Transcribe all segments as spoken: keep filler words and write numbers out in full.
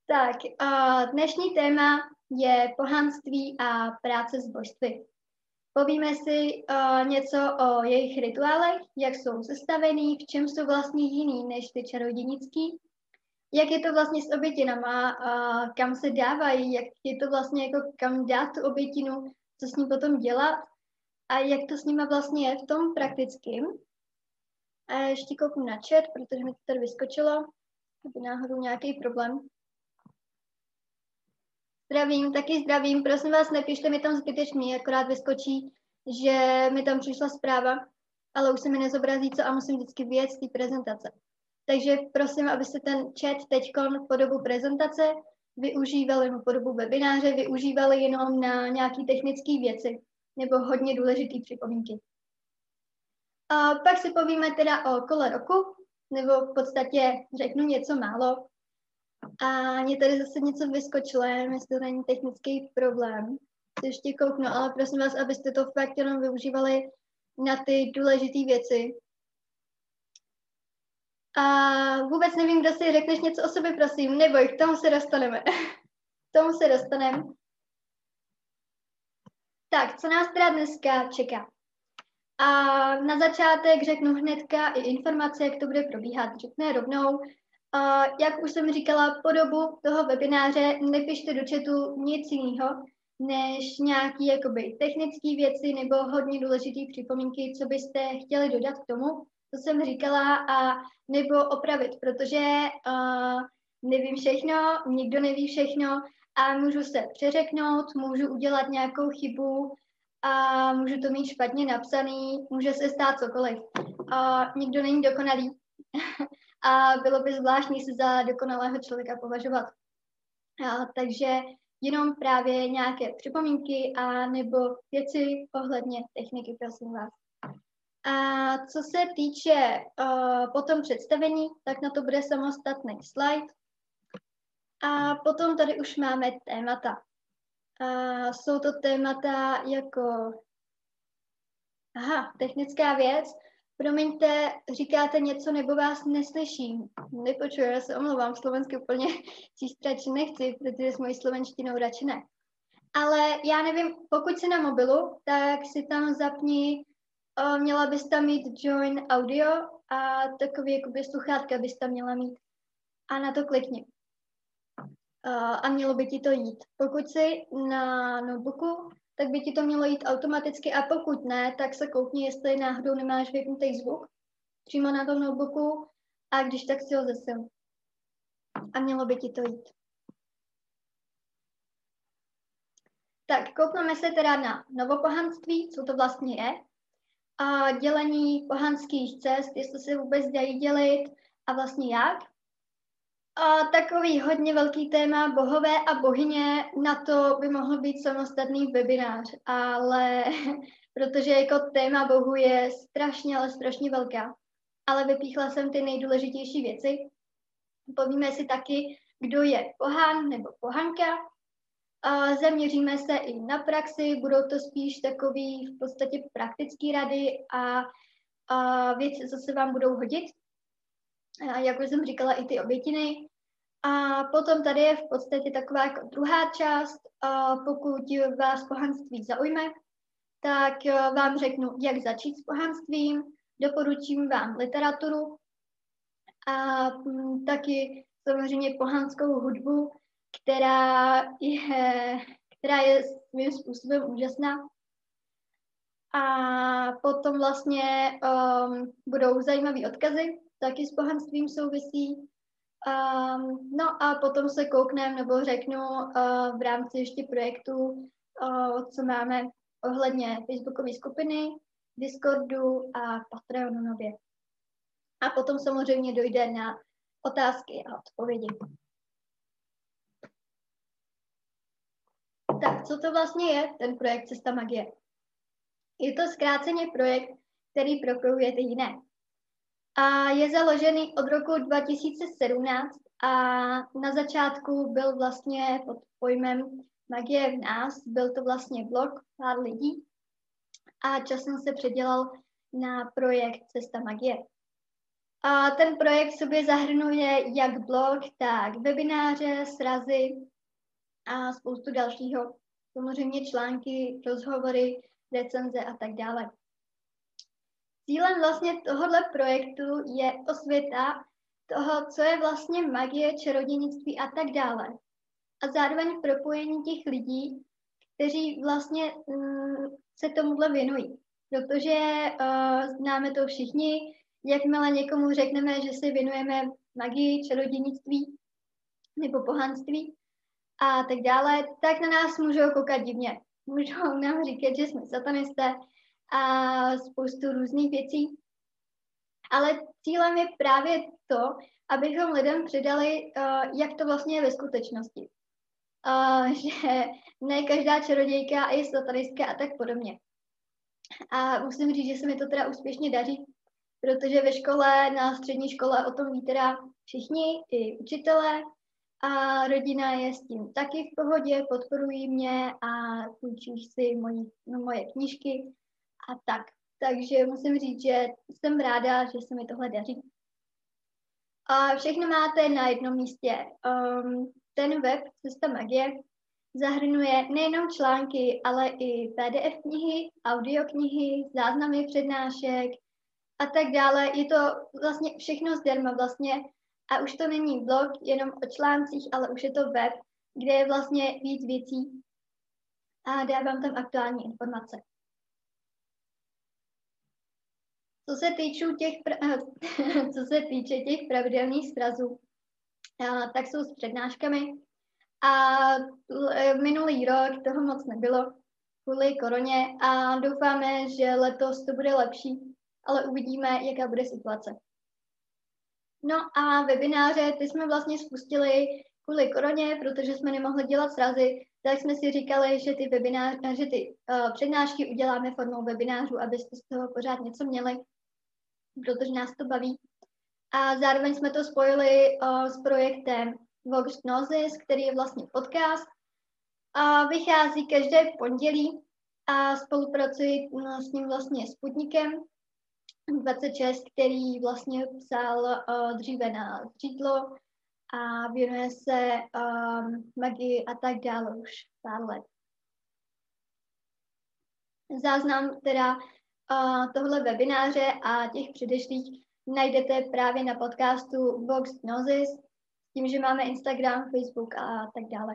Tak, uh, dnešní téma je pohanství a práce s božstvy. Povíme si uh, něco o jejich rituálech, jak jsou sestavený, v čem jsou vlastně jiný než ty čarodějnický, jak je to vlastně s obětinama, uh, kam se dávají, jak je to vlastně jako kam dát tu obětinu, co s ní potom dělat a jak to s nima vlastně je v tom praktickém. A ještě kouknu na chat, protože mi to tady vyskočilo, aby náhodou nějaký problém. Zdravím, taky zdravím. Prosím vás, nepište mi tam zbytečně, akorát vyskočí, že mi tam přišla zpráva, ale už se mi nezobrazí, co a musím vždycky vědět z té prezentace. Takže prosím, abyste ten chat teďkon po dobu prezentace využívali, nebo po dobu webináře využívali jenom na nějaké technické věci nebo hodně důležité připomínky. A pak si povíme teda o kole roku, nebo v podstatě řeknu něco málo. A mě tady zase něco vyskočilo, jestli to není technický problém. Si ještě kouknu, ale prosím vás, abyste to fakt jenom využívali na ty důležité věci. A vůbec nevím, kdo si řekneš něco o sobě, prosím, neboj, k tomu se dostaneme. K tomu se dostaneme. Tak, co nás teda dneska čeká? A na začátek řeknu hnedka i informace, jak to bude probíhat. Řekne rovnou. Uh, jak už jsem říkala, po dobu toho webináře nepište do chatu nic jiného, než nějaké jakoby technické věci nebo hodně důležité připomínky, co byste chtěli dodat k tomu, co jsem říkala, a nebo opravit, protože uh, nevím všechno, nikdo neví všechno a můžu se přeřeknout, můžu udělat nějakou chybu a můžu to mít špatně napsaný, může se stát cokoliv. Uh, nikdo není dokonalý. A bylo by zvláštní se za dokonalého člověka považovat. A, takže jenom právě nějaké připomínky a nebo věci ohledně techniky, prosím vás. A co se týče uh, potom představení, tak na to bude samostatný slide. A potom tady už máme témata. A jsou to témata jako aha, technická věc. Promiňte, říkáte něco nebo vás neslyším. Nepočuji, já se omlouvám, slovensky úplně čístrači nechci, protože s mojí slovenštinou radši ne. Ale já nevím, pokud jsi na mobilu, tak si tam zapni, o, měla bys tam mít join audio a takový jakoby sluchátka bys tam měla mít. A na to klikni. O, a mělo by ti to jít. Pokud jsi na notebooku, tak by ti to mělo jít automaticky a pokud ne, tak se koukni, jestli náhodou nemáš vypnutý zvuk přímo na tom notebooku a když tak si ho zesil. A mělo by ti to jít. Tak, koukneme se teda na novopohanství, co to vlastně je. A dělení pohanských cest, jestli se vůbec dají dělit a vlastně jak. A takový hodně velký téma bohové a bohyně, na to by mohl být samostatný webinář, ale protože jako téma bohu je strašně, ale strašně velká. Ale vypíchla jsem ty nejdůležitější věci. Povíme si taky, kdo je pohán nebo pohanka. A zaměříme se i na praxi, budou to spíš takový v podstatě praktické rady a, a věci, co se vám budou hodit. A jak už jsem říkala, i ty obětiny. A potom tady je v podstatě taková jako druhá část, a pokud vás pohanství zaujme, tak vám řeknu, jak začít s pohanstvím, doporučím vám literaturu a m, taky samozřejmě pohanskou hudbu, která je, která je svým způsobem úžasná. A potom vlastně um, budou zajímavé odkazy, taky s pohanstvím souvisí. Um, no a potom se koukneme nebo řeknu uh, v rámci ještě projektu, uh, co máme ohledně facebookové skupiny, Discordu a Patreonu nově. A potom samozřejmě dojde na otázky a odpovědi. Tak, co to vlastně je ten projekt Cesta magie? Je to zkráceně projekt, který propojuje jiné. A je založený od roku dva tisíce sedmnáct a na začátku byl vlastně pod pojmem Magie v nás, byl to vlastně blog pár lidí a časem se předělal na projekt Cesta magie. A ten projekt v sobě zahrnuje jak blog, tak webináře, srazy a spoustu dalšího. Samozřejmě články, rozhovory, recenze a tak dále. Cílem vlastně tohohle projektu je osvěta toho, co je vlastně magie, čarodějnictví a tak dále. A zároveň propojení těch lidí, kteří vlastně mm, se tomuhle věnují. Protože uh, známe to všichni, jakmile někomu řekneme, že se věnujeme magii, čarodějnictví nebo pohanství a tak dále, tak na nás můžou koukat divně. Můžou nám říkat, že jsme satanisté a spoustu různých věcí. Ale cílem je právě to, abychom lidem předali, uh, jak to vlastně je ve skutečnosti. Uh, že ne každá čarodějka je satanistka a tak podobně. A musím říct, že se mi to teda úspěšně daří, protože ve škole, na střední škole o tom ví teda všichni, i učitelé, a rodina je s tím taky v pohodě, podporují mě a půjčí si moji, no, moje knížky a tak. Takže musím říct, že jsem ráda, že se mi tohle daří. A všechno máte na jednom místě. Um, ten web Cesta magie zahrnuje nejenom články, ale i P D F knihy, audioknihy, záznamy přednášek a tak dále. Je to vlastně všechno zdarma vlastně a už to není blog jenom o článcích, ale už je to web, kde je vlastně víc věcí a dávám tam aktuální informace. Co se týče těch, co se týče těch pravidelných srazů, tak jsou s přednáškami. A minulý rok toho moc nebylo kvůli koroně a doufáme, že letos to bude lepší, ale uvidíme, jaká bude situace. No a webináře, ty jsme vlastně spustili kvůli koroně, protože jsme nemohli dělat srazy, tak jsme si říkali, že ty, webinář, že ty uh, přednášky uděláme formou webinářů, abyste z toho pořád něco měli, protože nás to baví. A zároveň jsme to spojili uh, s projektem Vox Gnosis, který je vlastně podcast. A vychází každé pondělí a spolupracuji no, s ním vlastně Sputnikem dvacet šest, který vlastně psal uh, dříve na Střídlo a věnuje se um, magii a tak dále už pár let. Záznam teda uh, tohle webináře a těch předešlých najdete právě na podcastu Vox Gnosis, s tím, že máme Instagram, Facebook a tak dále.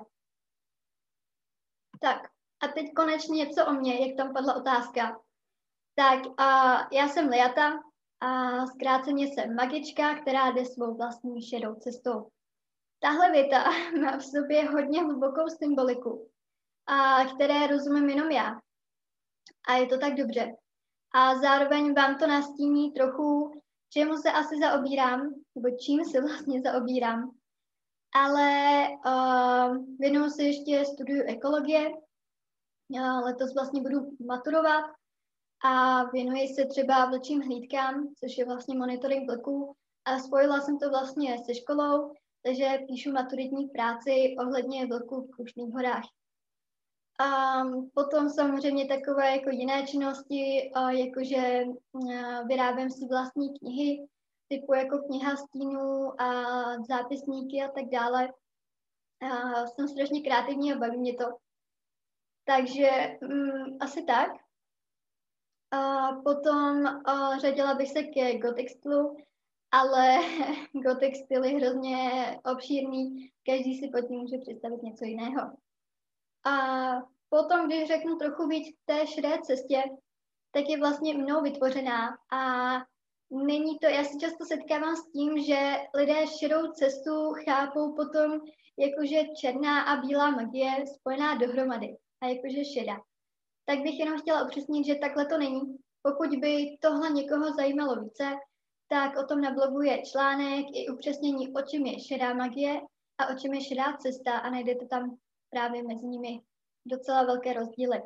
Tak a teď konečně něco o mně, jak tam padla otázka. Tak a já jsem Liata a zkráceně jsem magička, která jde svou vlastní šedou cestou. Tahle věta má v sobě hodně hlubokou symboliku, a které rozumím jenom já. A je to tak dobře. A zároveň vám to nastíní trochu, čemu se asi zaobírám, nebo čím se vlastně zaobírám. Ale uh, věnuju se ještě studiu ekologie. Uh, letos vlastně budu maturovat a věnuji se třeba vlčím hlídkám, což je vlastně monitoring vlků. A spojila jsem to vlastně se školou, takže píšu maturitní práci ohledně vlků v Krušných horách. A potom samozřejmě takové jako jiné činnosti, jakože vyrábím si vlastní knihy, typu jako kniha stínů a zápisníky a tak dále. A jsem strašně kreativní a baví mě to. Takže um, asi tak. A potom uh, řadila bych se ke GoTextilu, ale GoTextil je hrozně obšírný, každý si pod tím může představit něco jiného. A potom, když řeknu trochu víc k té šedé cestě, tak je vlastně mnou vytvořená a není to, já se často setkávám s tím, že lidé šedou cestu chápou potom jakože černá a bílá magie spojená dohromady a jakože šedá. Tak bych jenom chtěla upřesnit, že takhle to není. Pokud by tohle někoho zajímalo více, tak o tom na blogu je článek i upřesnění, o čem je šedá magie a o čem je šedá cesta a najdete tam právě mezi nimi docela velké rozdíly.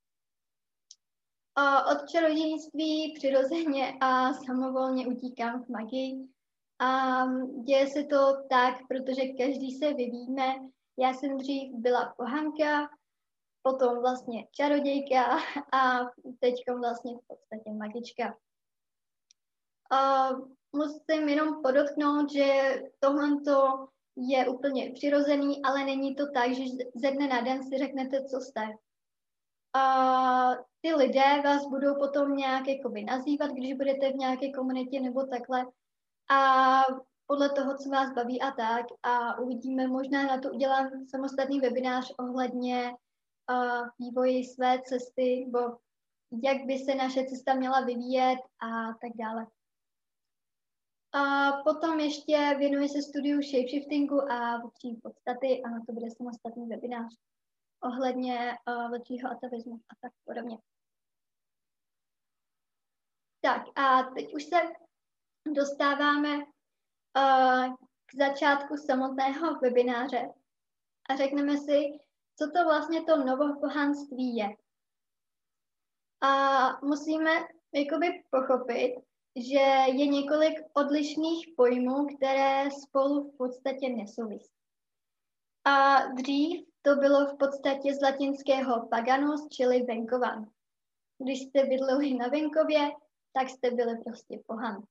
Od čarodějnictví přirozeně a samovolně utíkám k magii. A děje se to tak, protože každý se vyvíjíme. Já jsem dřív byla pohanka, potom vlastně čarodějka a teď vlastně v podstatě magička. musím jenom podotknout, že tohle je úplně přirozený, ale není to tak, že ze dne na den si řeknete, co jste. A ty lidé vás budou potom nějak jakoby nazývat, když budete v nějaké komunitě nebo takhle. A podle toho, co vás baví a tak. A uvidíme, možná na to udělám samostatný webinář ohledně uh, vývoji své cesty, nebo jak by se naše cesta měla vyvíjet a tak dále. A potom ještě věnuji se studiu shapeshiftingu a vůči podstaty a na to bude samostatný webinář ohledně uh, vlčího atavismu a tak podobně. Tak a teď už se dostáváme uh, k začátku samotného webináře a řekneme si, co to vlastně to novopohanství je. A musíme jakoby pochopit, že je několik odlišných pojmů, které spolu v podstatě nesouvisí. A dřív to bylo v podstatě z latinského paganus, čili venkovan. Když jste bydleli na venkově, tak jste byli prostě pohan.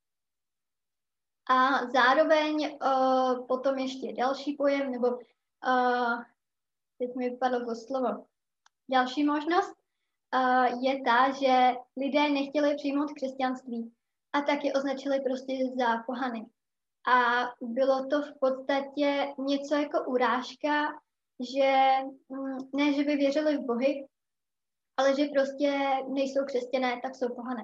A zároveň uh, potom ještě další pojem, nebo uh, teď mi vypadlo to slovo, další možnost uh, je ta, že lidé nechtěli přijmout křesťanství a tak je označili prostě za pohany. A bylo to v podstatě něco jako urážka, že ne, že by věřili v bohy, ale že prostě nejsou křesťané, tak jsou pohané.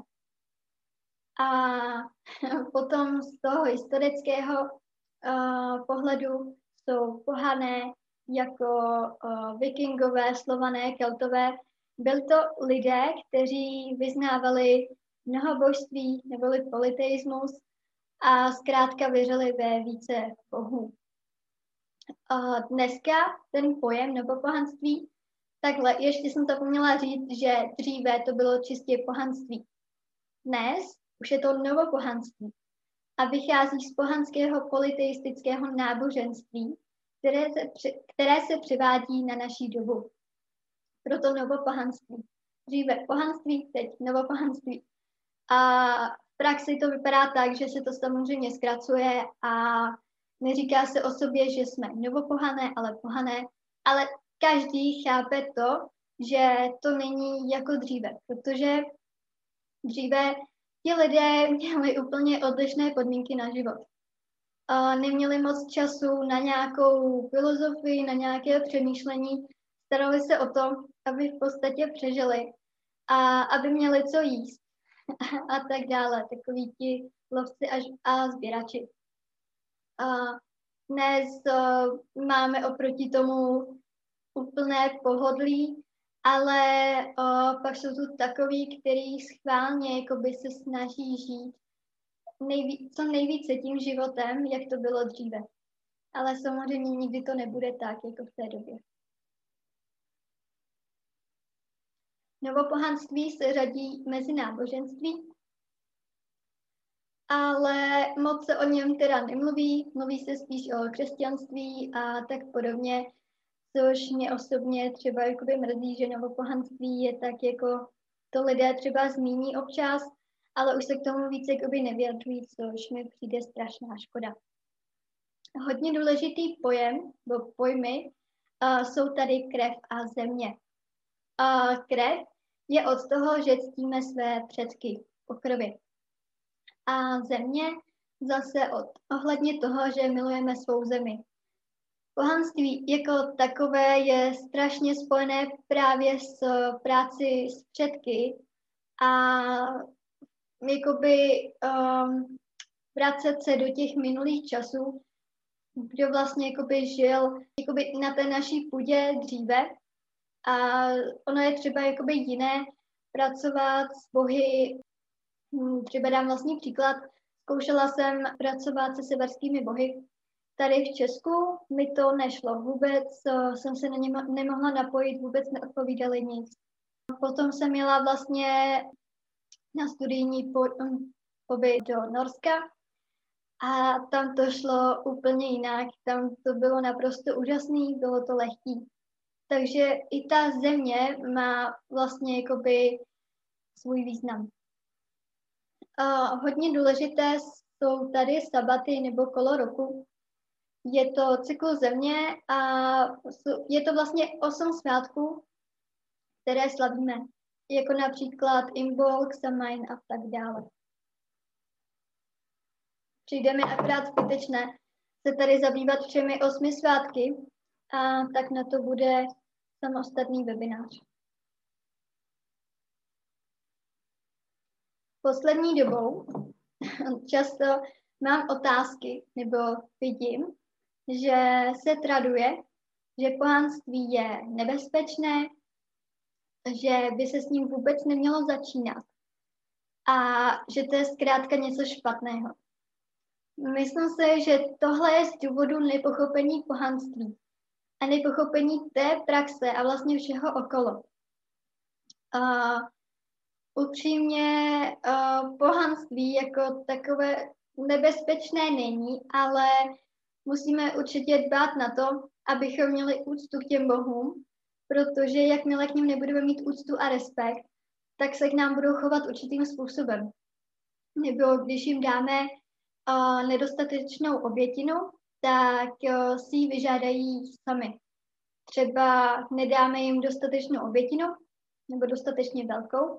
A potom z toho historického uh, pohledu jsou pohané jako uh, vikingové, slované, keltové. Byli to lidé, kteří vyznávali mnohobožství neboli polyteismus a zkrátka věřili ve více bohů. Uh, dneska ten pojem nebo pohanství, takhle, ještě jsem zapomněla říct, že dříve to bylo čistě pohanství. Dnes už je to novopohanství a vychází z pohanského polyteistického náboženství, které se, které se přivádí na naší dobu. Proto novopohanství. Dříve pohanství, teď novopohanství. A v praxi to vypadá tak, že se to samozřejmě zkracuje a neříká se o sobě, že jsme novopohané, ale pohané, ale každý chápe to, že to není jako dříve, protože dříve ti lidé měli úplně odlišné podmínky na život. Uh, neměli moc času na nějakou filozofii, na nějaké přemýšlení, starali se o to, aby v podstatě přežili a aby měli co jíst a tak dále, takoví ti lovci a, a sběrači. Uh, dnes uh, máme oproti tomu úplné pohodlí, ale uh, pak jsou tu takoví, kteří schválně jakoby se snaží žít nejví, co nejvíce tím životem, jak to bylo dříve. Ale samozřejmě nikdy to nebude tak, jako v té době. Novopohanství se řadí mezi náboženství, ale moc se o něm teda nemluví, mluví se spíš o křesťanství a tak podobně, což mě osobně třeba jakoby mrzí, že novopohanství je tak jako to lidé třeba zmíní občas, ale už se k tomu víc jakoby nevyjadřují, což mi přijde strašná škoda. Hodně důležitý pojem, nebo pojmy, uh, jsou tady krev a země. Uh, krev je od toho, že ctíme své předky po krvi. A země zase od ohledně toho, že milujeme svou zemi. Pohanství jako takové je strašně spojené právě s práci s předky a jakoby um, vracet se do těch minulých časů, kdo vlastně jakoby žil jakoby na té naší půdě dříve a ono je třeba jakoby jiné pracovat s bohy. Třeba dám vlastní příklad, zkoušela jsem pracovat se severskými bohy. Tady v Česku mi to nešlo vůbec, jsem se na ně nemohla napojit, vůbec neodpovídali nic. Potom jsem jela vlastně na studijní pobyt do Norska a tam to šlo úplně jinak, tam to bylo naprosto úžasný, bylo to lehký. Takže i ta země má vlastně jakoby svůj význam. Uh, hodně důležité jsou tady sabaty nebo kolo roku. Je to cyklus země a je to vlastně osm svátků, které slavíme, jako například Imbolc, Samhain a tak dále. Přijde mi akorát zbytečné se tady zabývat všemi osmi svátky a tak na to bude samostatný webinář. Poslední dobou často mám otázky, nebo vidím, že se traduje, že pohanství je nebezpečné, že by se s ním vůbec nemělo začínat a že to je zkrátka něco špatného. Myslím si, že tohle je z důvodu nepochopení pohanství a nepochopení té praxe a vlastně všeho okolo. Uh, upřímně uh, pohanství jako takové nebezpečné není, ale musíme určitě dbát na to, abychom měli úctu k těm bohům, protože jakmile k ním nebudeme mít úctu a respekt, tak se k nám budou chovat určitým způsobem. Nebo když jim dáme uh, nedostatečnou obětinu, tak uh, si ji vyžádají sami. Třeba nedáme jim dostatečnou obětinu, nebo dostatečně velkou,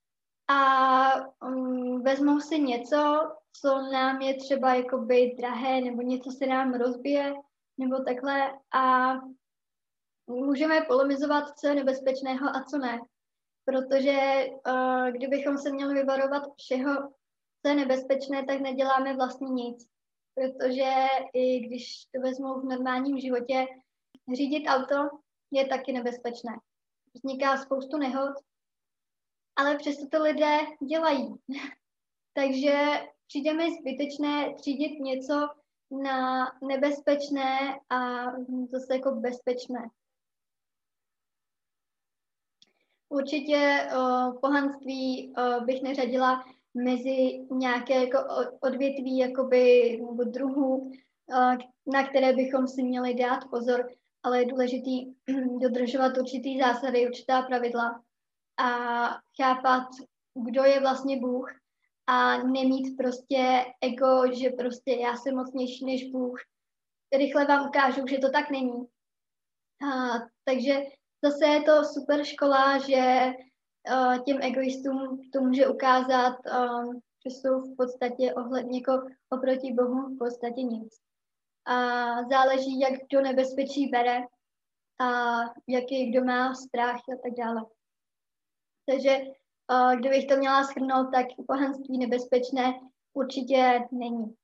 a um, vezmou si něco, co nám je třeba jakoby drahé, nebo něco se nám rozbije, nebo takhle, a můžeme polemizovat, co je nebezpečného a co ne. Protože uh, kdybychom se měli vyvarovat všeho, co je nebezpečné, tak neděláme vlastně nic. Protože i když to vezmou v normálním životě, řídit auto je taky nebezpečné. Vzniká spoustu nehod, ale přesto to lidé dělají. Takže přijde mi zbytečné třídit něco na nebezpečné a zase jako bezpečné. Určitě uh, pohanství uh, bych neřadila mezi nějaké jako odvětví jakoby, nebo druhů, uh, na které bychom si měli dát pozor, ale je důležitý dodržovat určitý zásady, určitá pravidla a chápat, kdo je vlastně Bůh a nemít prostě ego, že prostě já jsem mocnější než Bůh. Rychle vám ukážu, že to tak není. A, takže zase je to super škola, že uh, těm egoistům to může ukázat, um, že jsou v podstatě ohledně jako oproti Bohu v podstatě nic. A záleží, jak kdo nebezpečí bere a jaký kdo má strach a tak dále. Takže uh, kdybych to měla shrnout, tak pohanství nebezpečné určitě není.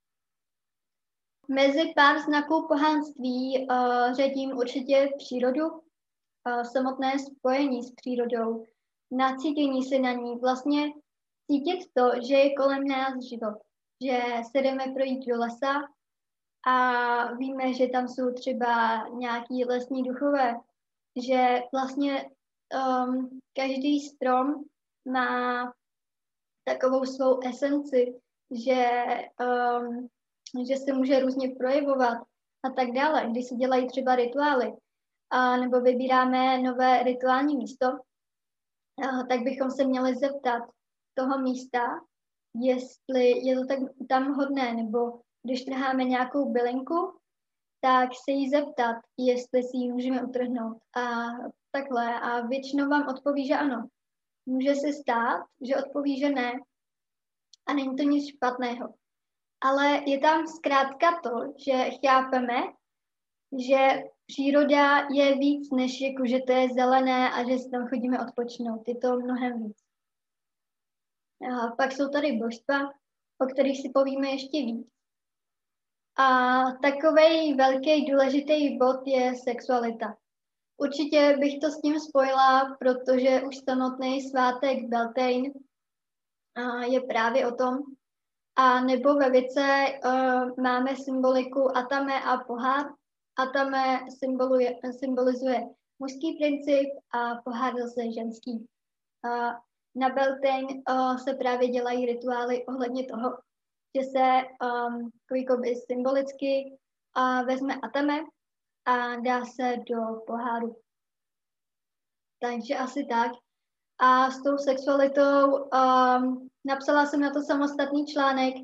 Mezi pár znaků pohanství uh, řadím určitě přírodu, uh, samotné spojení s přírodou, nacítění se na ní, vlastně cítit to, že je kolem nás život, že se jdeme projít do lesa a víme, že tam jsou třeba nějaký lesní duchové, že vlastně um, každý strom má takovou svou esenci, že, um, že se může různě projevovat a tak dále. Když se dělají třeba rituály a nebo vybíráme nové rituální místo, a, tak bychom se měli zeptat toho místa, jestli je to tak, tam hodné, nebo když trháme nějakou bylinku, tak se jí zeptat, jestli si ji můžeme utrhnout. A takhle. A většinou vám odpoví, že ano. Může se stát, že odpoví, že ne. A není to nic špatného. Ale je tam zkrátka to, že chápeme, že příroda je víc, než jako, že to je zelené a že si tam chodíme odpočinout. Je to mnohem víc. A pak jsou tady božstva, o kterých si povíme ještě víc. A takovej velký důležitý bod je sexualita. Určitě bych to s tím spojila, protože už samotný svátek Beltane je právě o tom. A nebo ve Vice uh, máme symboliku Atame a pohár. Atame symboluje, symbolizuje mužský princip a pohár zase ženský. Uh, na Beltane uh, se právě dělají rituály ohledně toho, že se um, jakoby symbolicky uh, vezme Atame a dá se do poháru. Takže asi tak. A s tou sexualitou um, napsala jsem na to samostatný článek,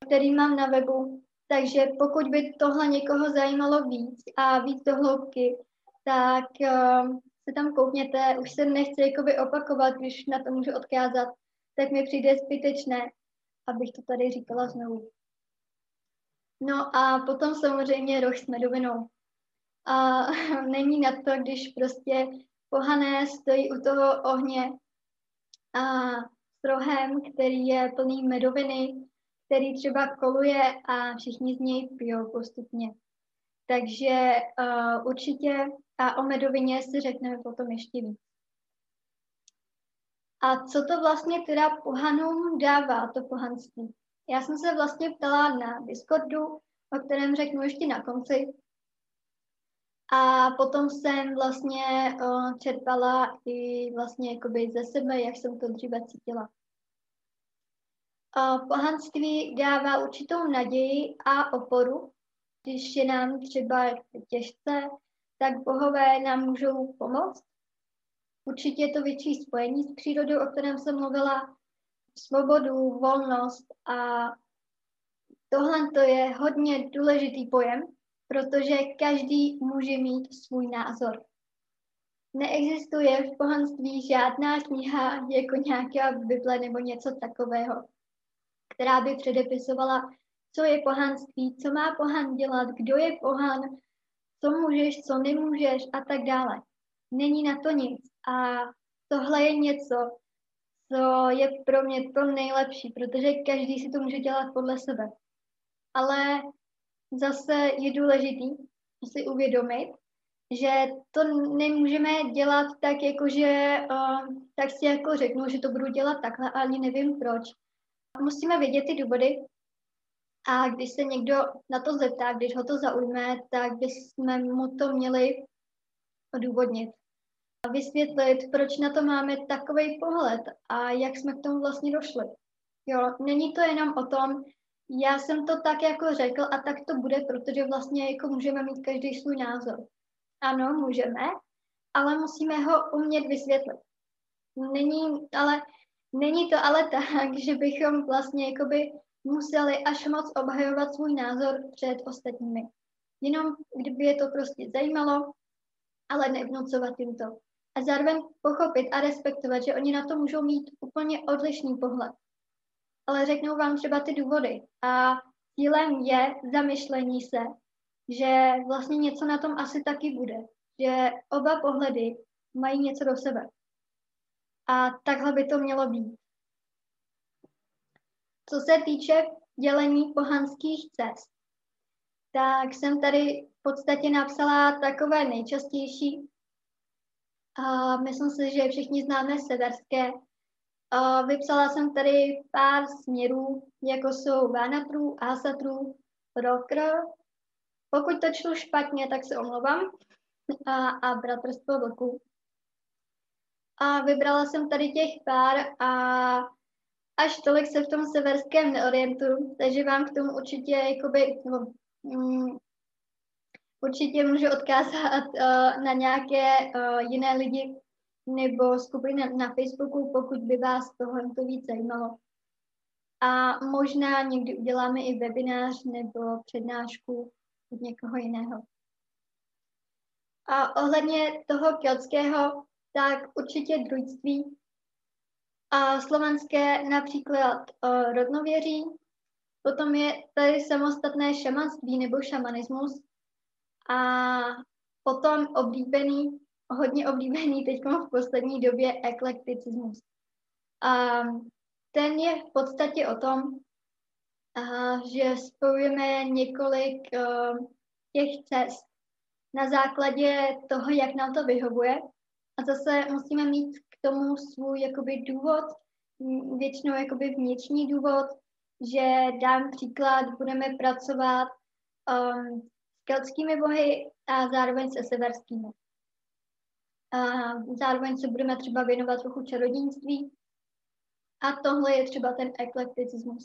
který mám na webu. Takže pokud by tohle někoho zajímalo víc a víc do hloubky, tak uh, se tam koukněte. Už se nechci jakoby opakovat, když na to můžu odkázat, tak mi přijde zbytečné, abych to tady říkala znovu. No a potom samozřejmě roh s medovinou. A není na to, když prostě pohané stojí u toho ohně a s rohem, který je plný medoviny, který třeba koluje a všichni z něj pijou postupně. Takže uh, určitě a o medovině si řekneme potom ještě víc. A co to vlastně teda pohanům dává, to pohanství? Já jsem se vlastně ptala na Discordu, o kterém řeknu ještě na konci. A potom jsem vlastně uh, čerpala i vlastně jakoby ze sebe, jak jsem to dříve cítila. Uh, pohanství dává určitou naději a oporu. Když je nám třeba těžce, tak bohové nám můžou pomoct. Určitě je to větší spojení s přírodou, o kterém jsem mluvila, svobodu, volnost a tohle to je hodně důležitý pojem, protože každý může mít svůj názor. Neexistuje v pohanství žádná kniha jako nějaká Bible nebo něco takového, která by předepisovala, co je pohanství, co má pohan dělat, kdo je pohan, co můžeš, co nemůžeš a tak dále. Není na to nic. A tohle je něco, co je pro mě to nejlepší, protože každý si to může dělat podle sebe. Ale zase je důležitý si uvědomit, že to nemůžeme dělat tak, jakože uh, tak si jako řeknu, že to budu dělat takhle, ale ani nevím proč. Musíme vědět ty důvody a když se někdo na to zeptá, když ho to zaujme, tak bychom mu to měli odůvodnit. A vysvětlit, proč na to máme takový pohled a jak jsme k tomu vlastně došli. Jo, není to jenom o tom, já jsem to tak jako řekl a tak to bude, protože vlastně jako můžeme mít každý svůj názor. Ano, můžeme, ale musíme ho umět vysvětlit. Není, ale, není to ale tak, že bychom vlastně jakoby museli až moc obhajovat svůj názor před ostatními. Jenom kdyby je to prostě zajímalo, ale nevnucovat jim to. A zároveň pochopit a respektovat, že oni na to můžou mít úplně odlišný pohled. Ale řeknou vám třeba ty důvody. A cílem je zamyšlení se, že vlastně něco na tom asi taky bude. Že oba pohledy mají něco do sebe. A takhle by to mělo být. Co se týče dělení pohanských cest, tak jsem tady v podstatě napsala takové nejčastější. A myslím si, že všichni známe severské. A vypsala jsem tady pár směrů, jako jsou Vánatru, Asatru, Rokr. Pokud to čtu špatně, tak se omlouvám. A, a Bratrstvo vlků. A vybrala jsem tady těch pár a až tolik se v tom severském neorientuju, takže vám k tomu určitě jakoby, no, um, určitě můžu odkázat uh, na nějaké uh, jiné lidi nebo skupiny na, na Facebooku, pokud by vás tohle to víc zajímalo. A možná někdy uděláme i webinář nebo přednášku od někoho jiného. A ohledně toho keltského, tak určitě druidství. A slovanské například uh, rodnověří. Potom je tady samostatné šamanství nebo šamanismus. A potom oblíbený, hodně oblíbený teď v poslední době eklekticismus. A ten je v podstatě o tom, uh, že spojujeme několik uh, těch cest na základě toho, jak nám to vyhovuje. A zase musíme mít k tomu svůj jakoby důvod, většinou jakoby vnitřní důvod, že dám příklad, budeme pracovat um, s keltskými bohy a zároveň se severskými. A zároveň se budeme třeba věnovat trochu čarodějnictví a tohle je třeba ten eklekticismus.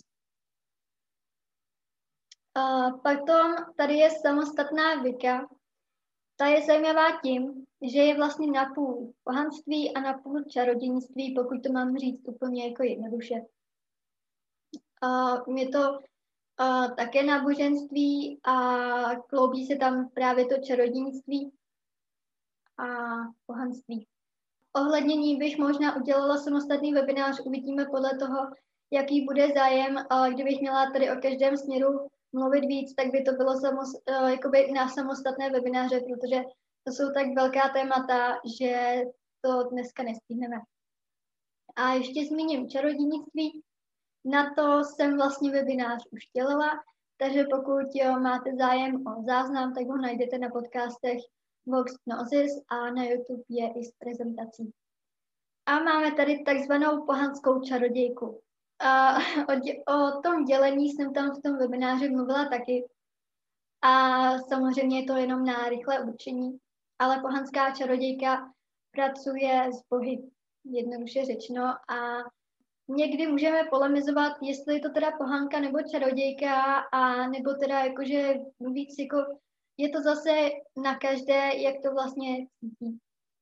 A potom tady je samostatná Wicca. Ta je zajímavá tím, že je vlastně napůl pohanství a napůl čarodějnictví, pokud to mám říct úplně jako jednoduše. A je to uh, také náboženství a kloubí se tam právě to čarodějnictví a pohanství. Ohledně ní bych možná udělala samostatný webinář, uvidíme podle toho, jaký bude zájem. Kdybych měla tady o každém směru mluvit víc, tak by to bylo samos, jakoby na samostatné webináře, protože to jsou tak velká témata, že to dneska nestihneme. A ještě zmíním čarodějnictví. Na to jsem vlastně webinář už dělala, takže pokud jo, máte zájem o záznam, tak ho najdete na podcastech Vox Gnosis a na YouTube je i s prezentací. A máme tady takzvanou pohanskou čarodějku. A o, dě, o tom dělení jsem tam v tom webináři mluvila taky. A samozřejmě je to jenom na rychlé určení, ale pohanská čarodějka pracuje s bohy, jednoduše řečeno. A někdy můžeme polemizovat, jestli je to teda pohanka nebo čarodějka, a nebo teda jakože víc jako, je to zase na každé, jak to vlastně cítí.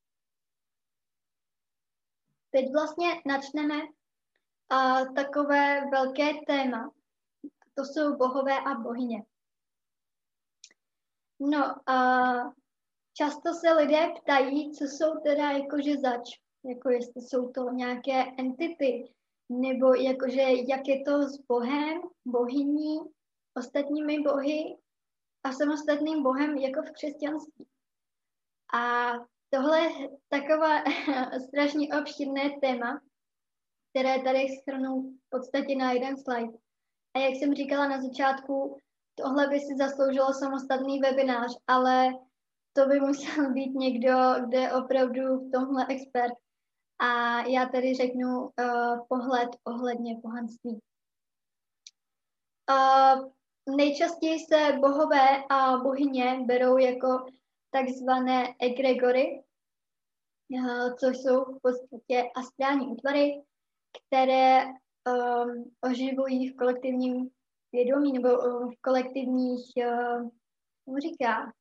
Teď vlastně načneme uh, takové velké téma. To jsou bohové a bohyně. No, uh, často se lidé ptají, co jsou teda jakože zač. Jako jestli jsou to nějaké entity, nebo jakože jak je to s bohem, bohyní, ostatními bohy a samostatným bohem jako v křesťanství. A tohle je takové strašně obšírné téma, které tady shrnu v podstatě na jeden slide. A jak jsem říkala na začátku, tohle by si zasloužilo samostatný webinář, ale to by musel být někdo, kdo je opravdu v tomhle expert. A já tady řeknu uh, pohled ohledně pohanství. Uh, nejčastěji se bohové a bohyně berou jako takzvané egregory, uh, což jsou v podstatě astrální útvary, které um, oživují v kolektivním vědomí nebo uh, v kolektivních, uh, jak říká,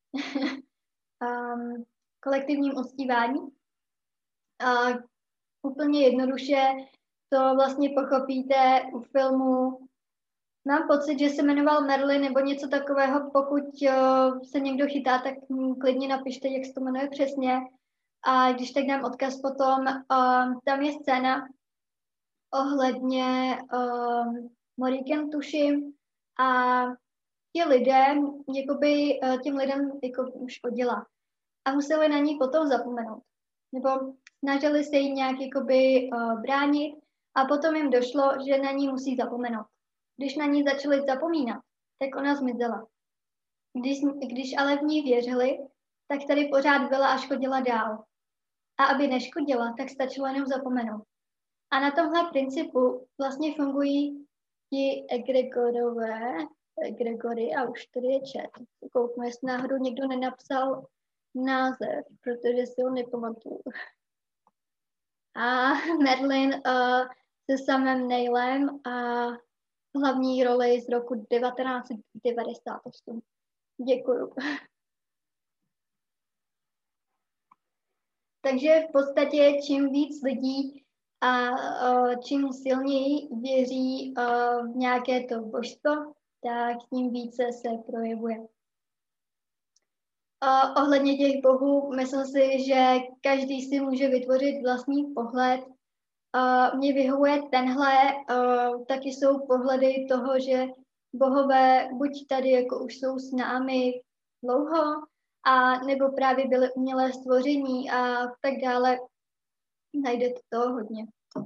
um, kolektivním uctívání. Uh, úplně jednoduše to vlastně pochopíte u filmu. Mám pocit, že se jmenoval Merlin nebo něco takového. Pokud uh, se někdo chytá, tak klidně napište, jak se to jmenuje přesně. A když tak dám odkaz potom, uh, tam je scéna ohledně uh, Moriken, tuším, a ti lidé, jakoby uh, těm lidem jako už oddělá. A museli na ní potom zapomenout. Nebo snažili se jí nějak jakoby uh, bránit a potom jim došlo, že na ní musí zapomenout. Když na ní začali zapomínat, tak ona zmizela. Když, když ale v ní věřili, tak tady pořád byla a škodila dál. A aby neškodila, tak stačilo jenom zapomenout. A na tomhle principu vlastně fungují ti egregorové, egregory, a už tady je chat. Kouknu, jestli náhodou někdo nenapsal název, protože si ho nepamatuju. A Merlin uh, se samým Neilem a hlavní roli z roku devatenáct set devadesát osm. Děkuju. Takže v podstatě čím víc lidí a uh, čím silněji věří uh, v nějaké to božstvo, tak tím více se projevuje. Uh, ohledně těch bohů, myslím si, že každý si může vytvořit vlastní pohled. Uh, mně vyhovuje tenhle, uh, taky jsou pohledy toho, že bohové buď tady jako už jsou s námi dlouho, a nebo právě byly umělé stvoření a tak dále. Najdete toho hodně.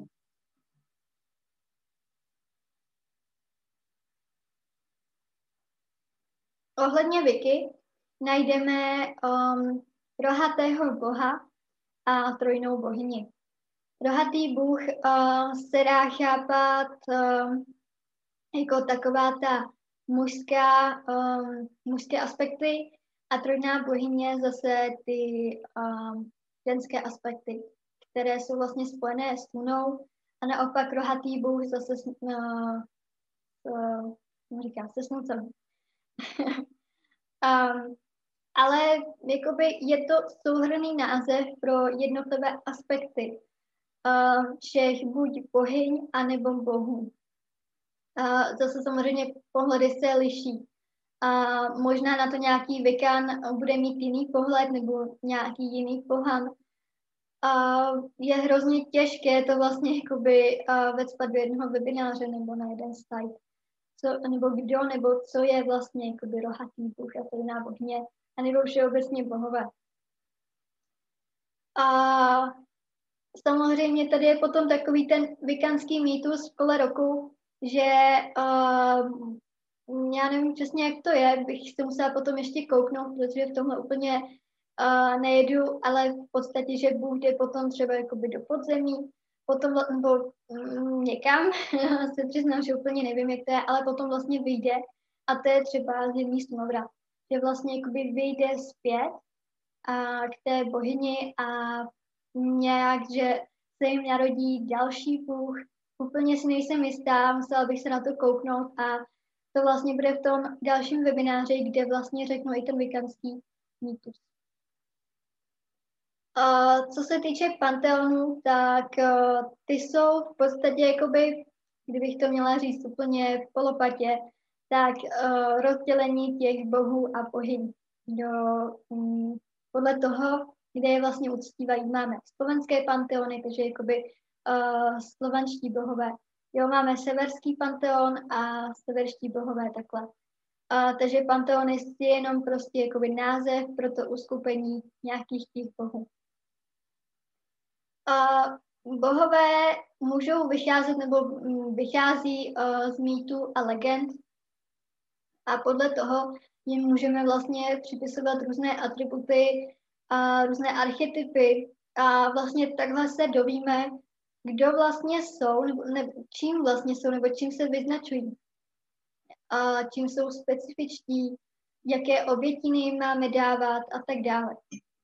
Ohledně Wiki najdeme um, rohatého boha a trojnou bohyni. Rohatý bůh uh, se dá chápat uh, jako taková ta mužská, um, mužské aspekty a trojná bohyně zase ty um, ženské aspekty, které jsou vlastně spojené s slunou, a naopak rohatý bůh zase s, uh, uh, říká, se sluncem. um, ale jakoby je to souhrnný název pro jednotlivé aspekty uh, všech buď bohyň, anebo bohů. A zase samozřejmě pohledy se liší. A možná na to nějaký Wiccan bude mít jiný pohled nebo nějaký jiný pohan. A je hrozně těžké to vlastně jakoby uh, vecpat do jednoho webináře nebo na jeden site. Co, nebo kdo, nebo co je vlastně jakoby rohatý bůh a to nábohně, a nebo všeobecně bohové. A samozřejmě tady je potom takový ten wiccanský mýtus v kole roku, že uh, já nevím přesně, jak to je, bych se musela potom ještě kouknout, protože v tomhle úplně uh, nejedu, ale v podstatě, že Bůh jde potom třeba jakoby do podzemí, potom nebo mm, někam, se přiznám, že úplně nevím, jak to je, ale potom vlastně vyjde a to je třeba zimní slunovrat, že vlastně jakoby vyjde zpět a k té bohyni a nějak, že se jim narodí další Bůh. Úplně si nejsem jistá, musela bych se na to kouknout a to vlastně bude v tom dalším webináři, kde vlastně řeknu i ten wiccanský mýtus. Uh, co se týče panteonů, tak uh, ty jsou v podstatě jakoby, kdybych to měla říct úplně v polopatě, tak uh, rozdělení těch bohů a bohyň do um, podle toho, kde je vlastně uctívají. Máme slovenské panteony, takže jakoby uh, slovanští bohové. Jo, máme severský panteon a severští bohové takhle. Uh, takže panteonist je jenom prostě jakoby název pro to uskupení nějakých těch bohů. Uh, bohové můžou vycházet nebo vychází uh, z mýtů a legend a podle toho jim můžeme vlastně připisovat různé atributy a různé archetypy a vlastně takhle se dovíme, kdo vlastně jsou, nebo, nebo čím vlastně jsou, nebo čím se vyznačují, a čím jsou specifičtí, jaké obětiny jim máme dávat a tak dále.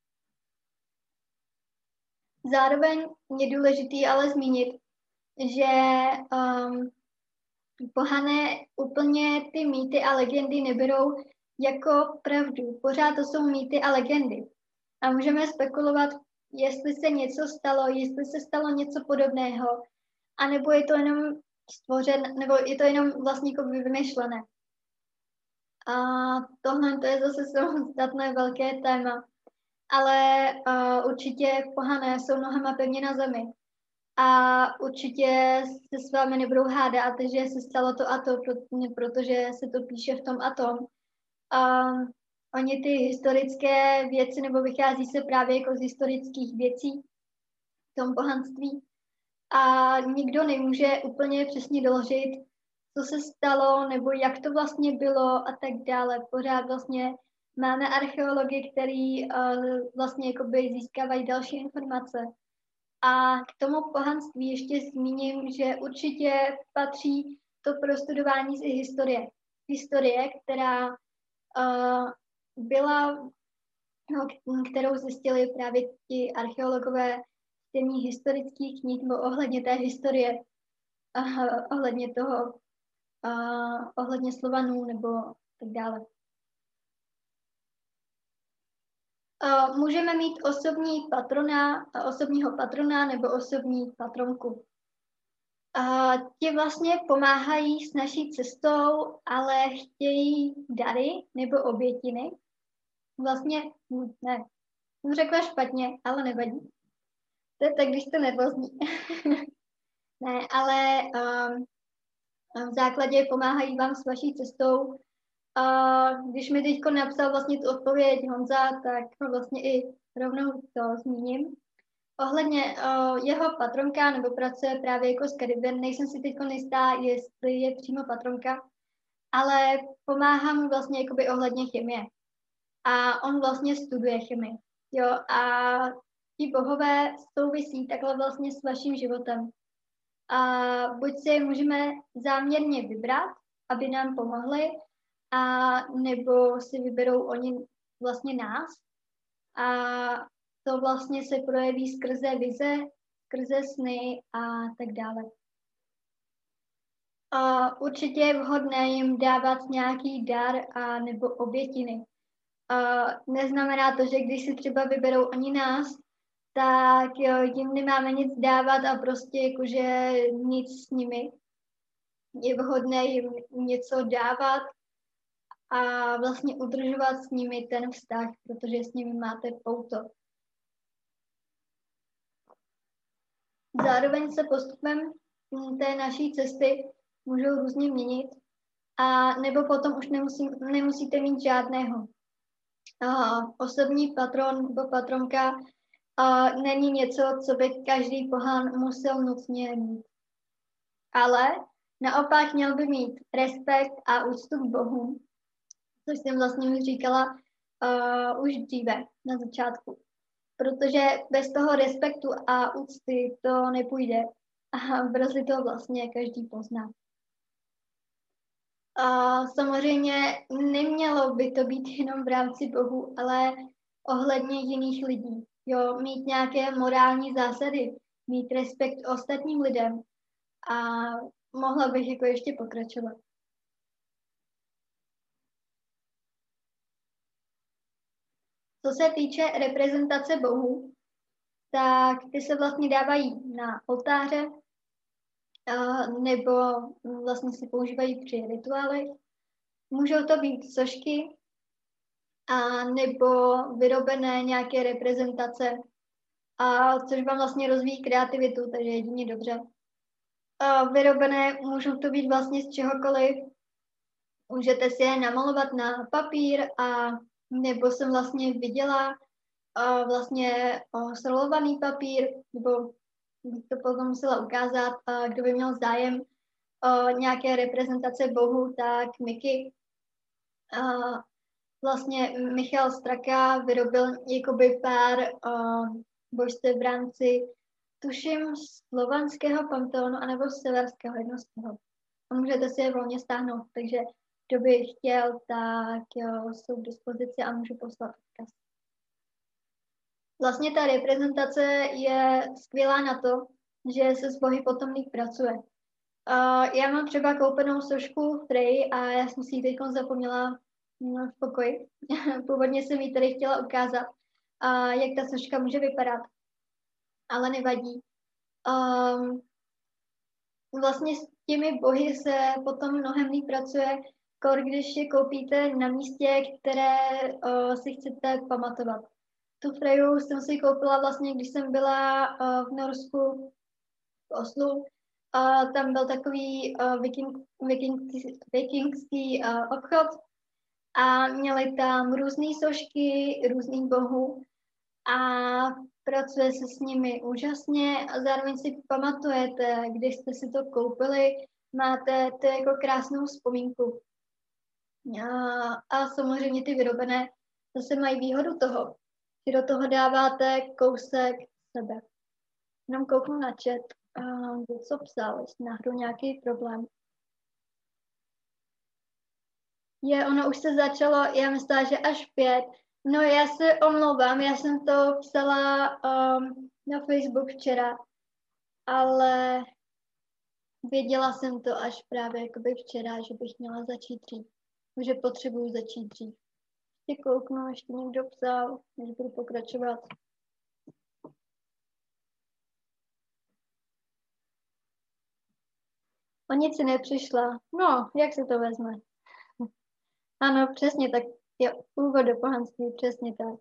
Zároveň je důležitý ale zmínit, že um, pohané úplně ty mýty a legendy neberou jako pravdu. Pořád to jsou mýty a legendy. A můžeme spekulovat, jestli se něco stalo, jestli se stalo něco podobného, anebo je to jenom stvořen, nebo je to jenom vlastně jako vymyšlené. A tohle to je zase samostatné velké téma. Ale uh, určitě pohané jsou nohama pevně na zemi. A určitě se s vámi nebudou hádat, že se stalo to a to, protože se to píše v tom a tom. Um, oni ty historické věci, nebo vychází se právě jako z historických věcí v tom pohanství. A nikdo nemůže úplně přesně doložit, co se stalo, nebo jak to vlastně bylo a tak dále. Pořád vlastně máme archeology, který uh, vlastně jakoby získávají další informace. A k tomu pohanství ještě zmíním, že určitě patří to prostudování z historie. Historie, která uh, byla, no, kterou zjistili právě ti archeologové čtení historických knih nebo ohledně té historie, uh, ohledně toho, uh, ohledně Slovanů nebo tak dále. Uh, můžeme mít osobní patrona, osobního patrona nebo osobní patronku. Uh, ti vlastně pomáhají s naší cestou, ale chtějí dary nebo obětiny. Vlastně, ne, jsem řekla špatně, ale nevadí. To je tak, když jste nervózní. Ne, ale um, v základě pomáhají vám s vaší cestou. A když mi teď napsal vlastně tu odpověď Honza, tak vlastně i rovnou to zmíním. Ohledně uh, jeho patronka nebo pracuje právě jako s Caribbean, nejsem si teď jistá, jestli je přímo patronka, ale pomáhá mu vlastně jakoby ohledně chemie. A on vlastně studuje chemii. Jo, a ti bohové souvisí takhle vlastně s vaším životem. A buď si je můžeme záměrně vybrat, aby nám pomohli, a nebo si vyberou oni vlastně nás. A to vlastně se projeví skrze vize, skrze sny a tak dále. A určitě je vhodné jim dávat nějaký dar a nebo obětiny. A neznamená to, že když si třeba vyberou oni nás, tak jo, jim nemáme nic dávat a prostě jakože nic s nimi. je vhodné jim něco dávat a vlastně udržovat s nimi ten vztah, protože s nimi máte pouto. Zároveň se postupem té naší cesty můžou různě měnit a nebo potom už nemusí, nemusíte mít žádného. Uh, osobní patron nebo patronka uh, není něco, co by každý pohán musel nutně mít. Ale naopak měl by mít respekt a úctu k Bohu, což jsem vlastně už říkala uh, už dříve na začátku. Protože bez toho respektu a úcty to nepůjde a brzy to vlastně každý pozná. A samozřejmě nemělo by to být jenom v rámci Bohu, ale ohledně jiných lidí. Jo, mít nějaké morální zásady, mít respekt ostatním lidem a mohla bych jako ještě pokračovat. Co se týče reprezentace Bohu, tak ty se vlastně dávají na oltáře, nebo vlastně se používají při rituálech. Můžou to být sošky, a nebo vyrobené nějaké reprezentace, a což vám vlastně rozvíjí kreativitu, takže jedině dobře. A vyrobené můžou to být vlastně z čehokoliv. Můžete si je namalovat na papír, a nebo jsem vlastně viděla a vlastně solovaný papír, nebo bych to potom musela ukázat, a kdo by měl zájem o nějaké reprezentace Bohu, tak Miky. A vlastně Michal Straka vyrobil jakoby pár uh, božstev v rámci, tuším, slovanského panteonu anebo severského, jedno z toho. A můžete si je volně stáhnout, takže kdo by chtěl, tak jo, jsou k dispozici a můžu poslat odkaz. Vlastně ta reprezentace je skvělá na to, že se s bohy potom líp pracuje. Uh, já mám třeba koupenou sošku Frey a já jsem si ji teď zapomněla no, v pokoji. Původně jsem ji tady chtěla ukázat, uh, jak ta soška může vypadat, ale nevadí. Um, vlastně s těmi bohy se potom mnohem líp pracuje, kor když je koupíte na místě, které uh, si chcete pamatovat. Tu Freju jsem si koupila vlastně, když jsem byla uh, v Norsku, v Oslu. Uh, tam byl takový uh, viking, vikingský, vikingský uh, obchod a měli tam různé sošky, různých bohů a pracuje se s nimi úžasně a zároveň si pamatujete, když jste si to koupili, máte to jako krásnou vzpomínku. Uh, a samozřejmě ty vyrobené zase mají výhodu toho, že do toho dáváte kousek sebe. Jenom kouknu na chat, uh, co psal, jestli náhodou nějaký problém. Je, ono už se začalo, já myslela, že až pět. No já se omlouvám, já jsem to psala um, na Facebook včera, ale věděla jsem to až právě jakoby včera, že bych měla začít dřív. Takže potřebuju začít dřív. Ještě kouknu, ještě někdo psal, než budu pokračovat. O nic si nepřišla. No, jak se to vezme? Ano, přesně tak. Jo, úvod do pohanství, přesně tak.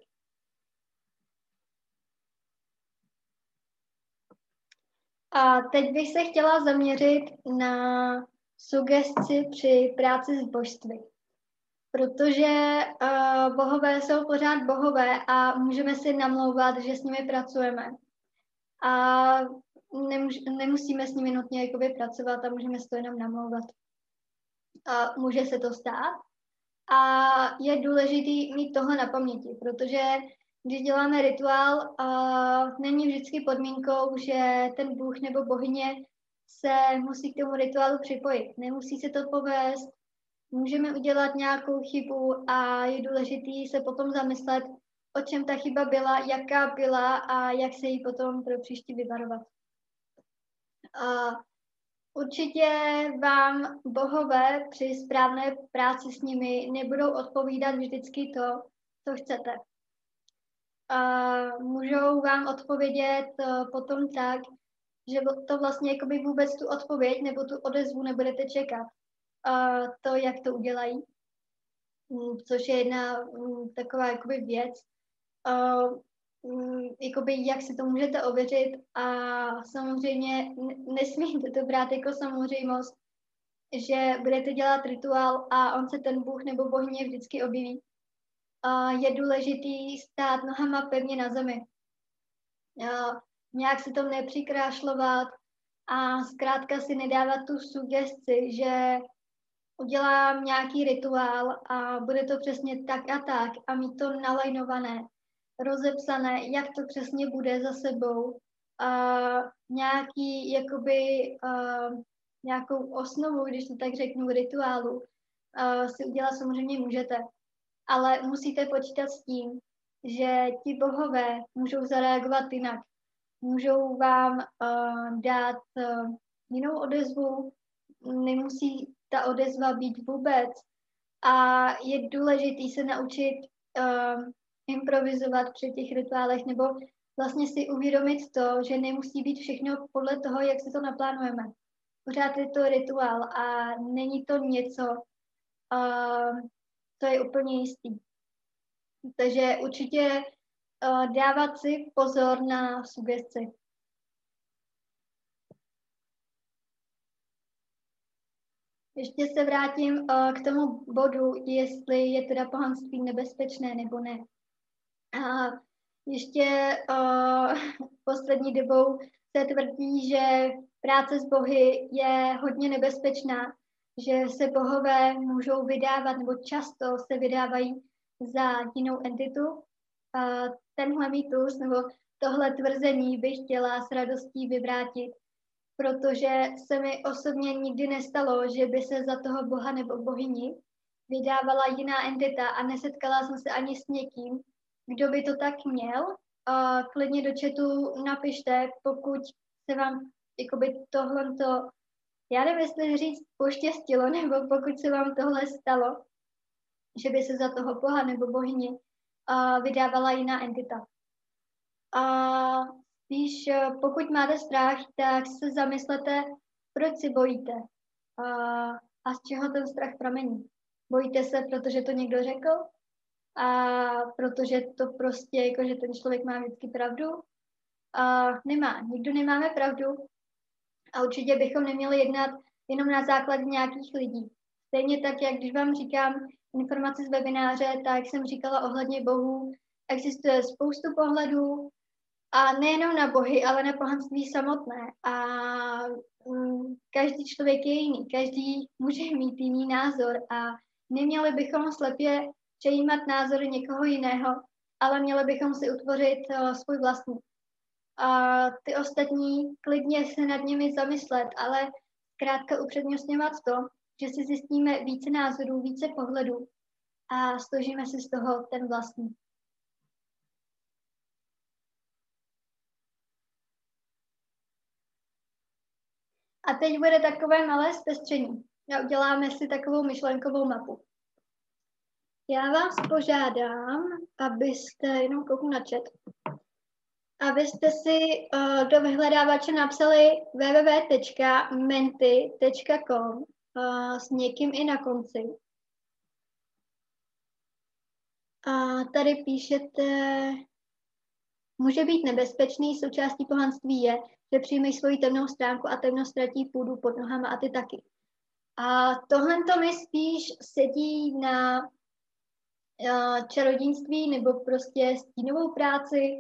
A teď bych se chtěla zaměřit na sugesci při práci s božství. Protože uh, bohové jsou pořád bohové a můžeme si namlouvat, že s nimi pracujeme. A nemuž, nemusíme s nimi nutně jakoby pracovat a můžeme si to jenom namlouvat. A může se to stát. A je důležitý mít toho na paměti, protože když děláme rituál, uh, není vždycky podmínkou, že ten bůh nebo bohyně se musí k tomu rituálu připojit. Nemusí se to povést, můžeme udělat nějakou chybu a je důležitý se potom zamyslet, o čem ta chyba byla, jaká byla a jak se jí potom pro příští vyvarovat. Uh, Určitě vám bohové při správné práci s nimi nebudou odpovídat vždycky to, co chcete. Uh, můžou vám odpovědět uh, potom tak, že to vlastně jakoby vůbec tu odpověď nebo tu odezvu nebudete čekat. Uh, to, jak to udělají, um, což je jedna um, taková jakoby věc, uh, um, jakoby jak si to můžete ověřit a samozřejmě nesmíte to brát jako samozřejmost, že budete dělat rituál a on se ten bůh nebo bohyně vždycky objeví. Uh, je důležitý stát nohama pevně na zemi. Uh, nějak si to nepřikrášlovat a zkrátka si nedávat tu sugestci, že udělám nějaký rituál a bude to přesně tak a tak a mít to nalajnované, rozepsané, jak to přesně bude za sebou. A nějaký, jakoby, uh, nějakou osnovu, když to tak řeknu, rituálu, uh, si udělat samozřejmě můžete. Ale musíte počítat s tím, že ti bohové můžou zareagovat jinak. Můžou vám uh, dát uh, jinou odezvu, nemusí ta odezva být vůbec. A je důležité se naučit uh, improvizovat při těch rituálech nebo vlastně si uvědomit to, že nemusí být všechno podle toho, jak si to naplánujeme. Pořád je to rituál a není to něco, uh, co je úplně jistý. Takže určitě uh, dávat si pozor na sugestci. Ještě se vrátím uh, k tomu bodu, jestli je teda pohanství nebezpečné nebo ne. A ještě uh, poslední dobou se tvrdí, že práce s bohy je hodně nebezpečná, že se bohové můžou vydávat nebo často se vydávají za jinou entitu. Uh, tenhle mýtus nebo tohle tvrzení bych chtěla s radostí vyvrátit, protože se mi osobně nikdy nestalo, že by se za toho boha nebo bohyni vydávala jiná entita a nesetkala jsem se ani s někým, kdo by to tak měl. Uh, klidně do chatu napište, pokud se vám jakoby tohleto, já nevím, jestli říct poštěstilo, nebo pokud se vám tohle stalo, že by se za toho boha nebo bohyni uh, vydávala jiná entita. Uh, Spíš pokud máte strach, tak se zamyslete, proč si bojíte uh, a z čeho ten strach pramení. Bojíte se, protože to někdo řekl a protože to prostě, jako že ten člověk má vždycky pravdu. Uh, nemá, nikdo nemáme pravdu a určitě bychom neměli jednat jenom na základě nějakých lidí. Stejně tak, jak když vám říkám informace z webináře, tak jsem říkala ohledně bohů, existuje spoustu pohledů, a nejenom na bohy, ale na pohanství samotné. A um, každý člověk je jiný, každý může mít jiný názor a neměli bychom slepě přejímat názory někoho jiného, ale měli bychom si utvořit uh, svůj vlastní. A ty ostatní klidně se nad nimi zamyslet, ale zkrátka upřednostňovat to, že si zjistíme více názorů, více pohledů a složíme si z toho ten vlastní. A teď bude takové malé zpestření. A uděláme si takovou myšlenkovou mapu. Já vás požádám, abyste, jenom kouknu na chat, abyste si uh, do vyhledávače napsali w w w tečka menti tečka com uh, s někým i na konci. A tady píšete, může být nebezpečný, součástí pohanství je, že přijmeš svoji temnou stránku a temno ztratí půdu pod nohama a ty taky. A tohle to mi spíš sedí na uh, čarodějnictví nebo prostě stínovou práci.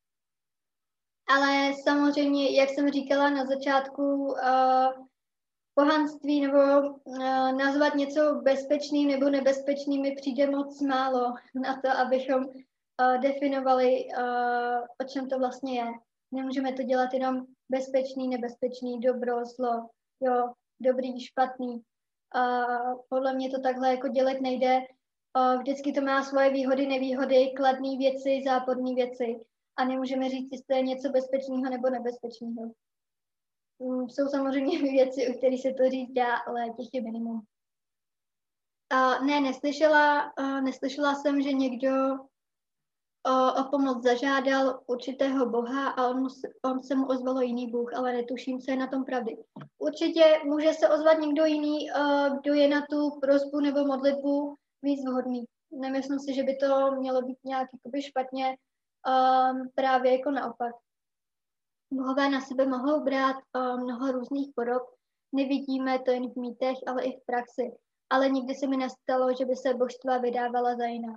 Ale samozřejmě, jak jsem říkala na začátku, uh, pohanství nebo uh, nazvat něco bezpečným nebo nebezpečným mi přijde moc málo na to, abychom uh, definovali, uh, o čem to vlastně je. Nemůžeme to dělat jenom bezpečný, nebezpečný, dobro, zlo, jo, dobrý, špatný. Uh, podle mě to takhle jako dělat nejde. Uh, vždycky to má svoje výhody, nevýhody, kladné věci, záporné věci. A nemůžeme říct, jestli je něco bezpečného nebo nebezpečného. Um, jsou samozřejmě věci, o kterých se to říct dá, ale těch je minimum. Uh, ne, neslyšela, uh, neslyšela jsem, že někdo o, o pomoc zažádal určitého boha a on, mu, on se mu ozvalo jiný bůh, ale netuším, co je na tom pravdy. Určitě může se ozvat někdo jiný, uh, kdo je na tu prosbu nebo modlitbu víc vhodný. Nemyslím si, že by to mělo být nějak jakoby špatně, um, právě jako naopak. Bohové na sebe mohou brát uh, mnoho různých podob. Nevidíme to jen v mýtech, ale i v praxi. Ale nikdy se mi nestalo, že by se božstva vydávala za jiná.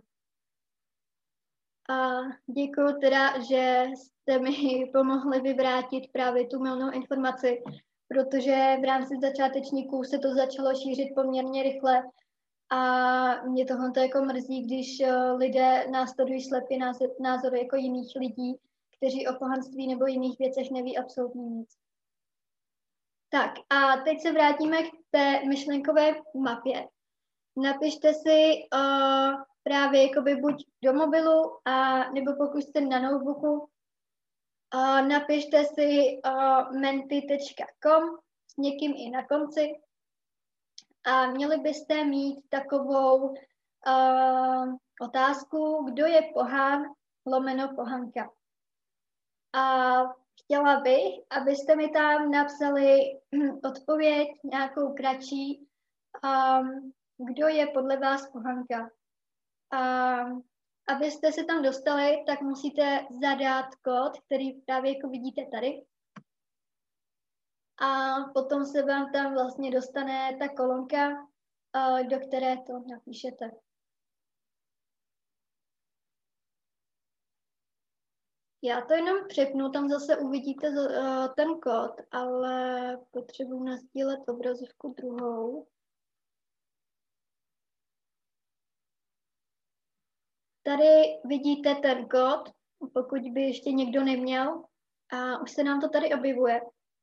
A děkuji teda, že jste mi pomohli vyvrátit právě tu mylnou informaci, protože v rámci začátečníků se to začalo šířit poměrně rychle a mě tohle jako mrzí, když lidé následují slepě názory jako jiných lidí, kteří o pohanství nebo jiných věcech neví absolutně nic. Tak a teď se vrátíme k té myšlenkové mapě. Napište si uh, právě jakoby buď do mobilu, a, nebo pokud jste na notebooku, uh, napište si uh, menti tečka com s někým i na konci a měli byste mít takovou uh, otázku, kdo je pohán lomeno pohanka. A chtěla bych, abyste mi tam napsali odpověď, nějakou kratší, um, kdo je podle vás pohanka. Um, abyste se tam dostali, tak musíte zadat kód, který právě jako vidíte tady. A potom se vám tam vlastně dostane ta kolonka, uh, do které to napíšete. Já to jenom přepnu, tam zase uvidíte uh, ten kód, ale potřebuji nasdílet obrazovku druhou. Tady vidíte ten kód, pokud by ještě někdo neměl, a už se nám to tady objevuje.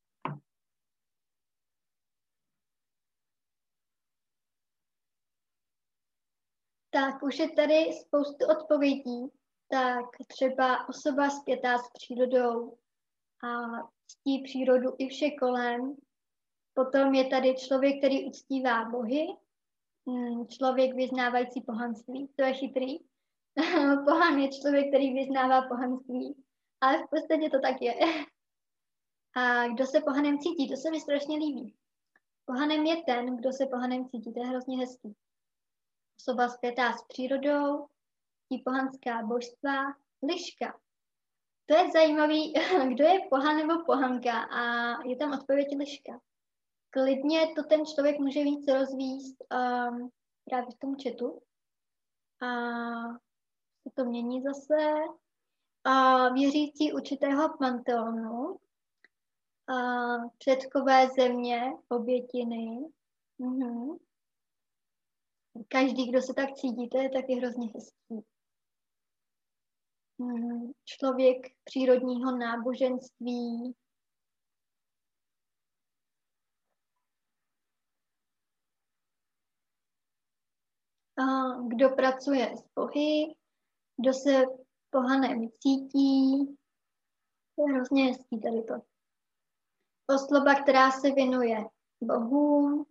Tak už je tady spoustu odpovědí. Tak třeba osoba spjatá s přírodou a ctí přírodu i vše kolem. Potom je tady člověk, který uctívá bohy, člověk vyznávající pohanství, to je chytrý. Pohan je člověk, který vyznává pohanství, ale v podstatě to tak je. A kdo se pohanem cítí, to se mi strašně líbí. Pohanem je ten, kdo se pohanem cítí, to je hrozně hezký. Osoba spjatá s přírodou, tí pohanská božstva, liška. To je zajímavý, kdo je pohan nebo pohanka a je tam odpověď liška. Klidně to ten člověk může víc rozvíst um, právě v tom chatu. A se to mění zase. A věřící určitého panteonu, a předkové země, obětiny. Mhm. Každý, kdo se tak cítí, to je taky hrozně hezký. Mhm. Člověk přírodního náboženství. A kdo pracuje s bohy, kdo se pohanem cítí. To je hrozně hezký tady to. Osoba, která se věnuje bohům.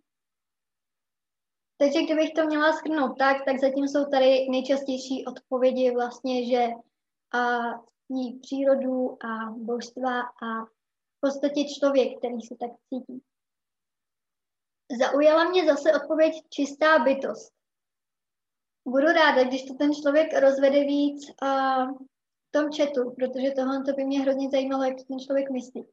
Takže kdybych to měla shrnout tak, tak zatím jsou tady nejčastější odpovědi vlastně, že a ctí přírodu a božstva a v podstatě člověk, který se tak cítí. Zaujala mě zase odpověď čistá bytost. Budu ráda, když to ten člověk rozvede víc uh, v tom chatu, protože tohle to by mě hrozně zajímalo, jak to ten člověk myslí.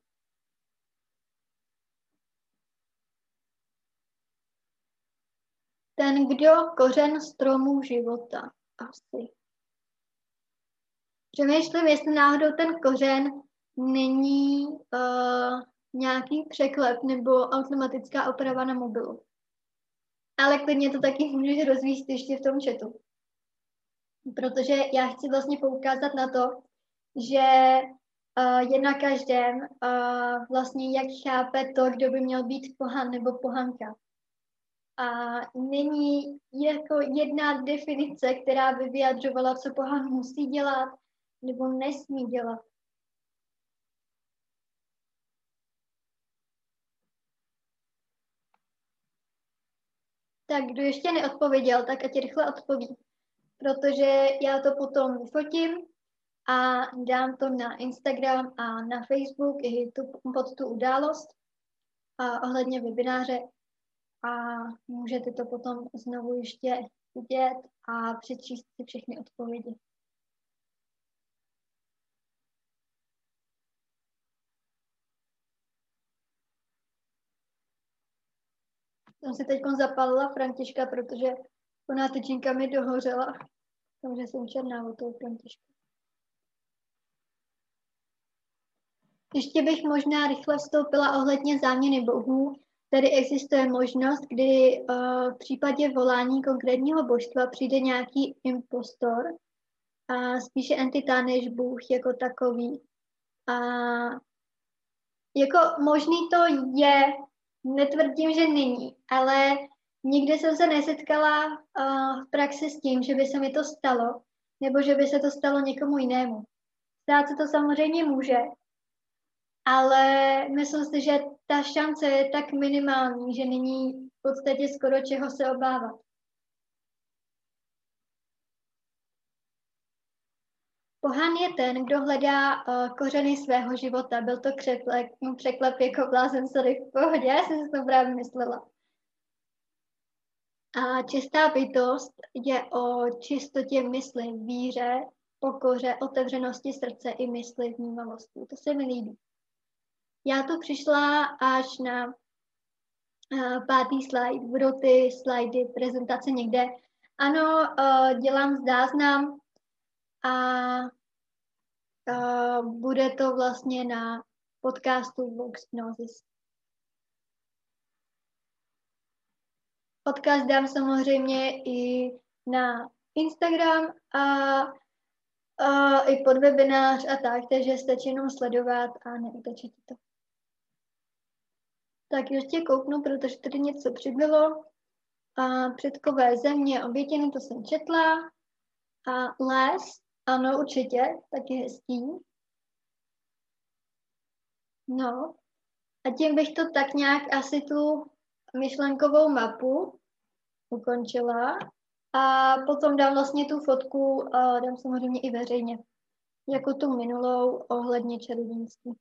Ten, kdo kořen stromů života, asi. Přemýšlím, jestli náhodou ten kořen není uh, nějaký překlep nebo automatická oprava na mobilu. Ale klidně to taky můžeš rozvíjet ještě v tom chatu. Protože já chci vlastně poukázat na to, že uh, je na každém uh, vlastně, jak chápe to, kdo by měl být pohan nebo pohanka. A není jako jedna definice, která by vyjadřovala, co pohan musí dělat nebo nesmí dělat. Tak kdo ještě neodpověděl, tak ať rychle odpoví. Protože já to potom vyfotím a dám to na Instagram a na Facebook i tu, pod tu událost a ohledně webináře a můžete to potom znovu ještě vidět a přečíst si všechny odpovědi. Jsem si teď zapálila Františka, protože ona tyčinka mi dohořela, takže jsem černá o toho Františka. Ještě bych možná rychle vstoupila ohledně záměny bohů. Tady existuje možnost, kdy uh, v případě volání konkrétního božstva přijde nějaký impostor, a spíše entita než Bůh jako takový. A jako možný to je, netvrdím, že není, ale nikdy jsem se nesetkala uh, v praxi s tím, že by se mi to stalo, nebo že by se to stalo někomu jinému. Stát se to samozřejmě může, ale myslím si, že ta šance je tak minimální, že není v podstatě skoro čeho se obávat. Pohan je ten, kdo hledá uh, kořeny svého života. Byl to křeklep, no, překlep jako blázen, sorry, v pohodě, já jsem si to právě myslela. A čistá bytost je o čistotě mysli, víře, pokoře, otevřenosti srdce i mysli, vnímavosti. To se mi líbí. Já tu přišla až na uh, pátý slide. Budou ty slidy, prezentace někde. Ano, uh, dělám záznam a uh, bude to vlastně na podcastu Vox Gnosis. Podcast dám samozřejmě i na Instagram a, a i pod webinář a tak, takže stačí jenom sledovat a neutečete to. Tak ještě kouknu, protože tady něco přibylo. A předkové země, obětěny, to jsem četla. A les, ano, určitě, taky hezký. No, a tím bych to tak nějak asi tu myšlenkovou mapu ukončila. A potom dám vlastně tu fotku, a dám samozřejmě i veřejně, jako tu minulou ohledně čarodějnictví.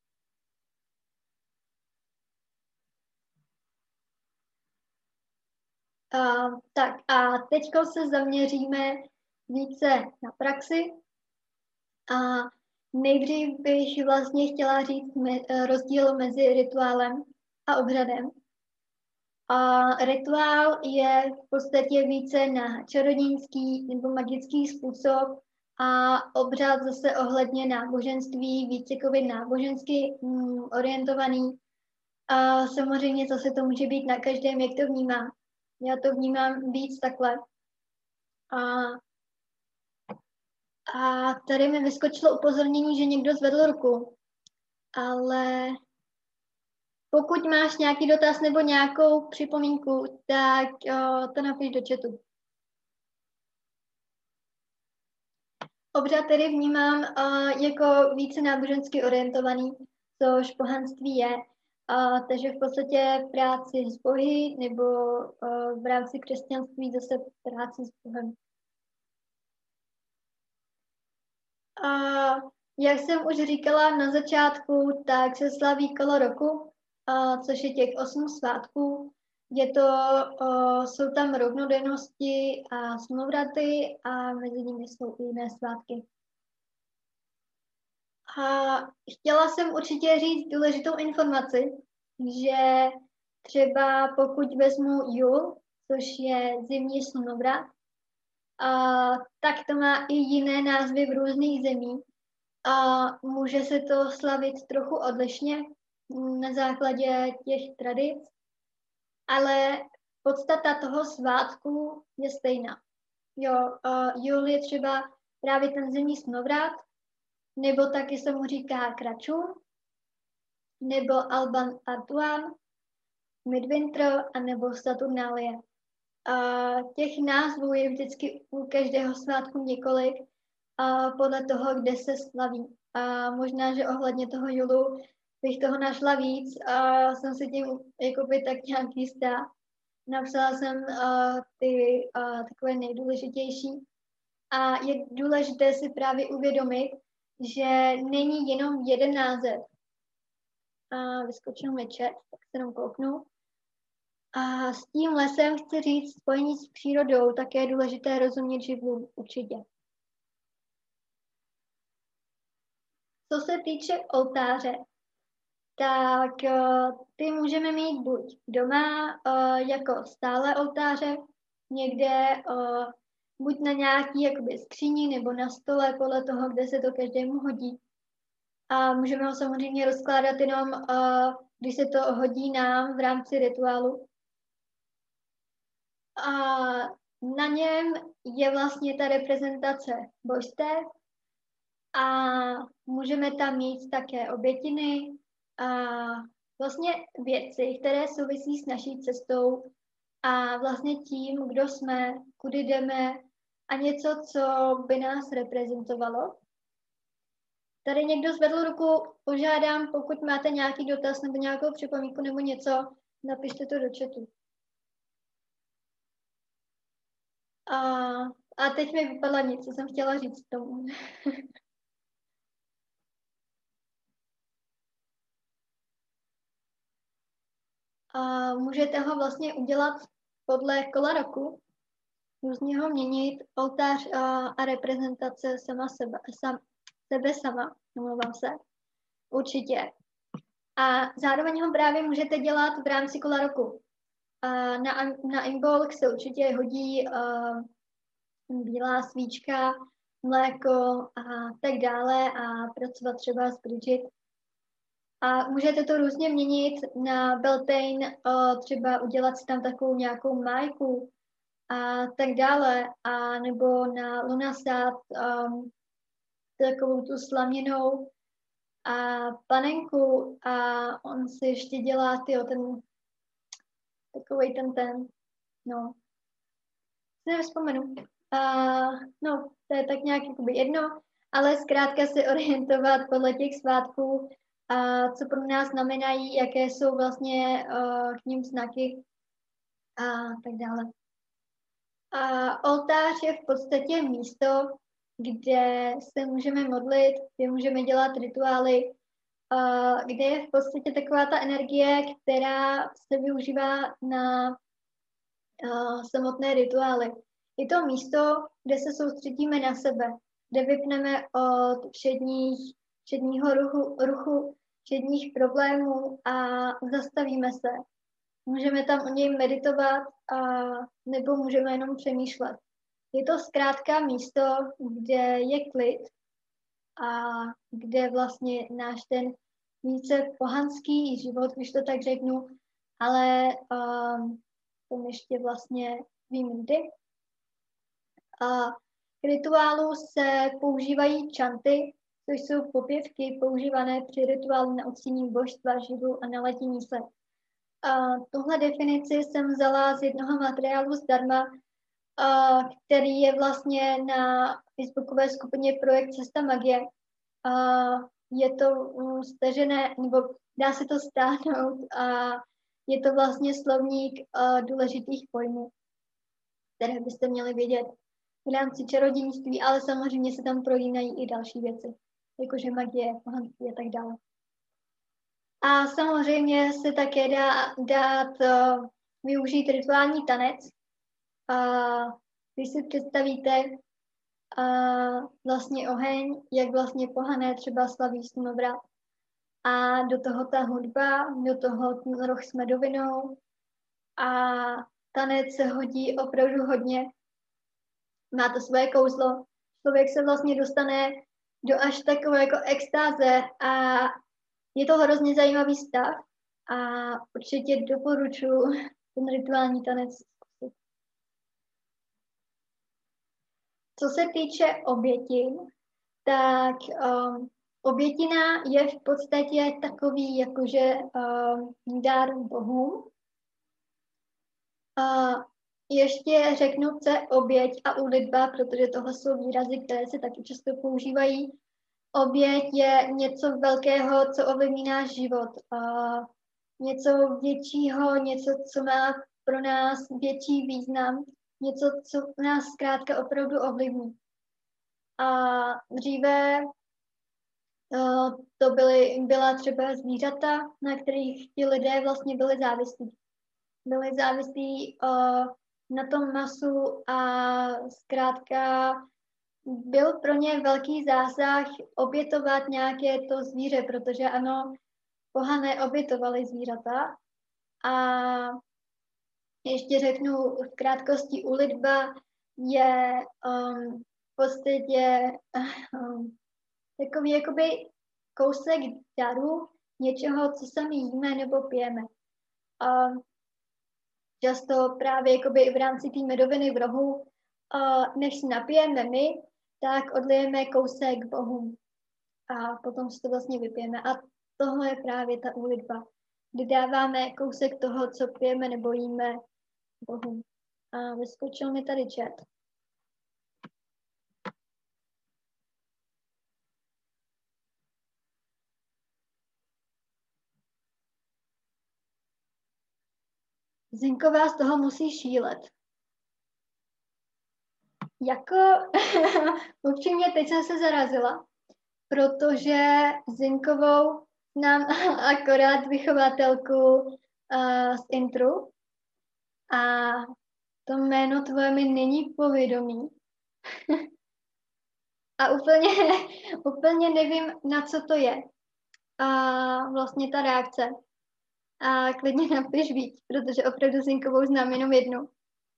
A, tak a teď se zaměříme více na praxi. A nejdřív bych vlastně chtěla říct me, rozdíl mezi rituálem a obřadem. A rituál je v podstatě více na čarodějnický nebo magický způsob a obřad zase ohledně náboženství, více jako nábožensky mm, orientovaný. A samozřejmě zase to může být na každém, jak to vnímá. Já to vnímám víc takhle. A, a tady mi vyskočilo upozornění, že někdo zvedl ruku. Ale pokud máš nějaký dotaz nebo nějakou připomínku, tak o, to napiš do chatu. Obřad tedy vnímám uh, jako více nábožensky orientovaný, což pohanství je. Uh, takže v podstatě práci s bohy nebo uh, v rámci křesťanství zase práci s Bohem. Uh, jak jsem už říkala na začátku, tak se slaví kolo roku, uh, což je těch osm svátků. Je to, uh, jsou tam rovnodennosti a slunovraty a mezi nimi jsou i jiné svátky. A chtěla jsem určitě říct důležitou informaci, že třeba pokud vezmu jul, což je zimní slunovrat, a tak to má i jiné názvy v různých zemích a může se to slavit trochu odlišně na základě těch tradic, ale podstata toho svátku je stejná. Jo, uh, jul je třeba právě ten zimní slunovrat, nebo taky se mu říká kračun, nebo Alban Artuan, Midwinter, a nebo Saturnalie. A těch názvů je vždycky u každého svátku několik a podle toho, kde se slaví. A možná, že ohledně toho julu bych toho našla víc a jsem si tím jakoby tak nějak jistá. Napsala jsem uh, ty uh, takové nejdůležitější. A je důležité si právě uvědomit, že není jenom jeden název. A vyskočil mi chat, tak se jenom kouknu. A s tím lesem chci říct spojení s přírodou, také je důležité rozumět živlům určitě. Co se týče oltáře, tak uh, ty můžeme mít buď doma uh, jako stále oltáře, někde uh, buď na nějaký jakoby skříni nebo na stole, podle toho, kde se to každému hodí. A můžeme ho samozřejmě rozkládat jenom, uh, když se to hodí nám v rámci rituálu. A na něm je vlastně ta reprezentace božstev a můžeme tam mít také obětiny a vlastně věci, které souvisí s naší cestou a vlastně tím, kdo jsme, kudy jdeme a něco, co by nás reprezentovalo. Tady někdo zvedl ruku, požádám, pokud máte nějaký dotaz nebo nějakou připomínku nebo něco, napište to do chatu. A, a teď mi vypadla nic, co jsem chtěla říct tomu. A můžete ho vlastně udělat podle kola roku, různě ho měnit, oltář a, a reprezentace sama sebe, sam, sebe sama, omlouvám se, určitě. A zároveň ho právě můžete dělat v rámci kola roku. A na, na Imbolc se určitě hodí uh, bílá svíčka, mléko a tak dále a pracovat třeba s Bridget. A můžete to různě měnit na Beltane, třeba udělat si tam takovou nějakou májku a tak dále, a nebo na Lunasat um, takovou tu slaměnou a panenku a on si ještě dělá tyjo, ten takovej ten ten, no, nevzpomenu. Uh, no, to je tak nějak jakoby jedno, ale zkrátka se orientovat podle těch svátků, a co pro nás znamenají, jaké jsou vlastně uh, k ním znaky a tak dále. A oltář je v podstatě místo, kde se můžeme modlit, kde můžeme dělat rituály, uh, kde je v podstatě taková ta energie, která se využívá na uh, samotné rituály. Je to místo, kde se soustředíme na sebe, kde vypneme od všedních, všedního ruchu, ruchu, všedních problémů a zastavíme se. Můžeme tam o něj meditovat a nebo můžeme jenom přemýšlet. Je to zkrátka místo, kde je klid a kde vlastně náš ten více pohanský život, když to tak řeknu, ale um, tom ještě vlastně vím kdy. A k rituálu se používají čanty, což jsou popěvky používané při rituálu na uctění božstva, živu a naladění se. A tuhle definici jsem vzala z jednoho materiálu zdarma, a který je vlastně na facebookové skupině Projekt Cesta magie. A je to um, stažené, nebo dá se to stáhnout a je to vlastně slovník uh, důležitých pojmů, které byste měli vědět v rámci čarodějnictví, ale samozřejmě se tam prolínají i další věci, jakože magie, pohanství a tak dále. A samozřejmě se také dá dát uh, využít rituální tanec. Uh, když si představíte uh, vlastně oheň, jak vlastně pohané třeba slaví slunovrat. A do toho ta hudba, do toho roh s medovinou. A tanec se hodí opravdu hodně. Má to svoje kouzlo. Člověk se vlastně dostane do až takové jako extáze a je to hrozně zajímavý stav a určitě doporučuji ten rituální tanec zkusit. Co se týče obětin, tak um, obětina je v podstatě takový jakože um, dár bohům. Uh, ještě řeknu se oběť a úlitba, protože tohle jsou výrazy, které se taky často používají. Oběť je něco velkého, co ovlivní náš život. Uh, něco většího, něco, co má pro nás větší význam, něco, co nás zkrátka opravdu ovlivní. A dříve Uh, to byly, byla třeba zvířata, na kterých ti lidé vlastně byli závislí. Byli závislí uh, na tom masu a zkrátka byl pro ně velký zásah obětovat nějaké to zvíře, protože ano, pohané obětovali zvířata. A ještě řeknu v krátkosti, úlitba je um, v podstatě um, takový jakoby kousek daru něčeho, co sami jíme nebo pijeme. A často právě jakoby v rámci té medoviny v rohu, uh, než si napijeme my, tak odlijeme kousek bohům a potom si to vlastně vypijeme. A tohle je právě ta úlitba, kdy dáváme kousek toho, co pijeme nebo jíme bohům. A vyskočil mi tady chat. Zinková z toho musí šílet. Jako, upřímně, teď jsem se zarazila, protože Zinkovou znám akorát vychovatelku uh, z Intru a to jméno tvoje mi není povědomí. A úplně, úplně nevím, na co to je. A vlastně ta reakce. A klidně napiš víc, protože opravdu Zinkovou znám jenom jednu.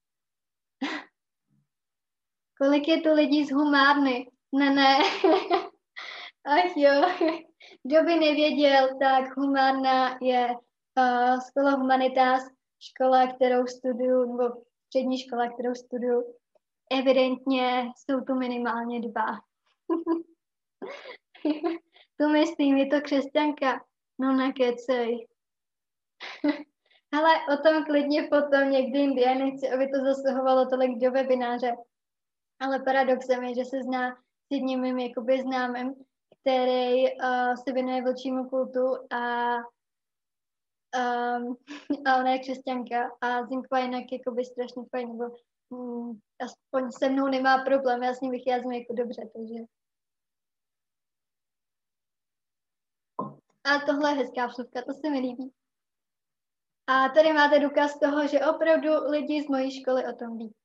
Kolik je tu lidí z humárny? Ne, ne. Ach jo. Kdo by nevěděl, tak humárna je uh, Schola Humanitas, škola, kterou studuju, nebo střední škola, kterou studuju. Evidentně jsou tu minimálně dva. To myslím, je to křesťanka. No nekecej. Hele, o tom klidně potom někdy jindy. Já nechci, aby to zasahovalo tolik do webináře. Ale paradoxem je, že se zná s jedním mým jakoby známým, který uh, se věnuje vlčímu kultu a, um, a ona je křesťanka a Zinková jinak jakoby strašně fajn, nebo um, aspoň se mnou nemá problém, já s ním vycházím jako dobře, takže. A tohle je hezká vsuvka, to se mi líbí. A tady máte důkaz toho, že opravdu lidi z mojí školy o tom ví.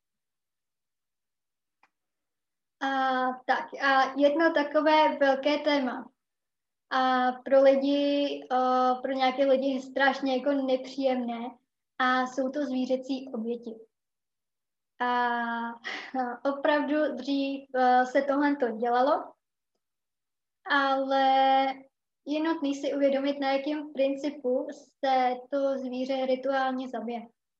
A, tak a jedno takové velké téma. A pro lidi, uh, pro nějaké lidi je strašně jako nepříjemné a jsou to zvířecí oběti. A uh, opravdu dřív uh, se tohle to dělalo, ale je nutné si uvědomit, na jakém principu se to zvíře rituálně zabije.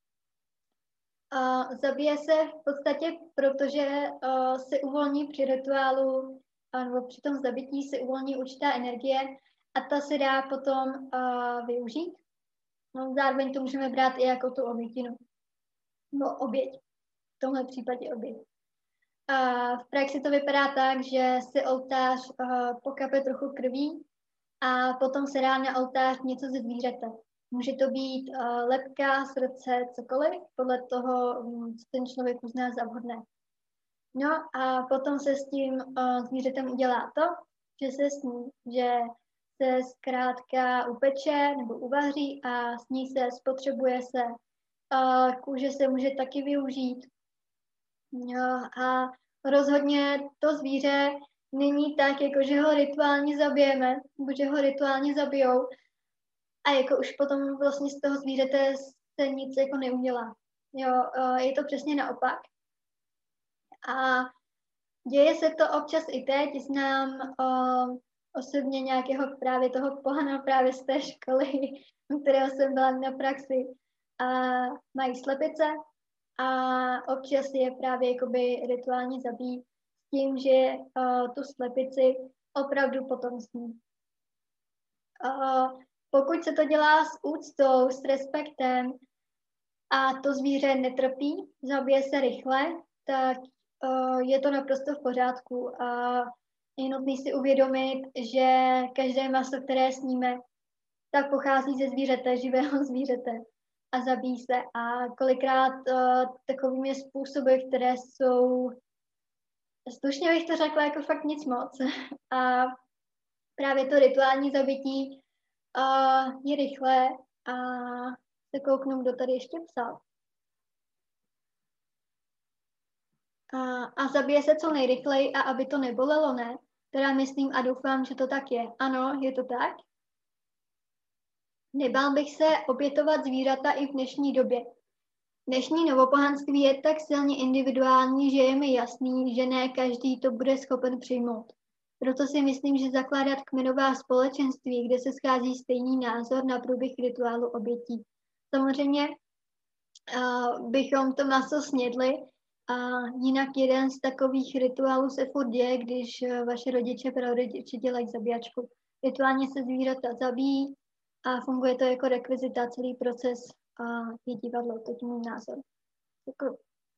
Uh, zabije se v podstatě, protože uh, se uvolní při rituálu, uh, nebo při tom zabití se uvolní určitá energie a ta se dá potom uh, využít. No, zároveň to můžeme brát i jako tu obětinu. No, oběť. V tomhle případě oběť. Uh, v praxi to vypadá tak, že se oltář uh, pokape trochu krví a potom se dá na oltář něco ze zvířete. Může to být uh, lebka, srdce, cokoliv, podle toho, um, co ten člověk uzná za vhodné. No a potom se s tím uh, zvířetem udělá to, že se sní, že se zkrátka upeče nebo uvaří a sní se, spotřebuje se. Uh, kůže se může taky využít. No, a rozhodně to zvíře není tak, jako že ho rituálně zabijeme, nebo že ho rituálně zabijou, a jako už potom vlastně z toho zvířete se nic jako neudělá. Jo, je to přesně naopak. A děje se to občas i teď. Znám o, osobně nějakého právě toho pohana právě z té školy, u kterého jsem byla na praxi. A mají slepice a občas je právě jakoby rituálně zabíjí s tím, že o, tu slepici opravdu potom sní. O, Pokud se to dělá s úctou, s respektem a to zvíře netrpí, zabije se rychle, tak uh, je to naprosto v pořádku. A je nutné si uvědomit, že každé maso, které sníme, tak pochází ze zvířete, živého zvířete a zabíjí se. A kolikrát uh, takovými způsoby, které jsou, slušně bych to řekla, jako fakt nic moc. A právě to rituální zabití uh, je rychlé a se kouknu, kdo tady ještě psal. A, a zabije se co nejrychleji a aby to nebolelo, ne? Teda myslím a doufám, že to tak je. Ano, je to tak? Nebál bych se obětovat zvířata i v dnešní době. Dnešní novopohanství je tak silně individuální, že je mi jasný, že ne každý to bude schopen přijmout. Proto si myslím, že zakládat kmenová společenství, kde se schází stejný názor na průběh rituálu obětí. Samozřejmě uh, bychom to maso snědli, a jinak jeden z takových rituálů se furt děje, když uh, vaše rodiče, prarodiče dělají zabíjačku. Rituálně se zvířata zabíjí a funguje to jako rekvizita, celý proces a je divadlo, to je můj názor. Děkuji.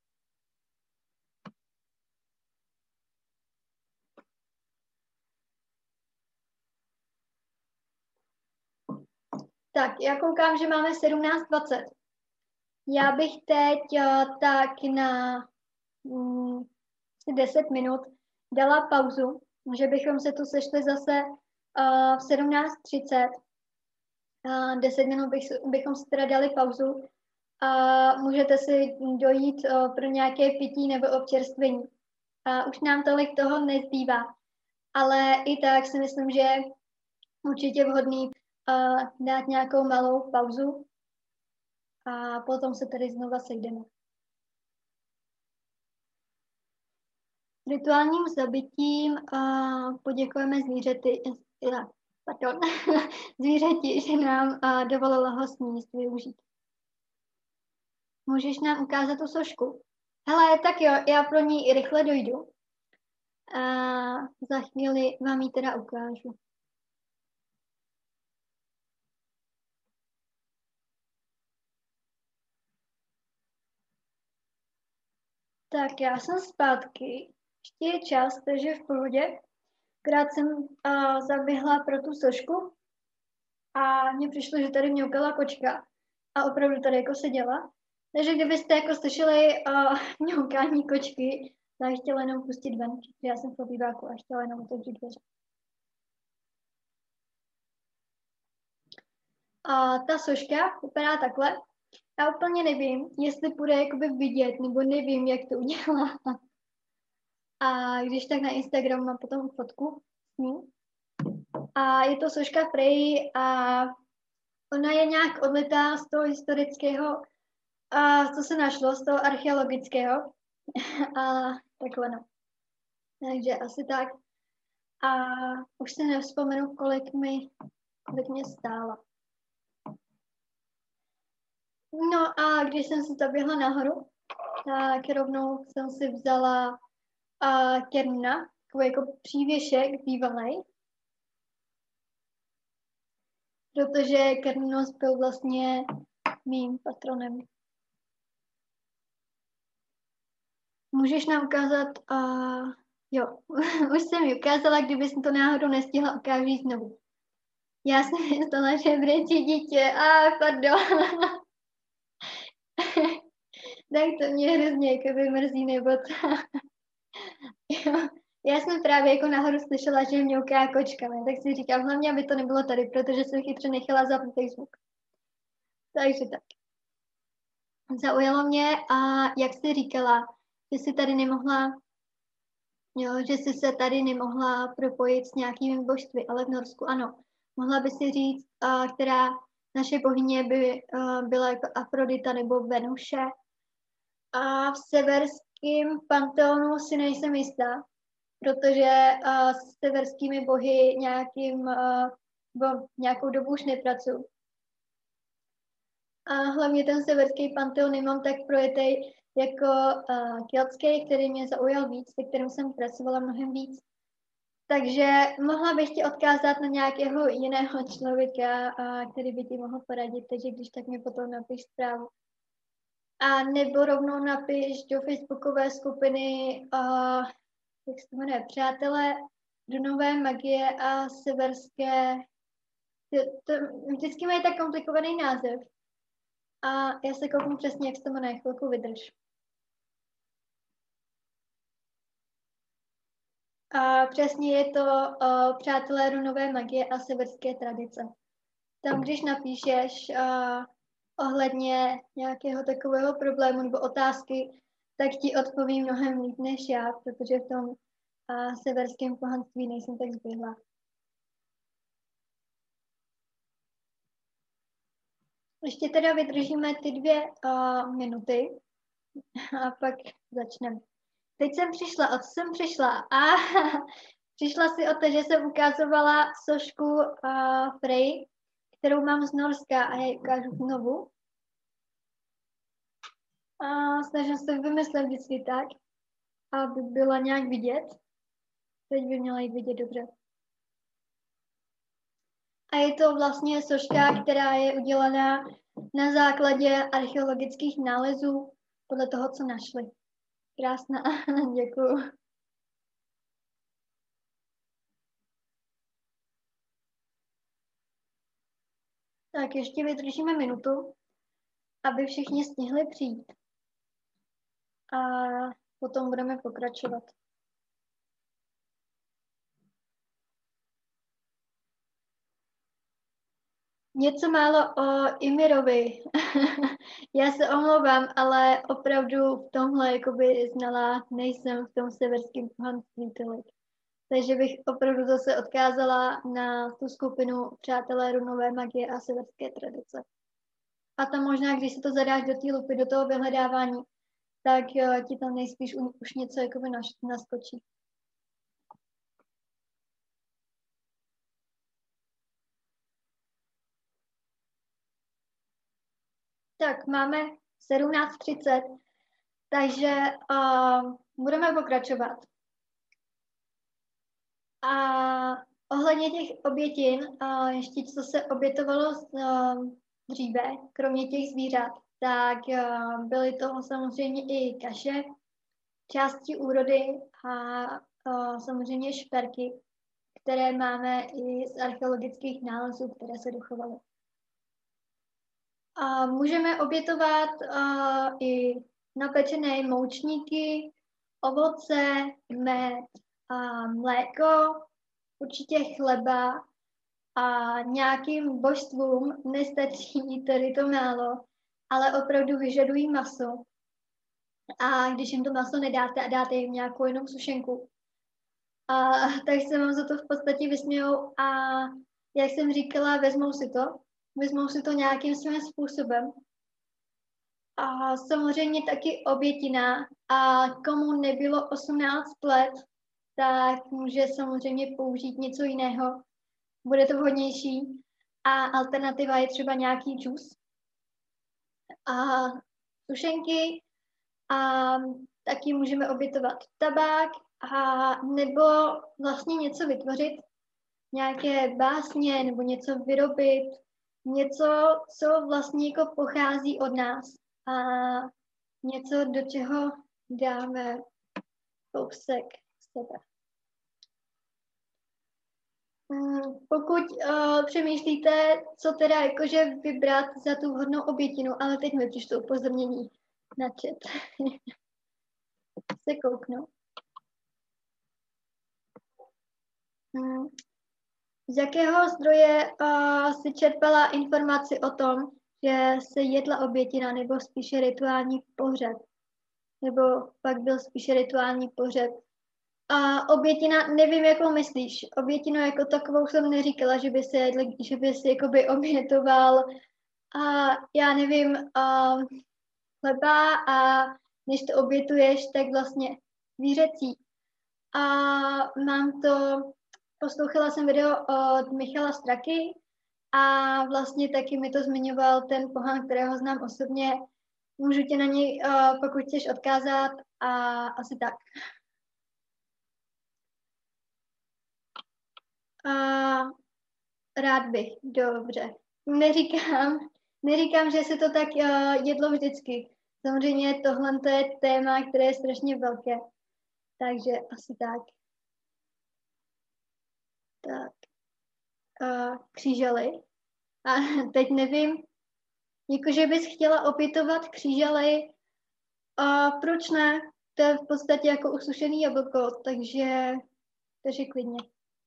Tak, já koukám, že máme sedmnáct dvacet. Já bych teď uh, tak na um, deset minut dala pauzu, že bychom se tu sešli zase uh, v sedmnáct třicet. Uh, deset minut bych, bychom si teda dali pauzu a můžete si dojít uh, pro nějaké pití nebo občerstvení. Uh, už nám tolik toho nezbývá, ale i tak si myslím, že je určitě vhodný uh, dát nějakou malou pauzu a potom se tady znova sejdeme. Rituálním zabitím uh, poděkujeme zvířeti, uh, pardon, zvířeti, že nám uh, dovolilo ho sníst využít. Můžeš nám ukázat tu sošku? Hele, tak jo, já pro ní rychle dojdu. A za chvíli vám ji teda ukážu. Tak já jsem zpátky. Ještě je čas, takže v pohodě. Krát jsem uh, zaběhla pro tu sošku a mně přišlo, že tady mňoukala kočka a opravdu tady jako seděla. Takže kdybyste jako slyšeli uh, mňoukání kočky, tak chtěla jenom pustit ven, protože já jsem v obýváku a chtěla jenom otevřít dveře. A ta soška vypadá takhle. Já úplně nevím, jestli půjde jakoby vidět, nebo nevím, jak to udělá. A když tak na Instagramu mám potom fotku s ní. A je to soška Frey a ona je nějak odlitá z toho historického, a co se našlo, z toho archeologického. A takhle no. Takže asi tak. A už se nevzpomenu, kolik mi, kolik mě stála. No a když jsem si zaběhla nahoru, tak rovnou jsem si vzala a Kerna, takový jako přívěšek bývalej, protože Kernos byl vlastně mým patronem. Můžeš nám ukázat, uh, jo, už jsem ji ukázala, kdybys to náhodou nestihla, ukážu ji znovu. Já jsem myslela, že brečí dítě, a ah, pardon. Tak to mě hrozně jako vymrzí, nebo to. Jo. Já jsem právě jako nahoru slyšela, že mňouká kočka, ne? Tak si říkám, hlavně, aby to nebylo tady, protože jsem chytře nechala zapnutý zvuk. Takže tak. Zaujalo mě, a jak jsi říkala, že jsi tady nemohla, jo, že jsi se tady nemohla propojit s nějakými božství, ale v Norsku ano. Mohla by si říct, a, která naše bohyně by a, byla jako Afrodita nebo Venuše. A v severském panteonu si nejsem jistá, protože uh, s severskými bohy nějakým, uh, bo, nějakou dobu už nepracuju. A hlavně ten severský panteon nemám tak projetej jako uh, keltský, který mě zaujal víc, se kterým jsem pracovala mnohem víc. Takže mohla bych ti odkázat na nějakého jiného člověka, uh, který by ti mohl poradit, takže když tak mi potom napiš zprávu. A nebo rovnou napiš do facebookové skupiny, uh, jak se to jmenuje, Přátelé runové magie a severské. To, to vždycky mají tak komplikovaný název. A já se kouknu přesně, jak se to jmenuje, chvilku vydrž. A přesně je to uh, Přátelé runové magie a severské tradice. Tam, když napíšeš uh, ohledně nějakého takového problému nebo otázky, tak ti odpovím mnohem líp než já, protože v tom uh, severském pohanství nejsem tak zběhlá. Ještě teda vydržíme ty dvě uh, minuty a pak začneme. Teď jsem přišla, o co jsem přišla? A přišla si o to, že jsem ukázovala sošku uh, Frey, kterou mám z Norska a já ji ukážu znovu. A snažím se vymyslet vždycky tak, aby byla nějak vidět. Teď by měla jít vidět dobře. A je to vlastně soška, která je udělaná na základě archeologických nálezů podle toho, co našli. Krásná, děkuju. Tak ještě vydržíme minutu, aby všichni stihli přijít. A potom budeme pokračovat. Něco málo o Ymirovi. Já se omlouvám, ale opravdu v tomhle jakoby znala nejsem v tom severském pohanství tolik. Takže bych opravdu zase odkázala na tu skupinu Přátelé runové magie a severské tradice. A tam možná, když si to zadáš do té lupy, do toho vyhledávání, tak jo, ti tam nejspíš už něco jakoby naskočí. Tak, máme sedmnáct třicet, takže uh, budeme pokračovat. A ohledně těch obětin, uh, ještě co se obětovalo uh, dříve, kromě těch zvířat, tak uh, byly toho samozřejmě i kaše, části úrody a uh, samozřejmě šperky, které máme i z archeologických nálezů, které se dochovaly. A můžeme obětovat uh, i napečené moučníky, ovoce, med a mléko, určitě chleba a nějakým božstvům nestačí tady to málo, ale opravdu vyžadují maso. A když jim to maso nedáte a dáte jim nějakou jenom sušenku, a, tak se vám za to v podstatě vysmějou a jak jsem říkala, vezmou si to, vezmou si to nějakým svým způsobem. A samozřejmě taky obětina a komu nebylo osmnáct let, tak může samozřejmě použít něco jiného. Bude to vhodnější a alternativa je třeba nějaký džus a sušenky a taky můžeme obětovat tabák a nebo vlastně něco vytvořit, nějaké básně nebo něco vyrobit, něco, co vlastně jako pochází od nás a něco, do čeho dáme kousek sebe. Pokud uh, přemýšlíte, co teda jakože vybrat za tu vhodnou obětinu, ale teď mi přišlo upozornění na chat. Se kouknu. Hmm. Z jakého zdroje uh, si čerpala informaci o tom, že se jedla obětina nebo spíše rituální pohřeb? Nebo pak byl spíše rituální pohřeb? A obětina, nevím, jakou myslíš. Obětinu jako takovou jsem neříkala, že by se jedl, že by si jakoby obětoval a já nevím, uh, chleba a než to obětuješ, tak vlastně zvířecí. A mám to, poslouchala jsem video od Michala Straky a vlastně taky mi to zmiňoval ten pohan, kterého znám osobně. Můžu tě na něj, uh, pokud chceš, odkázat a asi tak. Uh, rád bych, dobře. Neříkám, neříkám, že se to tak uh, jedlo vždycky. Samozřejmě tohle je téma, které je strašně velké. Takže asi tak. Tak. Uh, křížaly. A teď nevím, jakože bys chtěla opětovat křížaly. Uh, proč ne? To je v podstatě jako usušený jablko, takže takže klidně.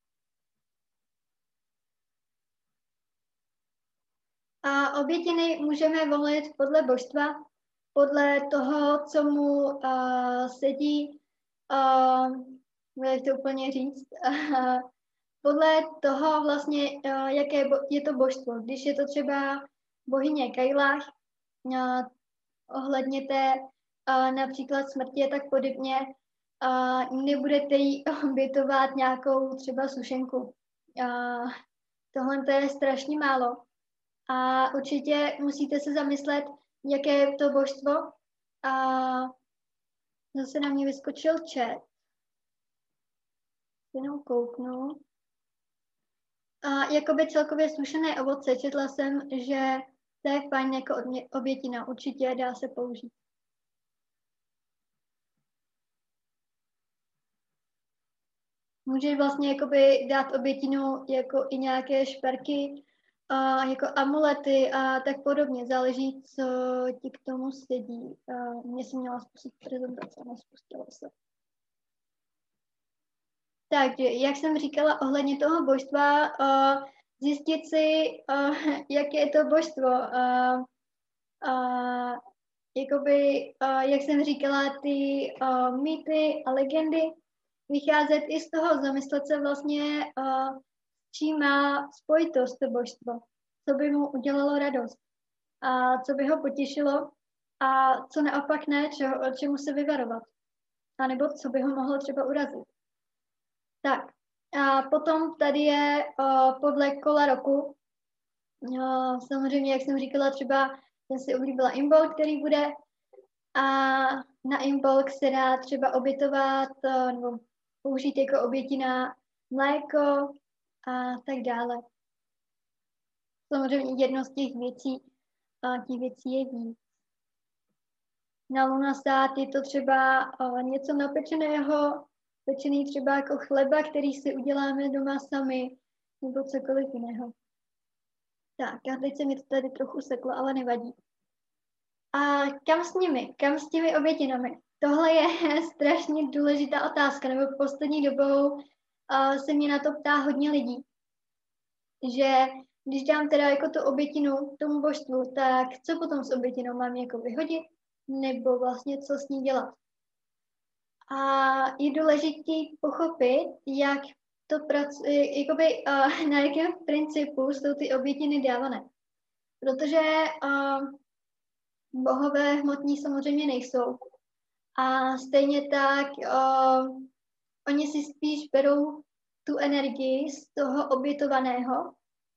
A obětiny můžeme volit podle božstva, podle toho, co mu uh, sedí, uh, jak to úplně říct, uh, podle toho vlastně, uh, jaké je to božstvo. Když je to třeba bohyně Kailash, uh, ohledně té uh, například smrti a tak podobně, uh, nebudete jí obětovat nějakou třeba sušenku. Uh, tohle to je strašně málo. A určitě musíte se zamyslet, jaké je to božstvo. A zase na mě vyskočil chat. Jenom kouknu. A jakoby celkově sušené ovoce, četla jsem, že to je fajn jako obětina. Určitě dá se použít. Můžeš vlastně jakoby dát obětinu jako i nějaké šperky, a jako amulety a tak podobně. Záleží, co ti k tomu sedí. Mně se měla spustit prezentace, nespustila se. Takže, jak jsem říkala ohledně toho božstva, zjistit si, jaké je to božstvo. Jakoby, jak jsem říkala, ty mýty a legendy, vycházet i z toho, zamyslet se vlastně, čím má spojitost to božstvo, co by mu udělalo radost a co by ho potěšilo a co naopak ne, čeho, čemu se vyvarovat. A nebo co by ho mohlo třeba urazit. Tak, a potom tady je uh, podle kola roku, uh, samozřejmě, jak jsem říkala, třeba jsem si oblíbila Imbolc, který bude, a na Imbolc se dá třeba obětovat uh, nebo použít jako obětina mléko a tak dále. Samozřejmě jedno z těch věcí, a těch věcí je víc. Na lunasát je to třeba uh, něco napečeného, pečený třeba jako chleba, který si uděláme doma sami, nebo cokoliv jiného. Tak, a teď se mi to tady trochu seklo, ale nevadí. A kam s nimi? Kam s těmi obětinami? Tohle je strašně důležitá otázka, nebo poslední dobou uh, se mě na to ptá hodně lidí. Že když dám teda jako tu obětinu tomu božstvu, tak co potom s obětinou mám jako vyhodit? Nebo vlastně co s ní dělat? A je důležité pochopit, jak to pracuje, jakoby uh, na jakém principu jsou ty obětiny dávané. Protože uh, bohové hmotní samozřejmě nejsou. A stejně tak uh, oni si spíš berou tu energii z toho obětovaného,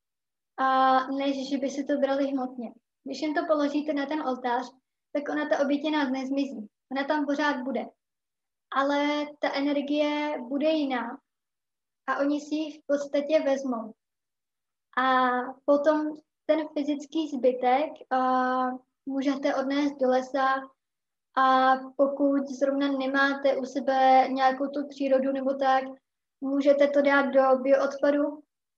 a než že by si to brali hmotně. Když jim to položíte na ten oltář, tak ona ta obětina nezmizí. Ona tam pořád bude. Ale ta energie bude jiná a oni si ji v podstatě vezmou. A potom ten fyzický zbytek uh, můžete odnést do lesa a pokud zrovna nemáte u sebe nějakou tu přírodu nebo tak, můžete to dát do bioodpadu,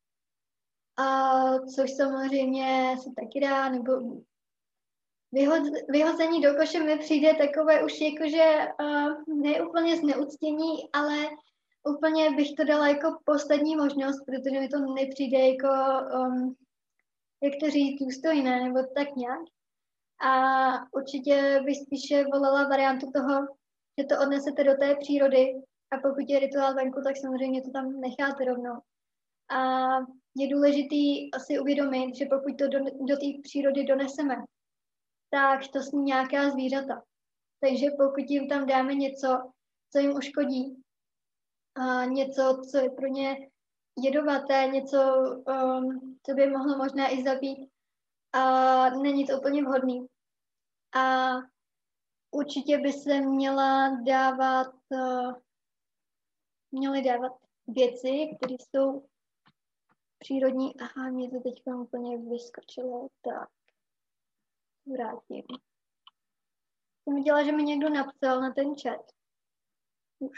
a což samozřejmě se taky dá, nebo vyhoz, vyhození do koše mi přijde takové už jakože uh, ne úplně zneuctění, ale úplně bych to dala jako poslední možnost, protože mi to nepřijde jako, um, jak to říct, důstojné, nebo tak nějak. A určitě bych spíše volila variantu toho, že to odnesete do té přírody a pokud je rituál venku, tak samozřejmě to tam necháte rovnou. A je důležitý si uvědomit, že pokud to do, do té přírody doneseme, tak to sní nějaká zvířata. Takže pokud jim tam dáme něco, co jim uškodí, a něco, co je pro ně jedovaté, něco, um, co by mohlo možná i zabít, a není to úplně vhodný. A určitě by se měla dávat, uh, měly dávat věci, které jsou přírodní. Aha, mě to teď úplně vyskočilo, tak vrátím. Jsem viděla, že mi někdo napsal na ten chat. Už.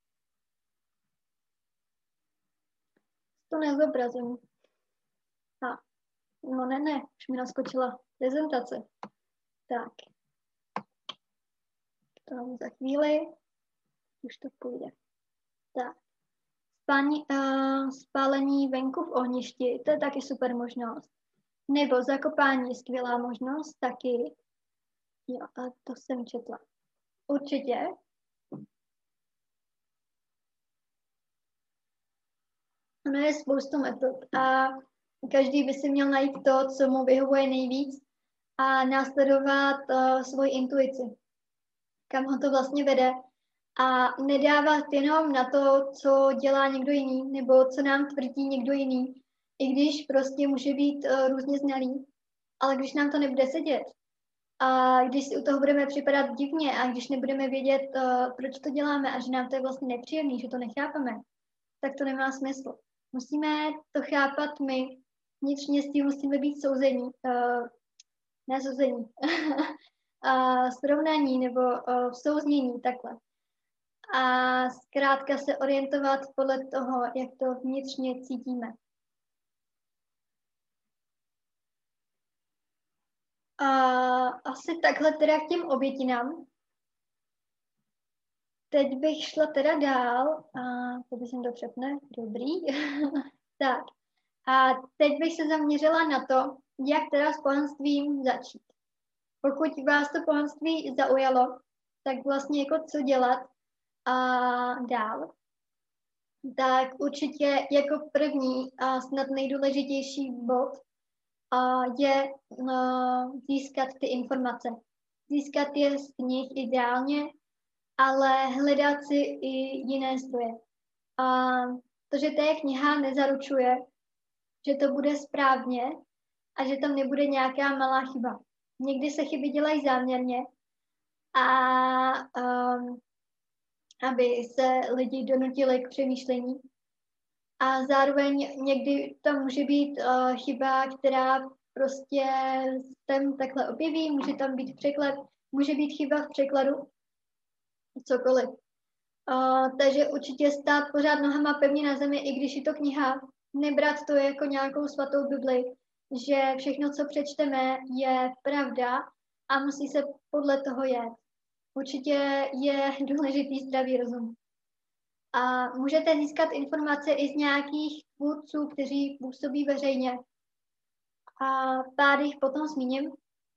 To nezobrazím. A, no ne, ne, už mi naskočila prezentace. Tak. To za chvíli. Už to půjde. Tak. Spání, uh, spálení venku v ohništi, to je taky super možnost. Nebo zakopání, skvělá možnost, taky. Jo, a to jsem četla. Určitě. Ono je spoustu metod a každý by si měl najít to, co mu vyhovuje nejvíc a následovat uh, svoji intuici, kam ho to vlastně vede a nedávat jenom na to, co dělá někdo jiný nebo co nám tvrdí někdo jiný, i když prostě může být uh, různě znalý, ale když nám to nebude sedět a když si u toho budeme připadat divně a když nebudeme vědět, uh, proč to děláme a že nám to je vlastně nepříjemný, že to nechápeme, tak to nemá smysl. Musíme to chápat my, vnitřně s tím musíme být souzení, uh, ne souzení, uh, srovnání nebo uh, souznění, takhle. A zkrátka se orientovat podle toho, jak to vnitřně cítíme. A asi takhle teda k těm obětinám. Teď bych šla teda dál. A teď jsem to přepne. Dobrý. Tak. A teď bych se zaměřila na to, jak teda s pohanstvím začít. Pokud vás to pohanství zaujalo, tak vlastně jako co dělat a dál. Tak určitě jako první a snad nejdůležitější bod a je no, získat ty informace. Získat je z knih ideálně, ale hledat si i jiné zdroje. A to, že té kniha nezaručuje, že to bude správně a že tam nebude nějaká malá chyba. Někdy se chyby dělají záměrně, a um, aby se lidi donutili k přemýšlení. A zároveň někdy tam může být uh, chyba, která prostě tam takhle objeví, může tam být překlad, může být chyba v překladu, cokoliv. Uh, takže určitě stát pořád nohama pevně na zemi, i když je to kniha, nebrat to jako nějakou svatou Bibli, že všechno, co přečteme, je pravda a musí se podle toho jet. Určitě je důležitý zdravý rozum. A můžete získat informace i z nějakých tvůrců, kteří působí veřejně. A pár jich potom zmíním.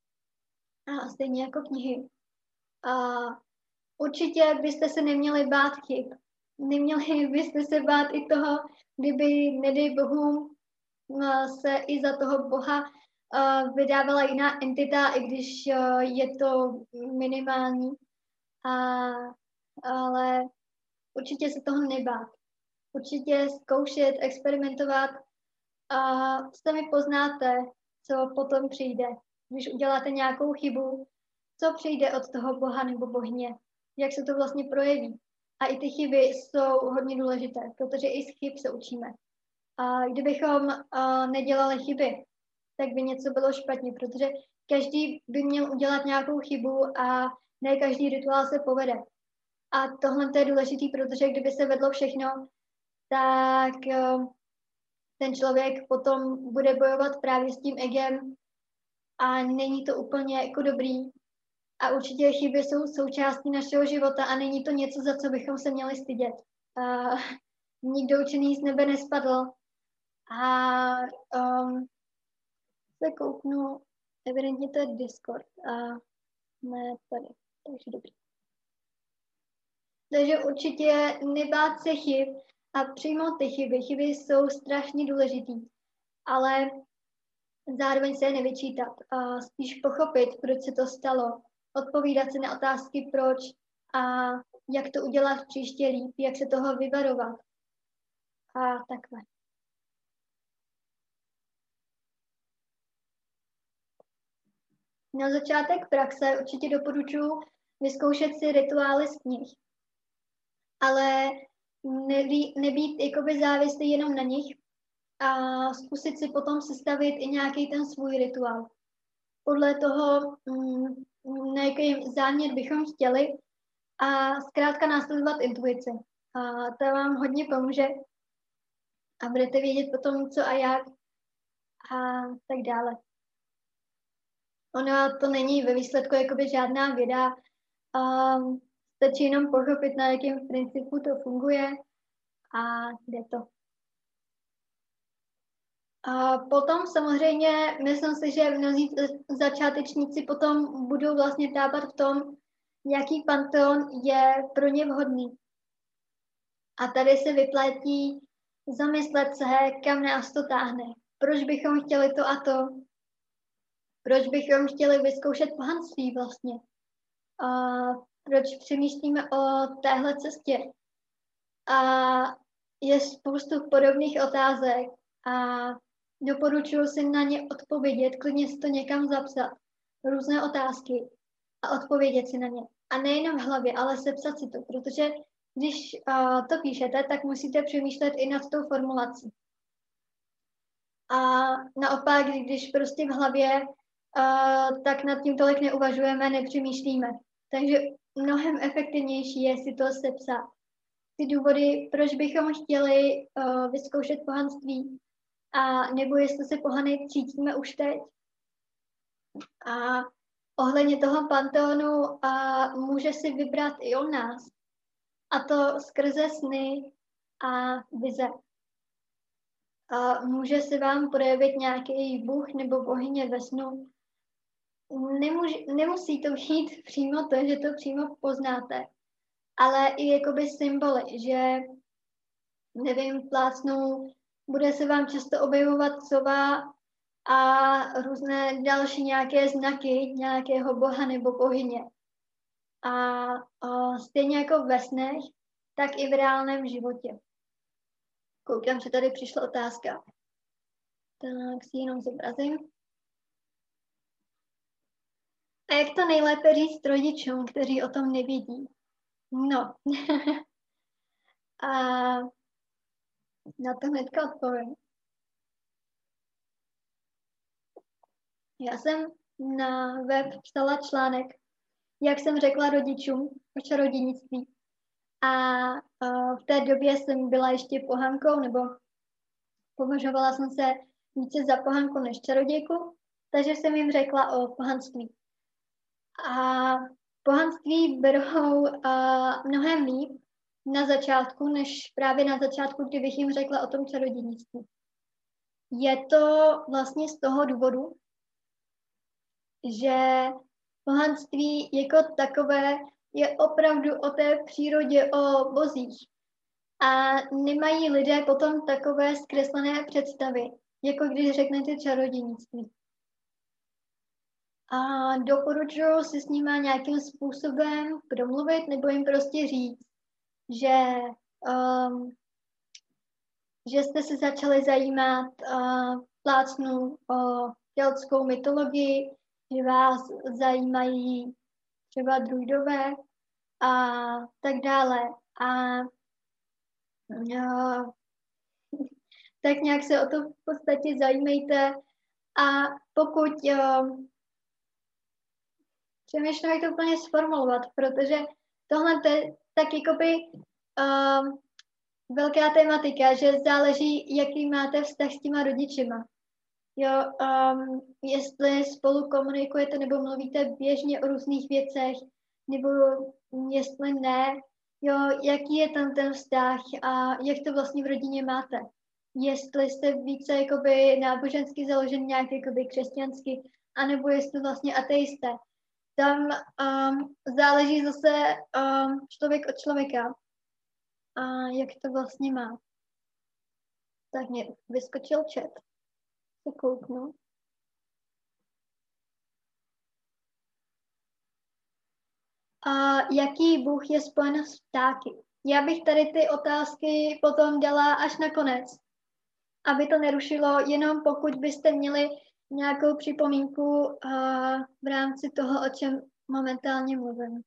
A stejně jako knihy. A určitě byste se neměli bát chyb. Neměli byste se bát i toho, kdyby, nedej bohu, se i za toho Boha vydávala jiná entita, i když je to minimální. A, ale určitě se toho nebát. Určitě zkoušet, experimentovat a sami poznáte, co potom přijde. Když uděláte nějakou chybu, co přijde od toho Boha nebo bohyně, jak se to vlastně projeví. A i ty chyby jsou hodně důležité, protože i z chyb se učíme. A kdybychom uh, nedělali chyby, tak by něco bylo špatně, protože každý by měl udělat nějakou chybu a ne každý rituál se povede. A tohle je důležitý, protože kdyby se vedlo všechno, tak uh, ten člověk potom bude bojovat právě s tím egem a není to úplně jako dobrý. A určitě chyby jsou součástí našeho života a není to něco, za co bychom se měli stydět. Uh, nikdo učený z nebe nespadl. A um, se kouknu, evidentně to je Discord a ne tady, takže dobrý. Takže určitě nebát se chyb a přijmout ty chyby. Chyby jsou strašně důležitý, ale zároveň se je nevyčítat a spíš pochopit, proč se to stalo, odpovídat si na otázky proč a jak to udělat příště líp, jak se toho vyvarovat a takhle. Na začátek praxe určitě doporučuji vyzkoušet si rituály z knih, ale nebý, nebýt jakoby závislý jenom na nich a zkusit si potom sestavit i nějaký ten svůj rituál. Podle toho, na jaký záměr bychom chtěli a zkrátka následovat intuici. A to vám hodně pomůže a budete vědět potom, co a jak a tak dále. Ono to není ve výsledku jakoby žádná věda, um, stačí jenom pochopit, na jakém principu to funguje a jde to. A potom samozřejmě, myslím si, že mnozí začátečníci potom budou vlastně tápat v tom, jaký panteon je pro ně vhodný. A tady se vyplatí zamyslet se, kam nás to táhne. Proč bychom chtěli to a to? Proč bychom chtěli vyzkoušet pohanství vlastně? A proč přemýšlíme o téhle cestě? A je spoustu podobných otázek a doporučuji si na ně odpovědět, klidně si to někam zapsat, různé otázky a odpovědět si na ně. A nejenom v hlavě, ale sepsat si to, protože když uh, to píšete, tak musíte přemýšlet i nad tou formulací. A naopak, když prostě v hlavě, uh, tak nad tím tolik neuvažujeme, nepřemýšlíme. Takže mnohem efektivnější je si to sepsat. Ty důvody, proč bychom chtěli uh, vyzkoušet pohanství, a nebo jestli se pohany cítíme už teď. A ohledně toho panteonu a může si vybrat i on nás. A to skrze sny a vize. A může se vám projevit nějaký bůh nebo bohyně ve snu. Nemůž, nemusí to být přímo to, že to přímo poznáte, ale i jakoby symboly, že nevím, plácnou, bude se vám často objevovat sova a různé další nějaké znaky nějakého boha nebo bohyně. A, a stejně jako ve snech, tak i v reálném životě. Koukám, že tady přišla otázka. Tak si jenom zobrazím. A jak to nejlépe říct rodičům, kteří o tom nevědí? No. A na to hnedka odpovím. Já jsem na web psala článek, jak jsem řekla rodičům o čarodějnictví. A uh, v té době jsem byla ještě pohankou, nebo považovala jsem se více za pohanku než čarodějku, takže jsem jim řekla o pohanství. A pohanství berou uh, mnohem líp na začátku, než právě na začátku, kdybych jim řekla o tom čarodějnictví. Je to vlastně z toho důvodu, že pohanství jako takové je opravdu o té přírodě, o bozích. A nemají lidé potom takové zkreslené představy, jako když řeknete čarodějnictví. A doporučuji si s nimi nějakým způsobem promluvit nebo jim prostě říct, že, um, že jste se začali zajímat uh, plácnu o keltskou mytologii, že vás zajímají třeba druidové a tak dále. A uh, tak nějak se o to v podstatě zajímejte a pokud uh, přemýšlím, jak to úplně sformulovat, protože tohle je tak jakoby uh, velká tematika, že záleží, jaký máte vztah s těma rodičima. Jo, um, jestli spolu komunikujete nebo mluvíte běžně o různých věcech, nebo jestli ne, jo, jaký je tam ten vztah a jak to vlastně v rodině máte. Jestli jste více jakoby nábožensky založen, nějak jakoby křesťansky, anebo jestli vlastně ateisté. Tam um, záleží zase um, člověk od člověka a jak to vlastně má. Tak mě vyskočil chat. Se kouknu. A jaký bůh je spojen s ptáky? Já bych tady ty otázky potom dala až na konec, aby to nerušilo, jenom pokud byste měli nějakou připomínku uh, v rámci toho, o čem momentálně mluvím.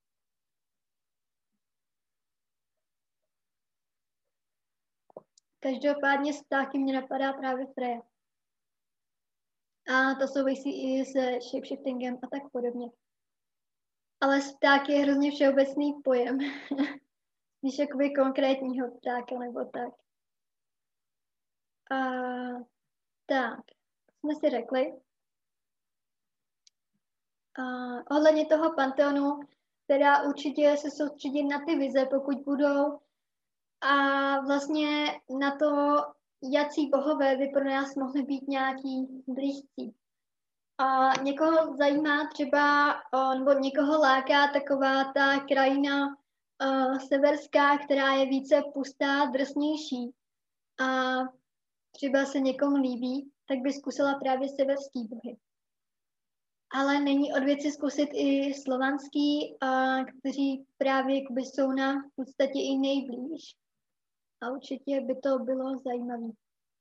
Každopádně z ptáky mě napadá právě Freja. A to souvisí i se shapeshiftingem a tak podobně. Ale pták je hrozně všeobecný pojem. Spíš jakoby konkrétního ptáka nebo tak. A, tak, jsme si řekli. A, ohledně toho panteonu, teda určitě se soustředit na ty vize, pokud budou. a vlastně na to, jací bohové by pro nás mohli být nějaký blízcí. A někoho zajímá třeba, nebo někoho láká taková ta krajina uh, severská, která je více pustá, drsnější. A třeba se někomu líbí, tak by zkusila právě severský bohy. Ale není od věci zkusit i slovanský, uh, kteří právě jakoby jsou nám v podstatě i nejblíž. A určitě by to bylo zajímavé.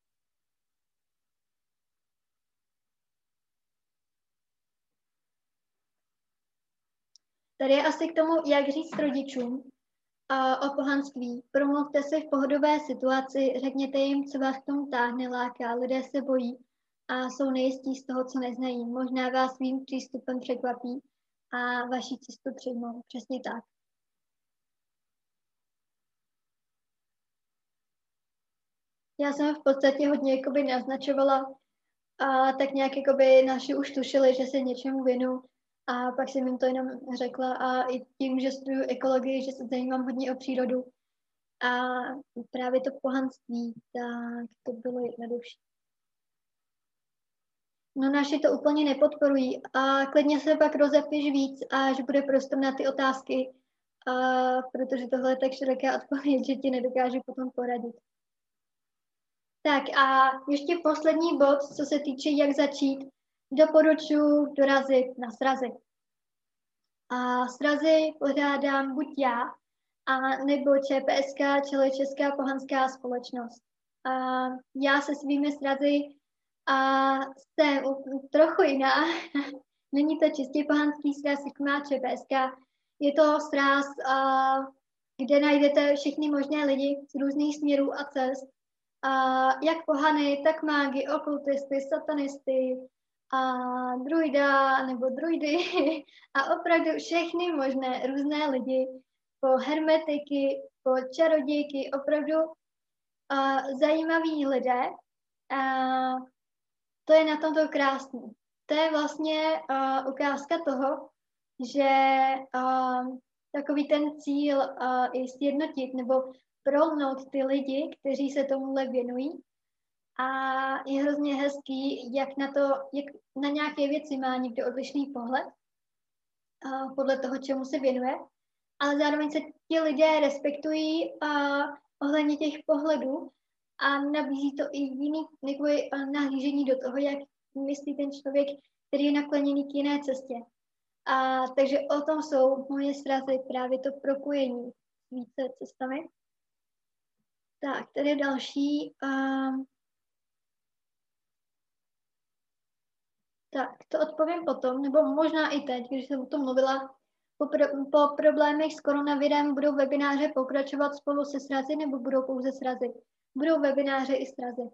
Tady je asi k tomu, jak říct rodičům a o pohanství. Promluvte si v pohodové situaci, řekněte jim, co vás k tomu táhne, láká. Lidé se bojí a jsou nejistí z toho, co neznají. Možná vás svým přístupem překvapí a vaši cestu přijmou. Přesně tak. Já jsem v podstatě hodně jakoby naznačovala a tak nějak jakoby naši už tušili, že se něčemu věnu. A pak jsem jim to jenom řekla a i tím, že studuju ekologii, že se zajímám hodně o přírodu a právě to pohanství, tak to bylo jednodušší. No naši to úplně nepodporují a klidně se pak rozepíš víc, až bude prostor na ty otázky, a protože tohle je tak široká odpověď, že ti nedokážu potom poradit. Tak a ještě poslední bod, co se týče, jak začít. Doporučuji dorazit na srazy. A srazy pořádám buď já, a nebo ČPSK, čili Česká pohanská společnost. A já se svými srazy a jsem trochu jiná. Není to čistě pohanský sraz, jak má ČPSK. Je to sraz, a, kde najdete všechny možné lidi z různých směrů a cest. A jak pohany, tak mágy, okultisty, satanisty, a druida nebo druidy a opravdu všechny možné různé lidi, po hermetiky, po čarodějky, opravdu uh, zajímaví lidé. A to je na tomto krásné. To je vlastně uh, ukázka toho, že uh, takový ten cíl uh, je sjednotit nebo prolnout ty lidi, kteří se tomuhle věnují. A je hrozně hezký, jak na to, jak na nějaké věci má někdo odlišný pohled, uh, podle toho, čemu se věnuje, ale zároveň se ti lidé respektují uh, ohledně těch pohledů a nabízí to i jiný několik, uh, nahlížení do toho, jak myslí ten člověk, který je nakloněný k jiné cestě. A takže o tom jsou moje srazy, právě to propojení s více cestami. Tak, tady je další. Uh, Tak, to odpovím potom, nebo možná i teď, když jsem o tom mluvila. Po, pro, po problémech s koronavirem budou webináře pokračovat spolu se srazy, nebo budou pouze srazy? Budou webináře i srazy.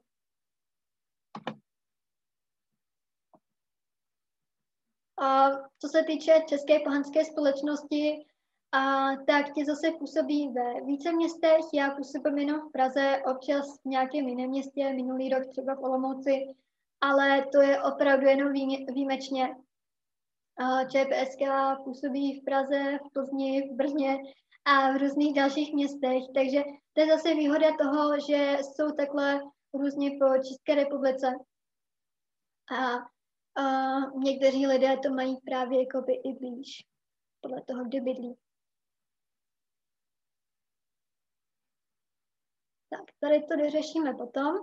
A co se týče České pohanské společnosti, a tak tě zase působí ve více městech. Já působím jenom v Praze, občas v nějakém jiném městě, minulý rok třeba v Olomouci, ale to je opravdu jenom výjimečně. ČPSK působí v Praze, v Plzni, v Brně a v různých dalších městech, takže to je zase výhoda toho, že jsou takhle různě po České republice. A, a někteří lidé to mají právě jakoby i blíž, podle toho, kde bydlí. Tak, tady to dořešíme potom.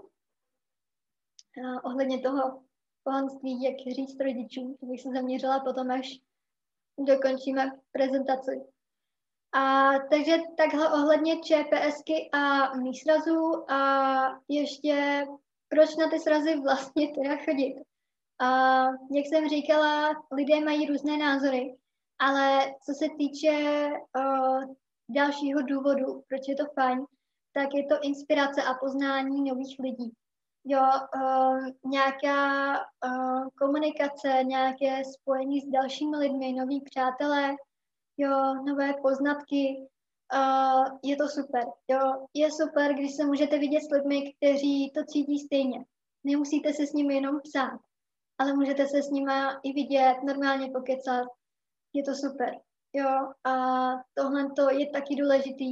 A ohledně toho pohanství, jak říct rodičům, to bych se zaměřila potom, až dokončíme prezentaci. A takže takhle ohledně ČPSky a mých srazů a ještě proč na ty srazy vlastně teda chodit. A jak jsem říkala, lidé mají různé názory, ale co se týče uh, dalšího důvodu, proč je to fajn, tak je to inspirace a poznání nových lidí. Jo, uh, nějaká uh, komunikace, nějaké spojení s dalšími lidmi, noví přátelé, jo, nové poznatky, uh, je to super. Jo, je super, když se můžete vidět s lidmi, kteří to cítí stejně. Nemusíte se s nimi jenom psát, ale můžete se s nimi i vidět, normálně pokecat. Je to super. Jo, a tohle to je taky důležitý.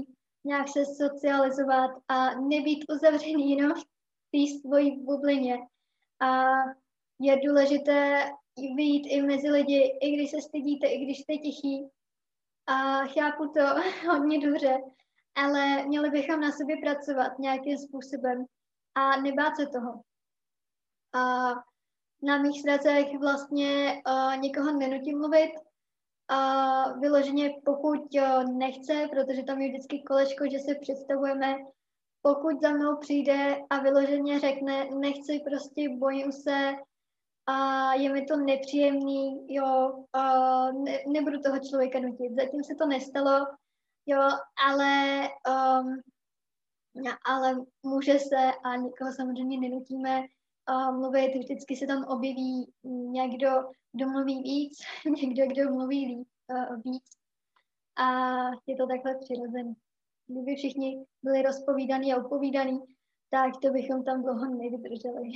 nějak se socializovat a nebýt uzavřený jenom v té svojí bublině. A je důležité vyjít i mezi lidi, i když se stydíte, i když jste tichý. A chápu to hodně dobře, ale měli bychom na sobě pracovat nějakým způsobem a nebát se toho. A na mých srazech vlastně uh, někoho nenutím mluvit, a vyloženě pokud uh, nechce, protože tam je vždycky kolečko, že se představujeme, pokud za mnou přijde a vyloženě řekne, nechci, prostě bojím se a je mi to nepříjemný, jo, uh, ne, nebudu toho člověka nutit. Zatím se to nestalo, jo, ale, um, ale může se a nikoho samozřejmě nenutíme uh, mluvit, vždycky se tam objeví někdo, kdo mluví víc, někdo, kdo mluví líp, uh, víc a je to takhle přirozené. Kdyby všichni byli rozpovídaný a upovídaný, tak to bychom tam dlouho nevydrželi.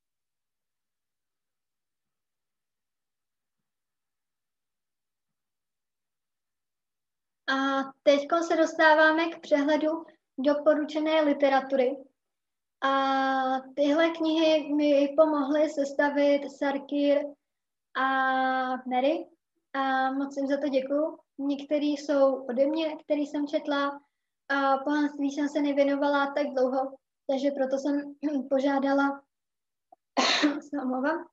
A teď se dostáváme k přehledu doporučené literatury. A tyhle knihy mi pomohly sestavit Sarkir a Mary. A moc jim za to děkuju. Některé jsou ode mě, které jsem četla. A pohanství jsem se nevěnovala tak dlouho, takže proto jsem požádala se omlouvám.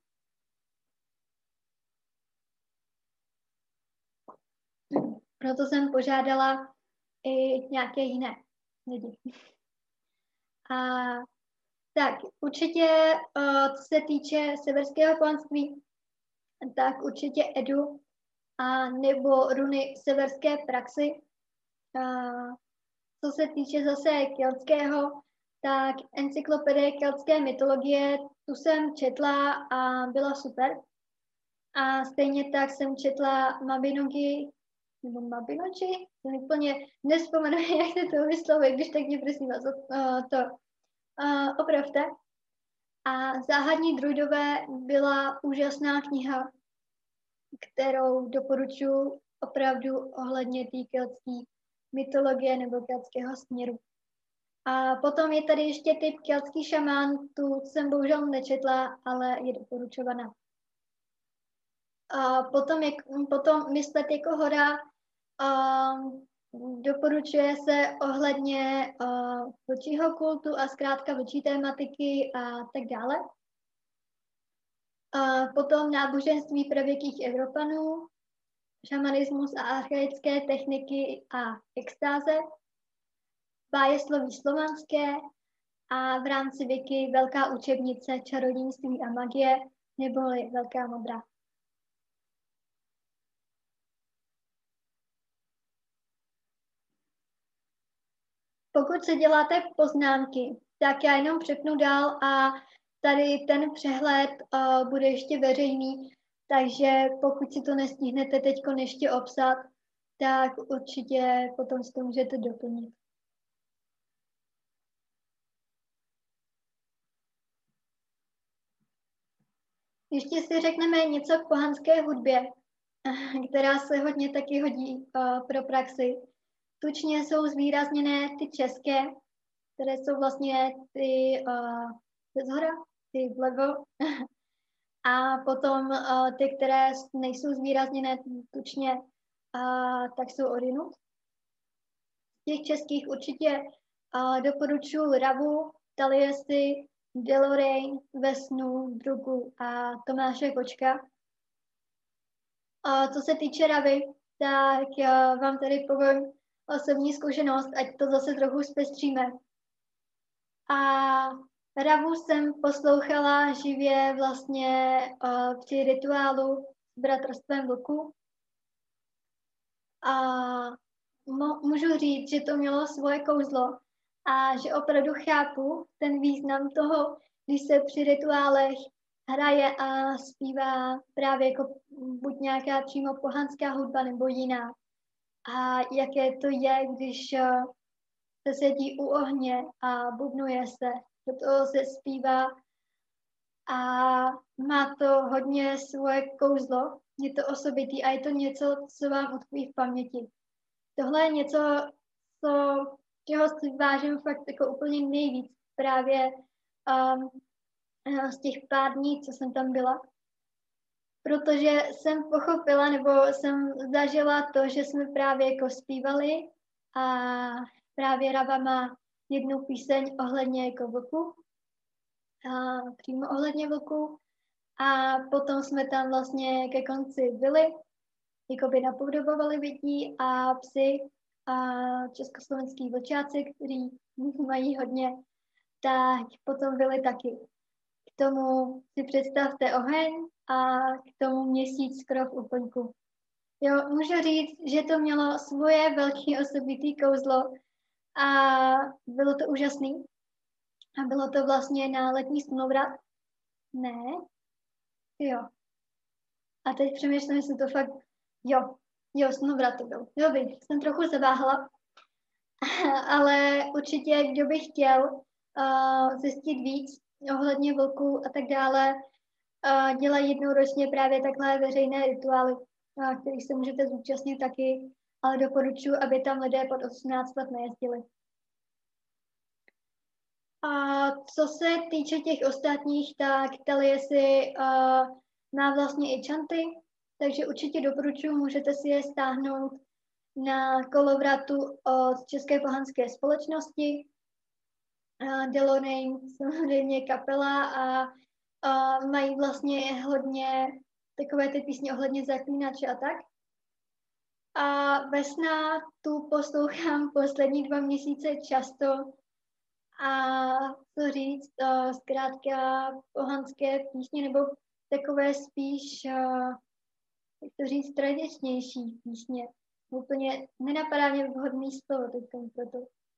Proto jsem požádala i nějaké jiné lidi. A tak, určitě, uh, co se týče severského pohanství, tak určitě Edu a nebo runy severské praxi. Uh, co se týče zase keltského, tak encyklopedie keltské mytologie, tu jsem četla a byla super. A stejně tak jsem četla Mabinogi, nebo Mabinoči, to úplně nespomenu, jak se to vyslovuje, když tak mě prosím vás uh, to uh, opravte. A Záhadní druidové byla úžasná kniha, kterou doporučuji opravdu ohledně té keltské mytologie nebo keltského směru. A potom je tady ještě typ keltský šamán, tu jsem bohužel nečetla, ale je doporučovaná. A potom, je, potom myslet jako hora, uh, doporučuje se ohledně uh, vlčího kultu a zkrátka vlčí tématiky a tak dále. Uh, potom náboženství pravěkých Evropanů, šamanismus a archaické techniky a extáze, bájesloví slovanské a v rámci Wiki velká učebnice čarodějnictví a magie, neboli Velká modrá. Pokud se děláte poznámky, tak já jenom přepnu dál a tady ten přehled uh, bude ještě veřejný, takže pokud si to nestihnete teď ještě obsat, tak určitě potom si to můžete doplnit. Ještě si řekneme něco k pohanské hudbě, která se hodně taky hodí uh, pro praxi. Tučně jsou zvýrazněné ty české, které jsou vlastně ty uh, zhora, ty vlevo. A potom uh, ty, které nejsou zvýrazněné tučně, uh, tak jsou odinut. Z těch českých určitě uh, doporučuji Ravu, Taliesy, Delorein, Vesnu, Drugu a Tomáše Kočka. Uh, co se týče Ravy, tak uh, vám tady povím osobní zkušenost, ať to zase trochu zpestříme. A Ravu jsem poslouchala živě vlastně uh, při rituálu s bratrstvem vlků. A mo- můžu říct, že to mělo svoje kouzlo a že opravdu chápu ten význam toho, když se při rituálech hraje a zpívá právě jako buď nějaká přímo pohanská hudba nebo jiná. A jaké to je, když se sedí u ohně a bubnuje se, do toho se zpívá a má to hodně svoje kouzlo, je to osobitý a je to něco, co vám utkví v paměti. Tohle je něco, co čeho si vážím fakt jako úplně nejvíc, právě um, z těch pár dní, co jsem tam byla. Protože jsem pochopila, nebo jsem zažila to, že jsme právě jako zpívali a právě Rava má jednu píseň ohledně jako vlku, a přímo ohledně vlku. A potom jsme tam vlastně ke konci byli, jako by napodobovali vidí a psy a československý vlčáci, kteří mají hodně, tak potom byli taky. K tomu si představte oheň a k tomu měsíc skoro v úplňku. Jo, můžu říct, že to mělo svoje velké osobitý kouzlo a bylo to úžasný. A bylo to vlastně na letní slunovrat. Ne? Jo. A teď přemýšlím, jestli to fakt, jo, jo, slunovrat to byl. Jo, bych, jsem trochu zaváhla, ale určitě, kdo by chtěl uh, zjistit víc ohledně vlků a tak dále, uh, dělají jednou ročně právě takhle veřejné rituály, uh, kterých se můžete zúčastnit taky, ale doporučuji, aby tam lidé pod osmnáct let nejezdili. A co se týče těch ostatních, tak Talie si uh, má vlastně i čanty, takže určitě doporučuji, můžete si je stáhnout na kolovratu od České pohanské společnosti. Uh, Deloname, samozřejmě kapela a uh, mají vlastně hodně takové ty písně ohledně zaklínače a tak. A Vesna tu poslouchám poslední dva měsíce často. A co říct, uh, zkrátka pohanské písně, nebo takové spíš, uh, jak to říct, tradičnější písně. Úplně nenapadá mě vhodný slovo teď pro to.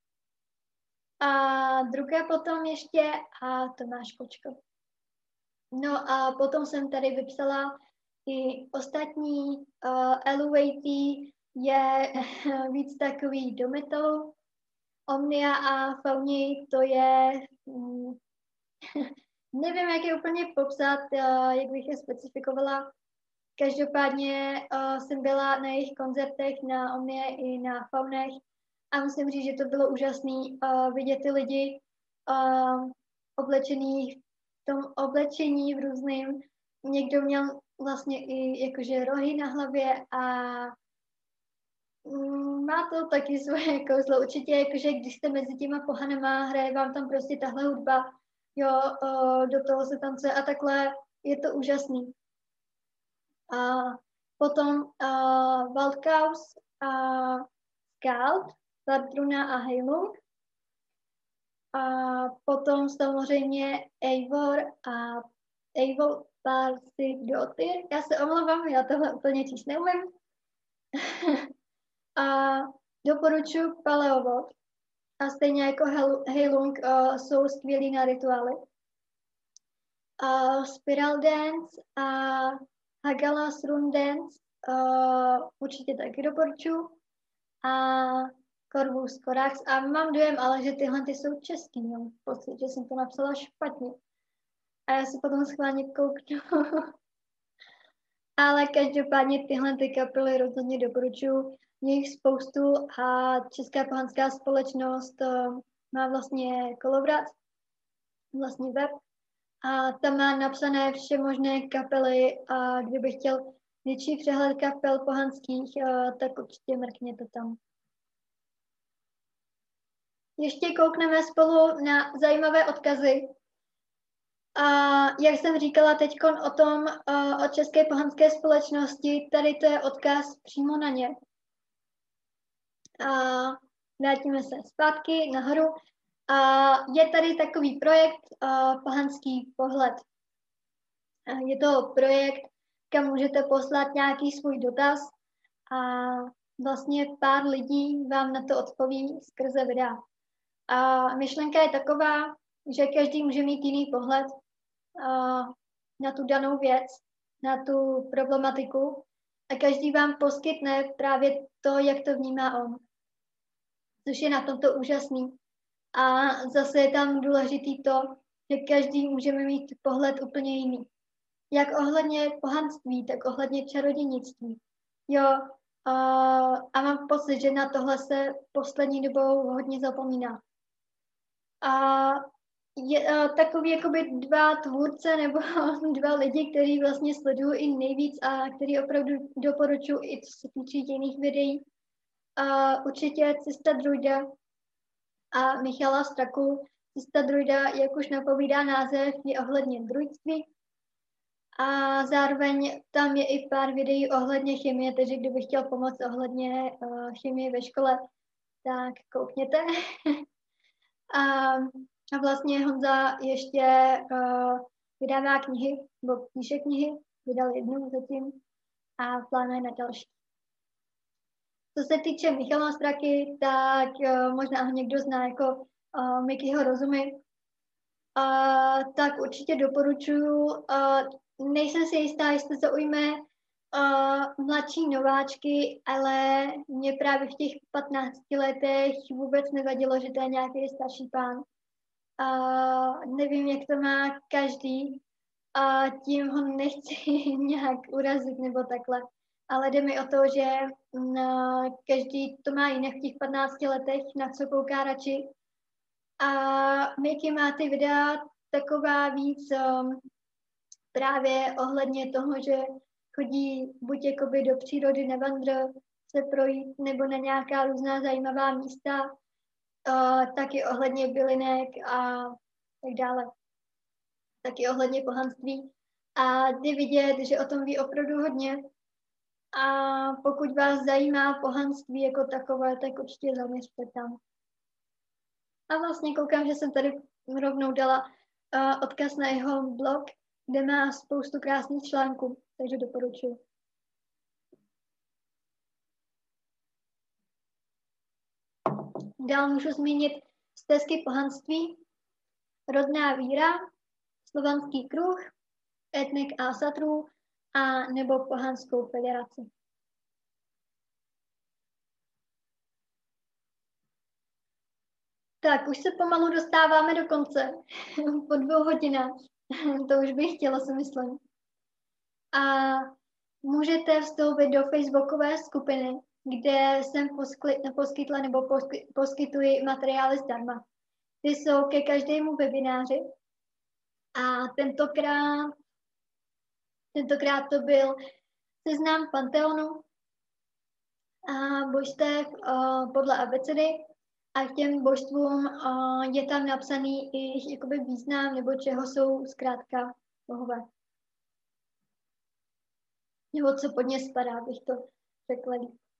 A druhé potom ještě, a to máš kočko. No a potom jsem tady vypsala i ostatní, uh, Elevaty je víc takový do metalu. Omnia a Fauni, to je, hm, nevím, jak je úplně popsat, uh, jak bych je specifikovala. Každopádně uh, jsem byla na jejich koncertech na Omnie i na Faunech a musím říct, že to bylo úžasné uh, vidět ty lidi uh, oblečený v tom oblečení v různým. Někdo měl vlastně i jakože rohy na hlavě a má to taky svoje kouzlo. Určitě, jakože když jste mezi těma pohanama, hraje vám tam prostě tahle hudba, jo, o, do toho se tancuje a takhle, je to úžasný. A potom uh, Waldkaus a Skald, Sardruna a Heilung. A potom samozřejmě Eivor a Eivor Parsidotyr. Já se omlouvám, já tohle úplně číst neumím. A doporučuji Paleovod. A stejně jako Heilung uh, jsou skvělí na rituály. Uh, Spiral Dance a Hagalas Rune Dance uh, určitě taky doporučuji. A Corvus Corax. A mám dojem, ale že tyhle ty jsou český. Mám pocit, že jsem to napsala špatně. A já si potom schválně kouknu. Ale každopádně tyhle ty kapely rozhodně doporučuji. Je jich spoustu a Česká pohanská společnost uh, má vlastně kolovrat, vlastně web. A tam má napsané vše možné kapely a kdybych chtěl větší přehled kapel pohanských, uh, tak určitě mrkněte tam. Ještě koukneme spolu na zajímavé odkazy. A jak jsem říkala teď o tom, uh, o České pohanské společnosti, tady to je odkaz přímo na ně. A vrátíme se zpátky nahoru. A je tady takový projekt uh, Pohanský pohled. Uh, je to projekt, kam můžete poslat nějaký svůj dotaz a vlastně pár lidí vám na to odpoví skrze videa. A myšlenka je taková, že každý může mít jiný pohled uh, na tu danou věc, na tu problematiku a každý vám poskytne právě to, jak to vnímá on. Což je na tomto úžasný. A zase je tam důležitý to, že každý můžeme mít pohled úplně jiný. Jak ohledně pohanství, tak ohledně čarodějnictví. Jo, Uh, a mám pocit, že na tohle se poslední dobou hodně zapomíná. A je uh, takový jakoby dva tvůrce nebo dva lidi, kteří vlastně sledují i nejvíc a který opravdu doporučuji i co se týče jiných videí. Uh, určitě Cesta druida a Michala Straku. Cesta druida, jak už napovídá název, je ohledně druidství. A zároveň tam je i pár videí ohledně chemie, takže kdo by chtěl pomoct ohledně uh, chemie ve škole, tak koukněte. a, a vlastně Honza ještě uh, vydává knihy, nebo píše knihy, vydal jednu zatím a plánuje na další. Co se týče Michala Straky, tak uh, možná ho někdo zná jako uh, Mickeyho rozumy, uh, tak určitě doporučuji. Uh, nejsem si jistá, jestli zaujme uh, mladší nováčky, ale mě právě v těch patnácti letech vůbec nevadilo, že to je nějaký starší pán. Uh, nevím, jak to má každý, a uh, tím ho nechci nějak urazit nebo takhle. Ale jde mi o to, že no, každý to má jinak v těch patnácti letech, na co kouká radši. A Mickey má ty videa taková víc um, právě ohledně toho, že chodí buď jakoby do přírody na vandr se projít, nebo na nějaká různá zajímavá místa, uh, taky ohledně bylinek a tak dále. Taky ohledně pohanství. A jde vidět, že o tom ví opravdu hodně. A pokud vás zajímá pohanství jako takové, tak určitě zaměřte tam. A vlastně koukám, že jsem tady rovnou dala uh, odkaz na jeho blog, kde má spoustu krásných článků, takže doporučuji. Dál můžu zmínit Stezky pohanství, Rodná víra, Slovanský kruh, Etnik a Satru a nebo Pohanskou federaci. Tak, už se pomalu dostáváme do konce. Po dvou hodinách. To už bych chtěla, si myslím. A můžete vstoupit do facebookové skupiny, kde jsem poskytla nebo poskytuji materiály zdarma. Ty jsou ke každému webináři. A tentokrát, tentokrát to byl seznam Panteonu a božstev uh, podle abecedy. A k těm božstvům uh, je tam napsaný i jejich jakoby význam, nebo čeho jsou zkrátka bohové. Nebo co pod ně spadá, bych to řekla.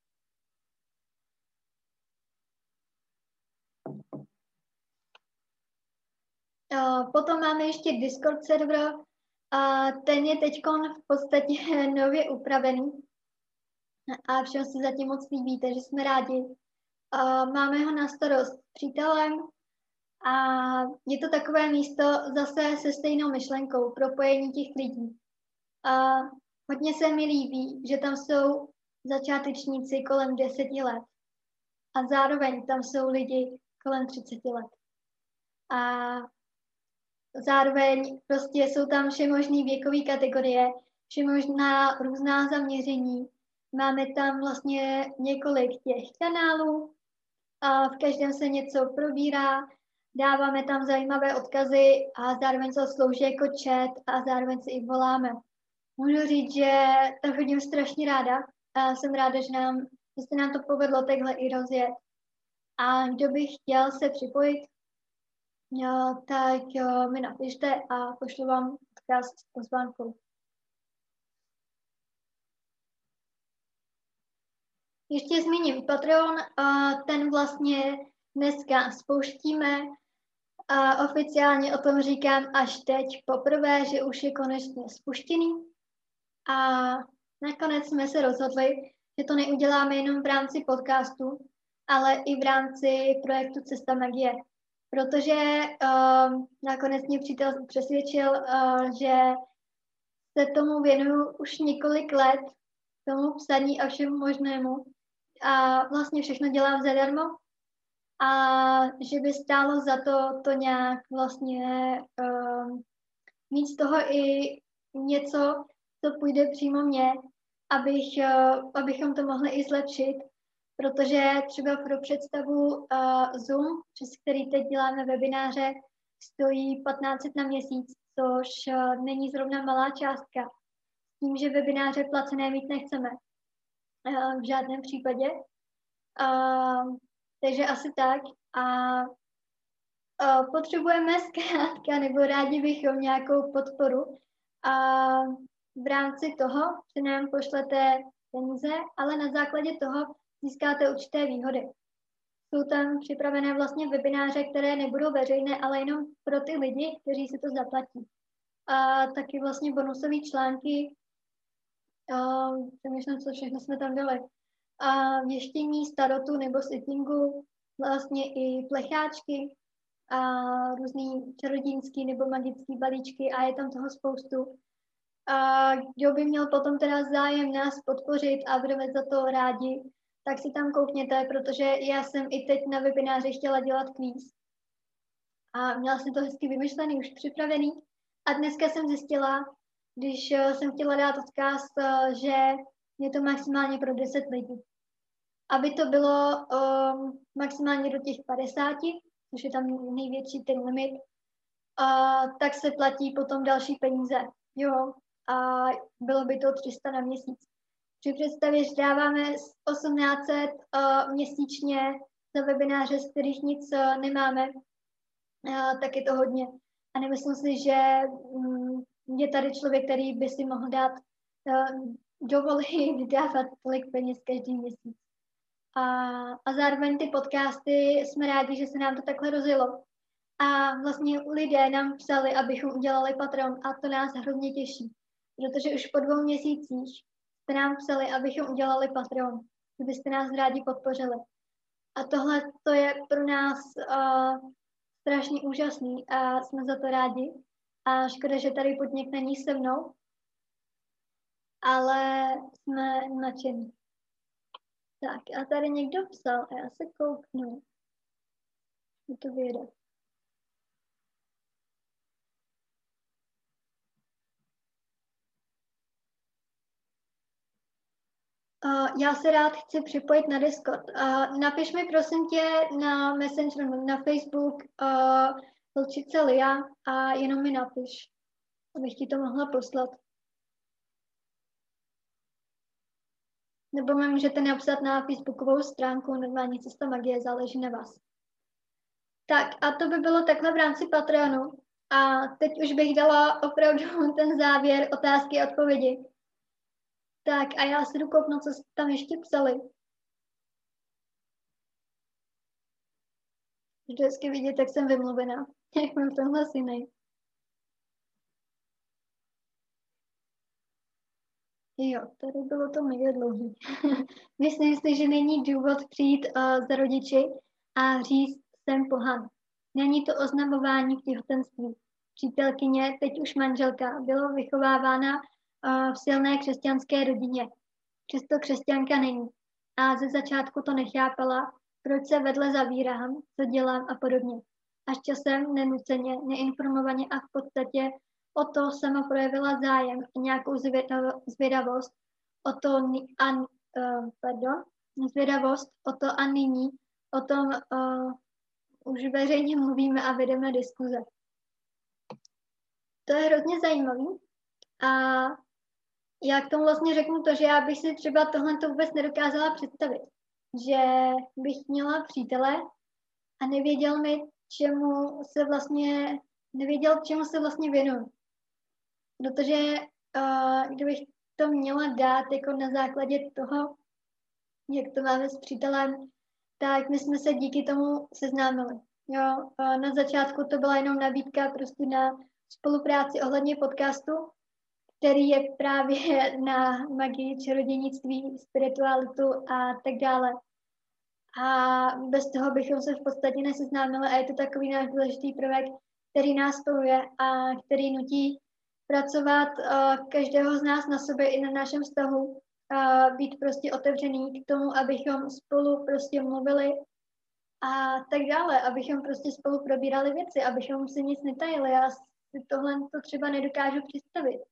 Uh, potom máme ještě Discord server. Uh, ten je teď v podstatě nově upravený. A všem se zatím moc líbí, takže jsme rádi. Uh, máme ho na starost přítelem a je to takové místo zase se stejnou myšlenkou, propojení těch lidí. Uh, hodně se mi líbí, že tam jsou začátečníci kolem deseti let a zároveň tam jsou lidi kolem třiceti let. A zároveň prostě jsou tam všemožný věkové kategorie, všemožná různá zaměření. Máme tam vlastně několik těch kanálů, a v každém se něco probírá, dáváme tam zajímavé odkazy a zároveň to slouží jako chat a zároveň si i voláme. Můžu říct, že to chodím strašně ráda a jsem ráda, že, nám, že se nám to povedlo takhle i rozjet. A kdo by chtěl se připojit, jo, tak jo, mi napište a pošlu vám odkaz s pozvánkou. Ještě zmíním Patreon, ten vlastně dneska spouštíme. A oficiálně o tom říkám až teď poprvé, že už je konečně spuštěný. A nakonec jsme se rozhodli, že to neuděláme jenom v rámci podcastu, ale i v rámci projektu Cesta magie. Protože uh, nakonec mě přítel přesvědčil, uh, že se tomu věnuju už několik let, tomu psaní a všemu možnému. A vlastně všechno dělám zadarmo. A že by stálo za to to nějak vlastně um, mít z toho i něco, co půjde přímo mně abych, uh, abychom to mohli i zlepšit, protože třeba pro představu uh, Zoom, přes který teď děláme webináře, stojí patnáct set na měsíc, což uh, není zrovna malá částka. Tím, že webináře placené mít nechceme uh, v žádném případě. Uh, takže asi tak. A uh, potřebujeme zkrátka, nebo rádi bychom nějakou podporu. A v rámci toho, že nám pošlete peníze, ale na základě toho získáte určité výhody. Jsou tam připravené vlastně webináře, které nebudou veřejné, ale jenom pro ty lidi, kteří si to zaplatí. A taky vlastně bonusové články, uh, přemýšlím, co všechno jsme tam dali. A věštění, starotu nebo sittingu, vlastně i plecháčky a různý čarodějnický nebo magický balíčky a je tam toho spoustu. A kdo by měl potom teda zájem nás podpořit a budeme za to rádi, tak si tam koukněte, protože já jsem i teď na webináři chtěla dělat kvíz. A měla jsem to hezky vymyšlený, už připravený. A dneska jsem zjistila, když jsem chtěla dát odkaz, že je to maximálně pro deset lidí. Aby to bylo um, maximálně do těch padesáti, což je tam největší ten limit, uh, tak se platí potom další peníze. Jo, a bylo by to tři sta na měsíc. Při představě, že dáváme osmnáct set uh, měsíčně za webináře, z kterých nic uh, nemáme, uh, tak je to hodně. A nemyslím si, že um, je tady člověk, který by si mohl dát uh, dovolit vydávat tolik peněz každý měsíc. A, a zároveň ty podcasty jsme rádi, že se nám to takhle rozjelo. A vlastně lidé nám psali, abychom udělali Patreon a to nás hrozně těší. Protože už po dvou měsících jste nám psali, abychom udělali Patreon, kdybyste nás rádi podpořili. A tohle to je pro nás uh, strašně úžasný a jsme za to rádi. A škoda, že tady Podnik není se mnou, ale jsme nadšení. Tak a tady někdo psal a já se kouknu. Je to vyjde. Uh, já se rád chci připojit na Discord. Uh, napiš mi prosím tě na Messenger, na Facebook uh, Vlčice Lia a jenom mi napiš, abych ti to mohla poslat. Nebo mi můžete napsat na facebookovou stránku Normální cesta magie, záleží na vás. Tak a to by bylo takhle v rámci Patreonu. A teď už bych dala opravdu ten závěr, otázky a odpovědi. Tak a já si jdu kouknout, co jste tam ještě psali. Když to hezky vidět, tak jsem vymluvená. Jak mám ten hlas jiný. Jo, tady bylo to mega dlouhý. Myslím si, že není důvod přijít uh, za rodiči a říct, jsem pohan. Není to oznamování k těhotenství. Přítelkyně, teď už manželka, byla vychovávána uh, v silné křesťanské rodině. Přesto křesťanka není. A ze začátku to nechápala, proč se vedle zavírám, co dělám a podobně. Až časem nenuceně, neinformovaně a v podstatě o to sama projevila zájem a nějakou zvědavost, o to a, uh, pardon, zvědavost o to a nyní o tom uh, už veřejně mluvíme a vedeme diskuze. To je hrozně zajímavý a já k tomu vlastně řeknu to, že já bych si třeba tohle to vůbec nedokázala představit, že bych měla přítele a nevěděl mi, čemu se vlastně, nevěděl, čemu se vlastně věnuju. Protože uh, kdybych to měla dát jako na základě toho, jak to máme s přítelem, tak my jsme se díky tomu seznámili. Jo, uh, na začátku to byla jenom nabídka prostě na spolupráci ohledně podcastu, který je právě na magii, čarodějnictví, spiritualitu a tak dále. A bez toho bychom se v podstatě neseznámili a je to takový náš důležitý prvek, který nás spojuje a který nutí pracovat uh, každého z nás na sobě i na našem vztahu, uh, být prostě otevřený k tomu, abychom spolu prostě mluvili a tak dále, abychom prostě spolu probírali věci, abychom si nic netajili. Já si tohle to třeba nedokážu představit,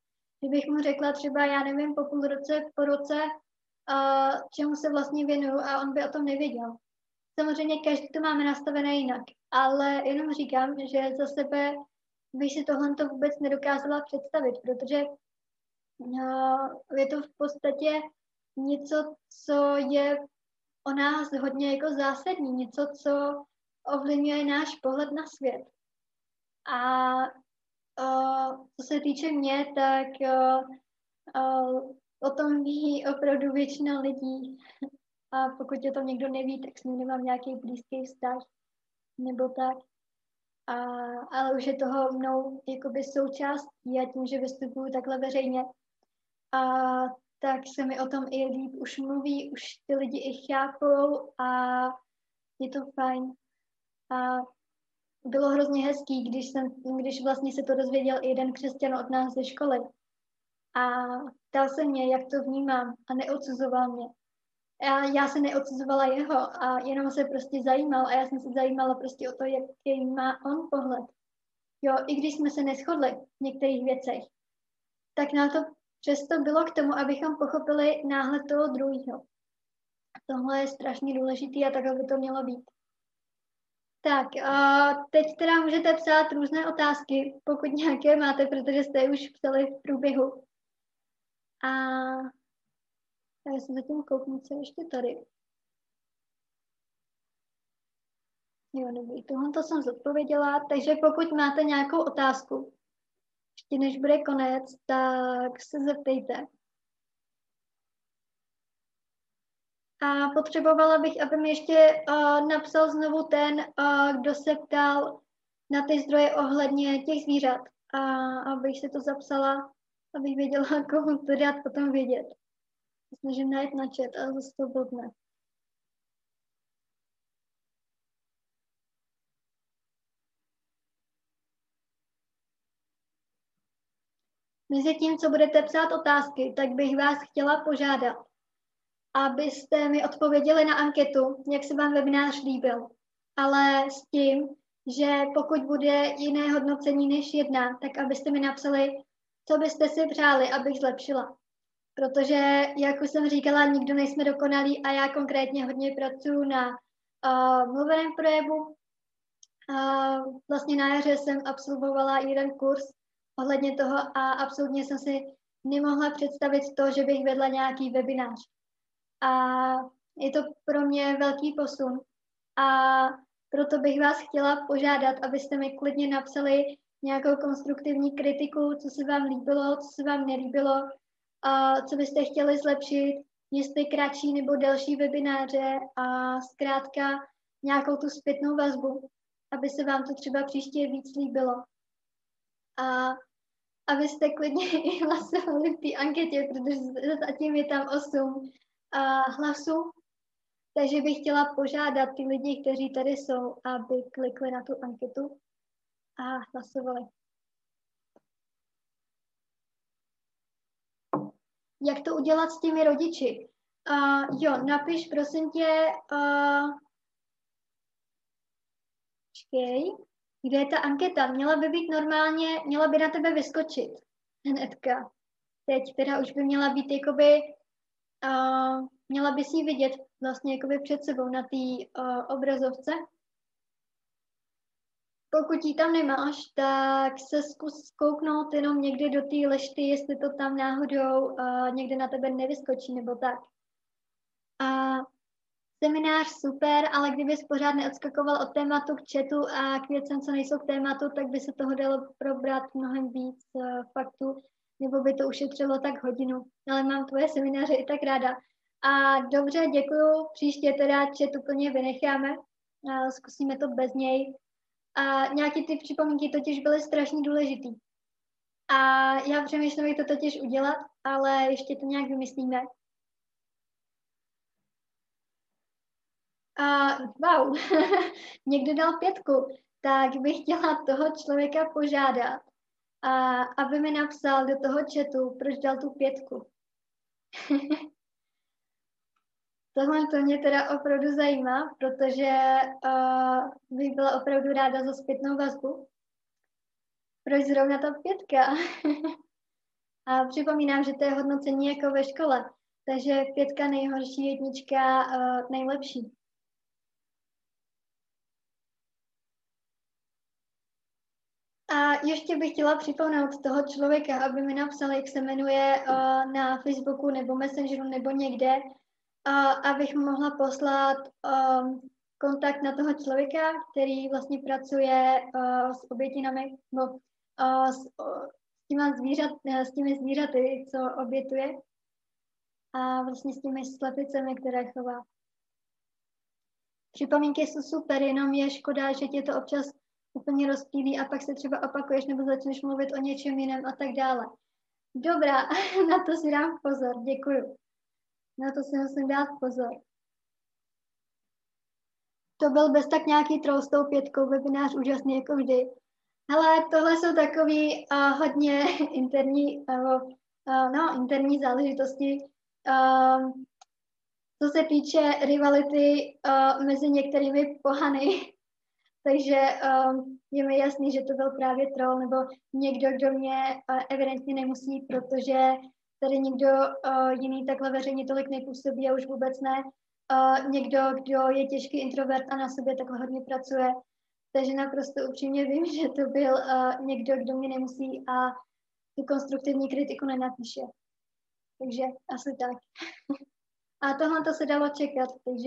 Kdybych mu řekla třeba, já nevím, po půl roce, po roce, uh, čemu se vlastně věnuju a on by o tom nevěděl. Samozřejmě každý to máme nastavené jinak, ale jenom říkám, že za sebe bych si tohle to vůbec nedokázala představit, protože uh, je to v podstatě něco, co je o nás hodně jako zásadní, něco, co ovlivňuje náš pohled na svět. A uh, co se týče mě, tak uh, uh, o tom ví opravdu většina lidí. A pokud o tom někdo neví, tak s ním nemám nějaký blízký vztah nebo tak. A, ale už je toho mnou jakoby součástí a tím, že vystupuju takhle veřejně, a tak se mi o tom i líp už mluví, už ty lidi i chápou a je to fajn. A bylo hrozně hezký, když, jsem, když vlastně se to dozvěděl i jeden křesťan od nás ze školy. A ptal se mě, jak to vnímám a neodsuzoval mě. Já, já se neodsuzovala jeho a jenom se prostě zajímal a já jsem se zajímala prostě o to, jaký má on pohled. Jo, i když jsme se neshodli v některých věcech, tak nám to přesto bylo k tomu, abychom pochopili náhled toho druhého. Tohle je strašně důležitý a takhle by to mělo být. Tak, uh, teď teda můžete psát různé otázky, pokud nějaké máte, protože jste je už psali v průběhu. A já se zatím kouknu, co ještě tady. Jo, dobrý, tohle jsem zodpověděla, takže pokud máte nějakou otázku, ještě než bude konec, tak se zeptejte. A potřebovala bych, aby mi ještě uh, napsal znovu ten, uh, kdo se ptal na ty zdroje ohledně těch zvířat. A abych si to zapsala, abych věděla, komu to dát potom vědět. Snažím najít na chat, ale zase to blbne. Mezi tím, co budete psát otázky, tak bych vás chtěla požádat, abyste mi odpověděli na anketu, jak se vám webinář líbil. Ale s tím, že pokud bude jiné hodnocení než jedna, tak abyste mi napsali, co byste si přáli, abych zlepšila. Protože, jak už jsem říkala, nikdo nejsme dokonalí a já konkrétně hodně pracuji na uh, mluveném projevu. Uh, vlastně na jaře jsem absolvovala jeden kurz ohledně toho a absolutně jsem si nemohla představit to, že bych vedla nějaký webinář. A je to pro mě velký posun. A proto bych vás chtěla požádat, abyste mi klidně napsali nějakou konstruktivní kritiku, co se vám líbilo, co se vám nelíbilo, a co byste chtěli zlepšit, jestli kratší nebo delší webináře a zkrátka nějakou tu zpětnou vazbu, aby se vám to třeba příště víc líbilo. A abyste klidně i hlasovali v té anketě, protože zatím je tam osm hlasů. Takže bych chtěla požádat ty lidi, kteří tady jsou, aby klikli na tu anketu a hlasovali. Jak to udělat s těmi rodiči? Uh, jo, napiš prosím tě, uh, počkej, kde je ta anketa? Měla by být normálně, měla by na tebe vyskočit hnedka. Teď teda už by měla být jakoby, uh, měla by si ji vidět vlastně jakoby před sebou na té uh, obrazovce. Pokud ji tam nemáš, tak se zkus zkouknout jenom někdy do té lešty, jestli to tam náhodou uh, někde na tebe nevyskočí nebo tak. A seminář super, ale kdybys pořád neodskakoval od tématu k chatu a k věcem, co nejsou k tématu, tak by se toho dalo probrat mnohem víc uh, faktů, nebo by to ušetřilo tak hodinu. Ale mám tvoje semináře i tak ráda. A dobře, děkuju. Příště teda chat úplně vynecháme. A zkusíme to bez něj. A nějaké ty připomínky totiž byly strašně důležitý. A já přemýšlím, jak to totiž udělat, ale ještě to nějak vymyslíme. A wow, někdo dal pětku, tak bych chtěla toho člověka požádat, a aby mi napsal do toho chatu, proč dal tu pětku. Tohle to mě teda opravdu zajímá, protože uh, bych byla opravdu ráda za zpětnou vazbu. Proč zrovna ta pětka? A připomínám, že to je hodnocení jako ve škole, takže pětka nejhorší, jednička uh, nejlepší. A ještě bych chtěla připomenout toho člověka, aby mi napsal, jak se jmenuje uh, na Facebooku nebo Messengeru nebo někde, uh, abych mu mohla poslat um, kontakt na toho člověka, který vlastně pracuje uh, s obětinami, no, uh, s, uh, s, těma zvířat, s těmi zvířaty, co obětuje, a vlastně s těmi slepicemi, které chová. Připomínky jsou super, jenom je škoda, že tě to občas úplně rozptýlí a pak se třeba opakuješ nebo začneš mluvit o něčem jiném a tak dále. Dobrá, na to si dám pozor, děkuju. Na to si musím dát pozor. To byl bez tak nějaký troll s tou pětkou, webinář úžasný jako vždy. Hele, tohle jsou takový uh, hodně interní, uh, uh, no, interní záležitosti. Uh, co se týče rivality uh, mezi některými pohany, takže um, je mi jasný, že to byl právě troll nebo někdo, kdo mě uh, evidentně nemusí, protože tady někdo uh, jiný takhle veřejně tolik nepůsobí a už vůbec ne. Uh, někdo, kdo je těžký introvert a na sobě takhle hodně pracuje. Takže naprosto upřímně vím, že to byl uh, někdo, kdo mě nemusí a tu konstruktivní kritiku nenapíše. Takže asi tak. A tohle to se dalo čekat, takže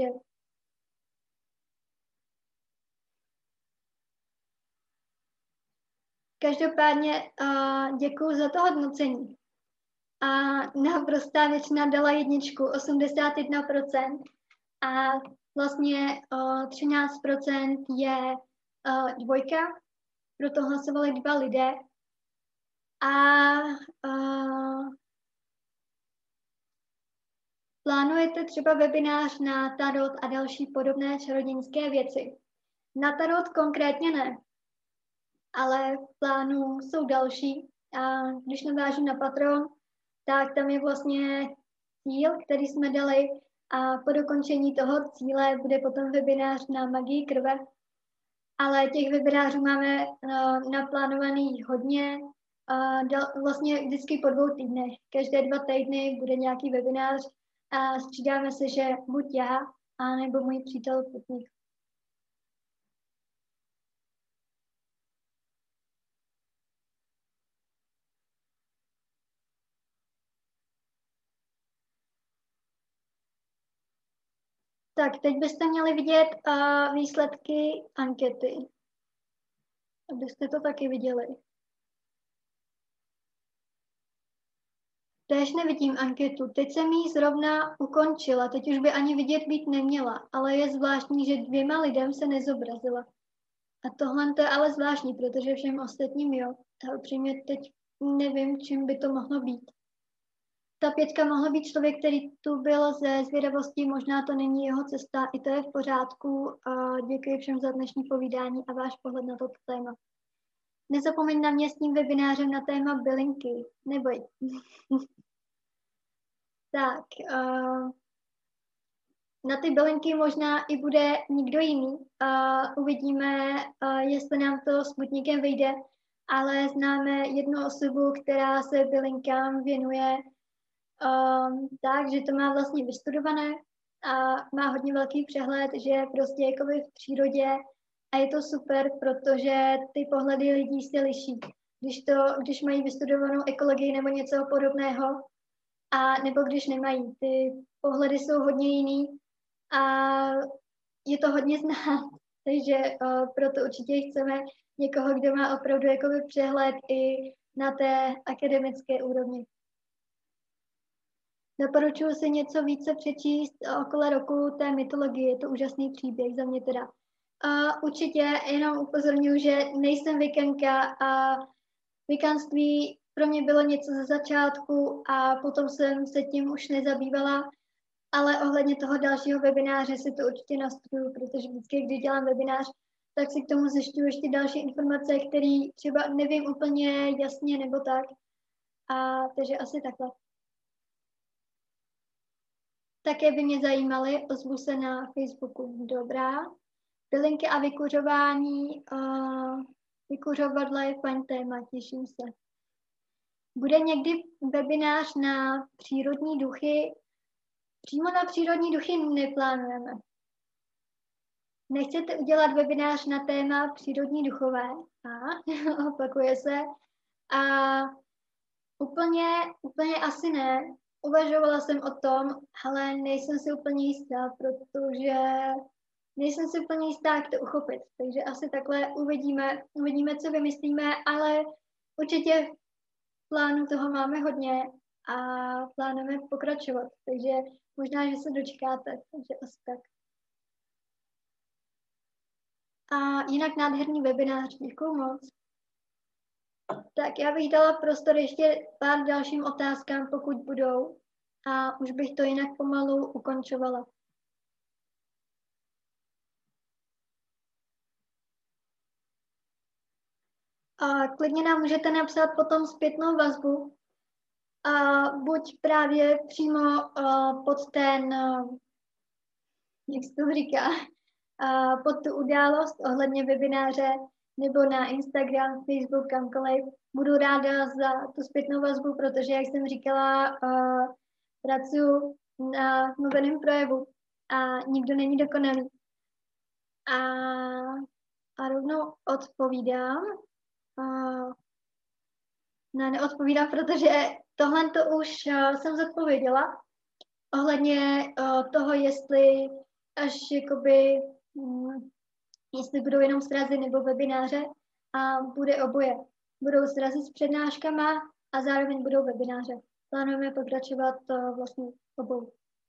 každopádně uh, děkuji za to hodnocení. A naprostá většina dala jedničku, osmdesát jedna procent. A vlastně uh, třináct procent je uh, dvojka, proto hlasovali dva lidé. A uh, plánujete třeba webinář na tarot a další podobné čarodějnické věci? Na tarot konkrétně ne, ale v plánu jsou další. A když navážu na Patreon, tak tam je vlastně cíl, který jsme dali, a po dokončení toho cíle bude potom webinář na magii krve. Ale těch webinářů máme uh, naplánovaných hodně, uh, dal, vlastně vždycky po dvou týdnech. Každé dva týdny bude nějaký webinář a střídáme se, že buď já, a nebo můj přítel Putník. Tak, teď byste měli vidět uh, výsledky ankety, abyste to taky viděli. Též nevidím anketu. Teď jsem ji zrovna ukončila, teď už by ani vidět být neměla, ale je zvláštní, že dvěma lidem se nezobrazila. A tohle to je ale zvláštní, protože všem ostatním jo. A upřímně teď nevím, čím by to mohlo být. Ta pětka mohla být člověk, který tu byl ze zvědavosti, možná to není jeho cesta, i to je v pořádku. A děkuji všem za dnešní povídání a váš pohled na toto téma. Nezapomeň na mě s tím webinářem na téma bylinky, neboj. Tak, uh, na ty bylinky možná i bude někdo jiný. Uh, uvidíme, uh, jestli nám to s Putníkem vyjde, ale známe jednu osobu, která se bylinkám věnuje um, tak, že to má vlastně vystudované a má hodně velký přehled, že je prostě jakoby v přírodě a je to super, protože ty pohledy lidí se liší. Když, to, když mají vystudovanou ekologii nebo něco podobného, a nebo když nemají. Ty pohledy jsou hodně jiný a je to hodně znát, takže uh, proto určitě chceme někoho, kdo má opravdu jakoby přehled i na té akademické úrovni. Doporučuji si něco více přečíst okolo roku té mytologie, je to úžasný příběh za mě teda. Uh, určitě jenom upozorňuji, že nejsem vikanka a vikanství pro mě bylo něco ze začátku a potom jsem se tím už nezabývala, ale ohledně toho dalšího webináře si to určitě nastuduju, protože vždycky, když dělám webinář, tak si k tomu zjišťuju ještě další informace, které třeba nevím úplně jasně nebo tak. A takže asi takhle. Také by mě zajímaly, ozvu se na Facebooku. Dobrá. Bylinky a vykuřování. Uh, vykuřovadla je fajn téma, těším se. Bude někdy webinář na přírodní duchy. Přímo na přírodní duchy neplánujeme. Nechcete udělat webinář na téma přírodní duchové? A opakuje se. A úplně, úplně asi ne. Uvažovala jsem o tom, ale nejsem si úplně jistá, protože nejsem si úplně jistá, jak to uchopit. Takže asi takhle uvidíme, uvidíme, co vymyslíme, ale určitě v plánu toho máme hodně a plánujeme pokračovat. Takže možná, že se dočkáte, takže asi tak. A jinak nádherný webinář, děkuju moc. Tak já bych dala prostor ještě pár dalším otázkám, pokud budou. A už bych to jinak pomalu ukončovala. A klidně nám můžete napsat potom zpětnou vazbu. A buď právě přímo uh, pod ten, uh, jak se to říká, uh, pod tu událost ohledně webináře, nebo na Instagram, Facebook, kamkoliv. Budu ráda za tu zpětnou vazbu, protože, jak jsem říkala, uh, pracuji na mluveném projevu a nikdo není dokonalý. A, a rovnou odpovídám. Uh, ne, neodpovídám, protože tohle to už uh, jsem zodpověděla ohledně uh, toho, jestli až jakoby, um, jestli budou jenom srazy nebo webináře a bude oboje. Budou srazy s přednáškama a zároveň budou webináře. Plánujeme pokračovat uh, vlastně obou.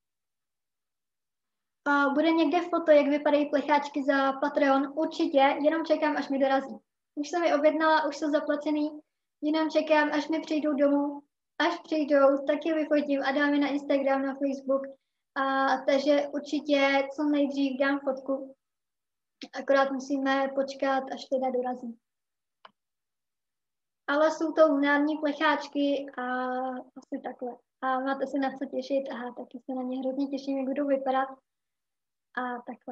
Uh, bude někde foto, jak vypadají plecháčky za Patreon? Určitě, jenom čekám, až mi dorazí. Už jsem je objednala, už jsou zaplacený, jenom čekám, až mi přijdou domů. Až přijdou, tak je vyfotím a dám je na Instagram, na Facebook. A, takže určitě co nejdřív dám fotku. Akorát musíme počkat, až teda dorazí. Ale jsou to lunární plecháčky a asi takhle. A máte se na co těšit. Aha, taky se na ně hrozně těším, jak budou vypadat. A takhle.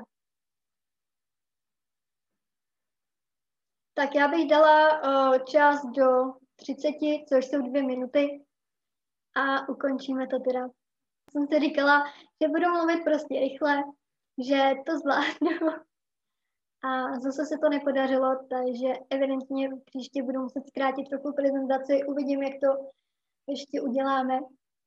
Tak já bych dala uh, čas do třiceti, což jsou dvě minuty. A ukončíme to teda. Jsem si říkala, že budu mluvit prostě rychle, že to zvládnu. A zase se to nepodařilo, takže evidentně příště budu muset zkrátit trochu prezentaci. Uvidím, jak to ještě uděláme.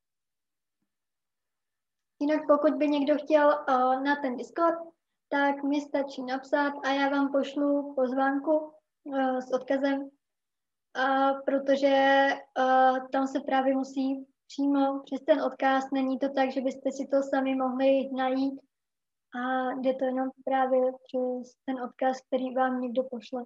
Jinak pokud by někdo chtěl uh, na ten Discord, tak mi stačí napsat a já vám pošlu pozvánku uh, s odkazem, uh, protože uh, tam se právě musí přímo přes ten odkaz. Není to tak, že byste si to sami mohli najít a jde to jenom právě přes ten odkaz, který vám někdo pošle.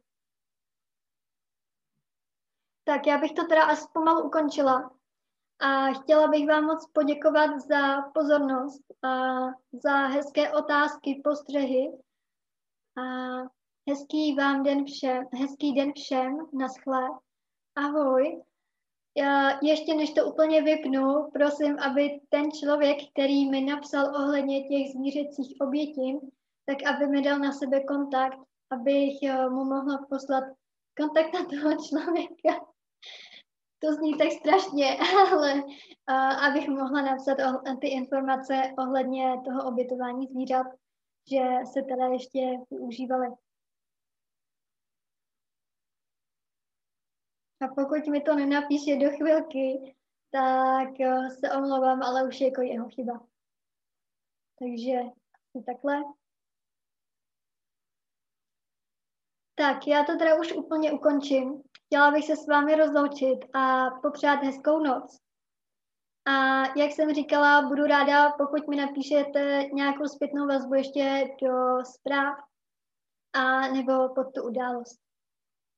Tak já bych to teda asi pomalu ukončila. A chtěla bych vám moc poděkovat za pozornost a za hezké otázky, postřehy. A hezký vám den všem, hezký den všem, naschle. Ahoj. Já ještě než to úplně vypnu, prosím, aby ten člověk, který mi napsal ohledně těch zvířecích obětí, tak aby mi dal na sebe kontakt, abych mu mohla poslat kontakt na toho člověka. To zní tak strašně, ale uh, abych mohla napsat o, ty informace ohledně toho obětování zvířat, že se teda ještě využívaly. A pokud mi to nenapíše do chvilky, tak uh, se omlouvám, ale už je jako jeho chyba. Takže asi takhle. Tak, já to teda už úplně ukončím. Chtěla bych se s vámi rozloučit a popřát hezkou noc. A jak jsem říkala, budu ráda, pokud mi napíšete nějakou zpětnou vazbu ještě do zpráv a nebo pod tu událost.